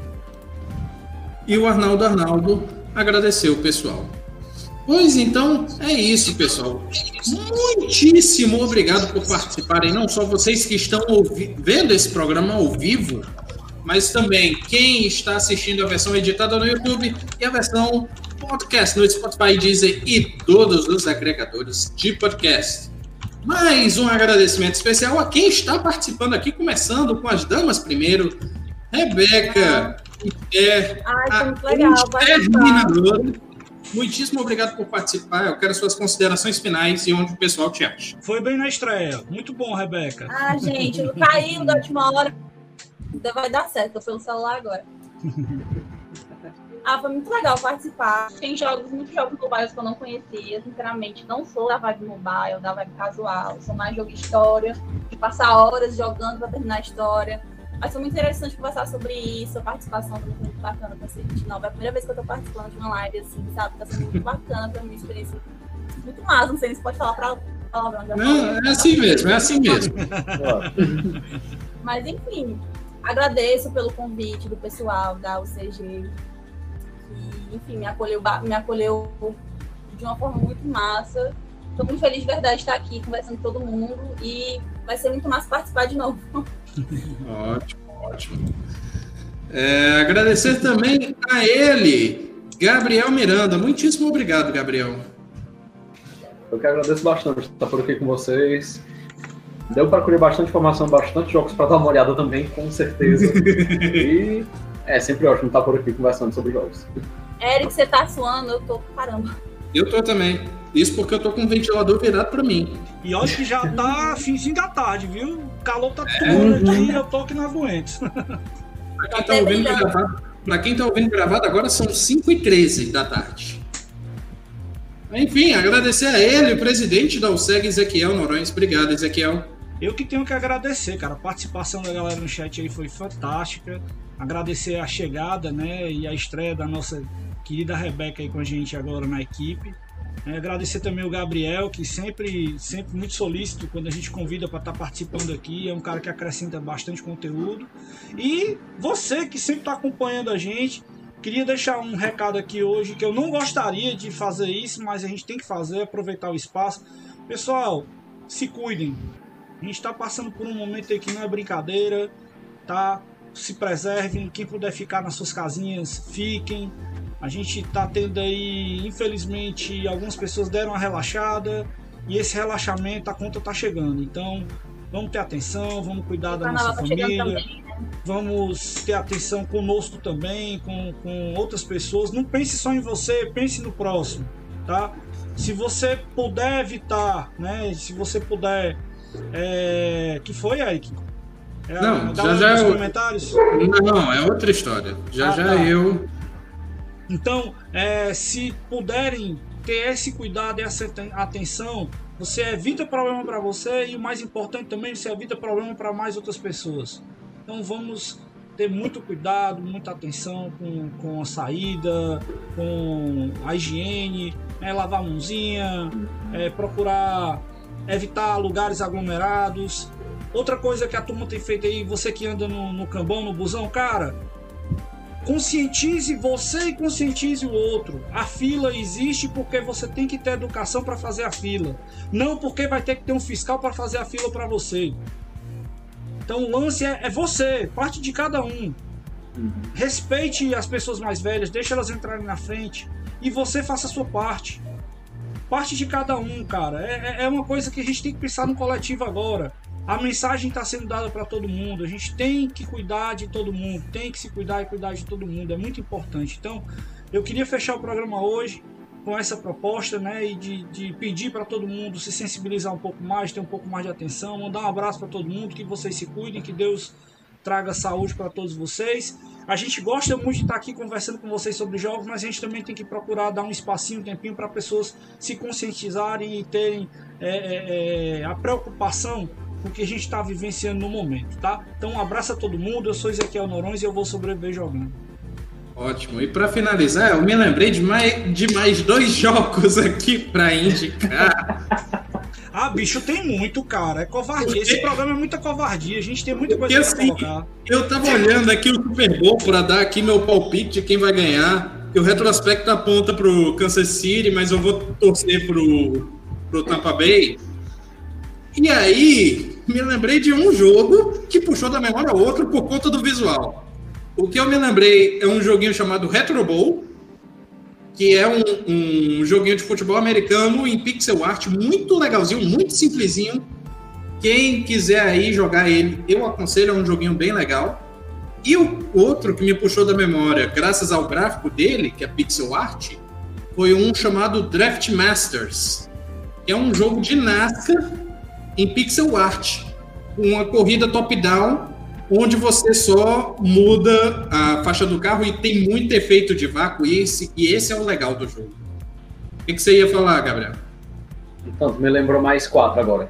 E o Arnaldo agradeceu o pessoal. Pois então, é isso, pessoal. Muitíssimo obrigado por participarem, não só vocês que estão vendo esse programa ao vivo, mas também quem está assistindo a versão editada no YouTube e a versão podcast no Spotify, Deezer e todos os agregadores de podcast. Mais um agradecimento especial a quem está participando aqui, começando com as damas primeiro. Rebeca, Ai, foi muito legal. terminadora. Muitíssimo obrigado por participar. Eu quero suas considerações finais e onde o pessoal te acha. Foi bem na estreia. Muito bom, Rebeca. Ah, gente, não caiu da última hora. Ainda vai dar certo, tô pelo celular agora. Foi muito legal participar. Tem muitos jogos mobiles que eu não conhecia. Sinceramente, não sou da vibe mobile, da vibe casual. Sou mais jogo história, de passar horas jogando pra terminar a história. Mas foi muito interessante conversar sobre isso. A participação foi muito bacana pra ser 29. É a primeira vez que eu tô participando de uma live assim, sabe? Tá sendo muito bacana pra mim, experiência muito massa. Não sei se pode falar pra palavrão. Não, é assim mesmo, é assim mesmo. Mas enfim, agradeço pelo convite do pessoal da UCG, que, enfim, me acolheu de uma forma muito massa. Estou muito feliz de verdade de estar aqui conversando com todo mundo e vai ser muito massa participar de novo. Ótimo. Agradecer também a ele, Gabriel Miranda. Muitíssimo obrigado, Gabriel. Eu que agradeço bastante estar por aqui com vocês. Deu para colher bastante informação, bastante jogos para dar uma olhada também, com certeza. E é sempre ótimo estar por aqui conversando sobre jogos. Eric, você tá suando, eu tô caramba. Eu tô também. Isso porque eu tô com o ventilador virado para mim. E olha que já tá finzinho da tarde, viu? O calor tá tomando aqui e eu tô que não aguento. Para quem tá ouvindo gravado, agora são 5h13 da tarde. Enfim, agradecer a ele, o presidente da USEG, Ezequiel Noronha. Obrigado, Ezequiel. Eu que tenho que agradecer, cara. A participação da galera no chat aí foi fantástica. Agradecer a chegada, né, e a estreia da nossa querida Rebeca aí com a gente agora na equipe. Agradecer também o Gabriel, que sempre muito solícito quando a gente convida para estar participando aqui. É um cara que acrescenta bastante conteúdo. E você que sempre está acompanhando a gente. Queria deixar um recado aqui hoje, que eu não gostaria de fazer isso, mas a gente tem que fazer, aproveitar o espaço. Pessoal, se cuidem. A gente está passando por um momento aí que não é brincadeira, tá? Se preservem, quem puder ficar nas suas casinhas, fiquem. A gente está tendo aí, infelizmente, algumas pessoas deram uma relaxada, e esse relaxamento, a conta está chegando. Então, vamos ter atenção, vamos cuidar da nossa família. Vamos ter atenção conosco também, com outras pessoas. Não pense só em você, pense no próximo, tá? Se você puder evitar, né? Se você puder... Que foi, Eric? Não, já comentários? Não, é outra história. Já tá. eu... Então, se puderem ter esse cuidado e essa atenção, você evita problema para você e o mais importante também, você evita problema para mais outras pessoas. Então vamos ter muito cuidado, muita atenção com a saída, com a higiene, lavar a mãozinha, procurar evitar lugares aglomerados. Outra coisa que a turma tem feito aí, você que anda no cambão, no busão, cara, conscientize você e conscientize o outro. A fila existe porque você tem que ter educação para fazer a fila, não porque vai ter que ter um fiscal para fazer a fila para você. Então o lance é você, parte de cada um. Respeite as pessoas mais velhas, deixe elas entrarem na frente e você faça a sua parte. Parte de cada um, cara. É uma coisa que a gente tem que pensar no coletivo agora. A mensagem está sendo dada para todo mundo. A gente tem que cuidar de todo mundo, tem que se cuidar e cuidar de todo mundo. É muito importante. Então, eu queria fechar o programa hoje com essa proposta, né, e de pedir para todo mundo se sensibilizar um pouco mais, ter um pouco mais de atenção, mandar um abraço para todo mundo, que vocês se cuidem, que Deus traga saúde para todos vocês. A gente gosta muito de estar aqui conversando com vocês sobre jogos, mas a gente também tem que procurar dar um espacinho, um tempinho para pessoas se conscientizarem e terem a preocupação com o que a gente está vivenciando no momento, tá? Então um abraço a todo mundo, eu sou Ezequiel Noronha e eu vou sobreviver jogando. Ótimo. E para finalizar, eu me lembrei de mais 2 jogos aqui para indicar. Bicho, tem muito, cara. É covardia. Esse programa é muita covardia. A gente tem muita coisa pra colocar. Eu tava olhando aqui o Super Bowl para dar aqui meu palpite de quem vai ganhar. E o retrospecto aponta pro Kansas City, mas eu vou torcer pro Tampa Bay. E aí, me lembrei de um jogo que puxou da memória outro por conta do visual. O que eu me lembrei é um joguinho chamado Retro Bowl, que é um joguinho de futebol americano em pixel art, muito legalzinho, muito simplesinho. Quem quiser aí jogar ele, eu aconselho, é um joguinho bem legal. E o outro que me puxou da memória, graças ao gráfico dele, que é pixel art, foi um chamado Draft Masters, que é um jogo de NASCAR em pixel art, uma corrida top-down, onde você só muda a faixa do carro e tem muito efeito de vácuo, e esse é o legal do jogo. O que você ia falar, Gabriel? Então, me lembrou mais 4 agora.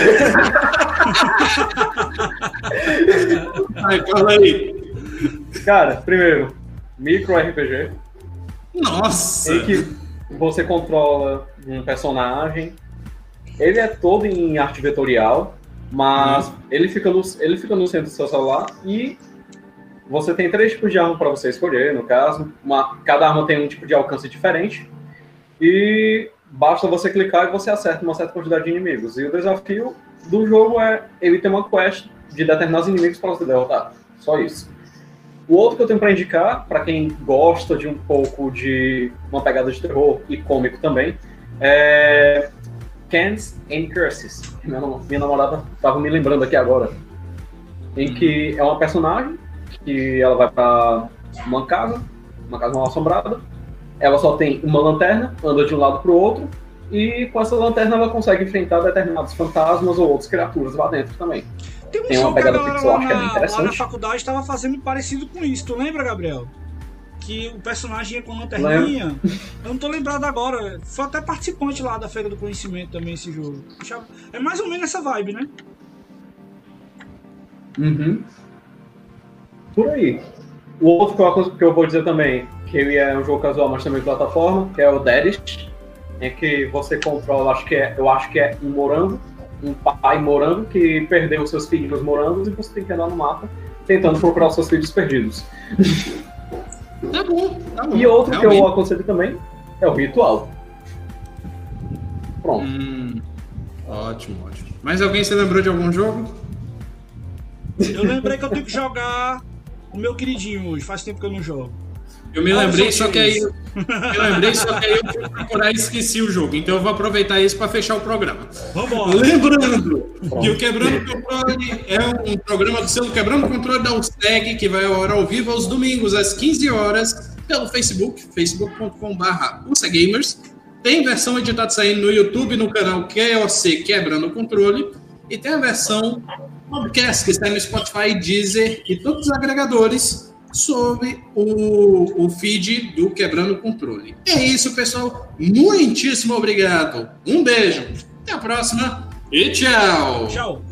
Fala aí. Cara, primeiro, micro RPG. Nossa! Em que você controla um personagem. Ele é todo em arte vetorial, mas ele fica no centro do seu celular e você tem 3 tipos de arma para você escolher, no caso. Cada arma tem um tipo de alcance diferente e basta você clicar e você acerta uma certa quantidade de inimigos. E o desafio do jogo é ele ter uma quest de determinados inimigos para você derrotar. Só isso. O outro que eu tenho para indicar, para quem gosta de um pouco de uma pegada de terror e cômico também, é Cans and Curses. Minha namorada estava me lembrando aqui agora. Em que é uma personagem que ela vai para uma casa mal assombrada. Ela só tem uma lanterna, anda de um lado para o outro, e com essa lanterna ela consegue enfrentar determinados fantasmas ou outras criaturas lá dentro também. Tem uma pegada pixel art que é bem interessante. Lá na faculdade estava fazendo parecido com isso. Tu lembra, Gabriel? que o personagem ia com lanterninha. Eu não tô lembrado agora. Foi até participante lá da Feira do Conhecimento também esse jogo. É mais ou menos essa vibe, né? Uhum. Por aí. O outro que eu vou dizer também, que ele é um jogo casual, mas também de plataforma, que é o Deadest, em que você controla, eu acho que é um morango, um pai morango que perdeu os seus filhos morangos e você tem que andar no mapa tentando procurar os seus filhos perdidos. Tá bom. E outro que eu aconselho também é o Ritual. Pronto. Ótimo. Mais alguém se lembrou de algum jogo? Eu lembrei que eu tenho que jogar o meu queridinho hoje. Faz tempo que eu não jogo. Eu me lembrei, só que aí eu fui procurar e esqueci o jogo. Então eu vou aproveitar isso para fechar o programa. Vambora. Lembrando que o Quebrando o Controle é um programa do selo Quebrando o Controle da USTEG, que vai ao vivo aos domingos às 15 horas pelo Facebook, facebook.com/USEGamers. Tem versão editada saindo no YouTube, no canal QOC Quebrando o Controle. E tem a versão podcast que está no Spotify, Deezer e todos os agregadores sobre o feed do Quebrando o Controle. É isso, pessoal. Muitíssimo obrigado. Um beijo. Até a próxima e tchau. Tchau.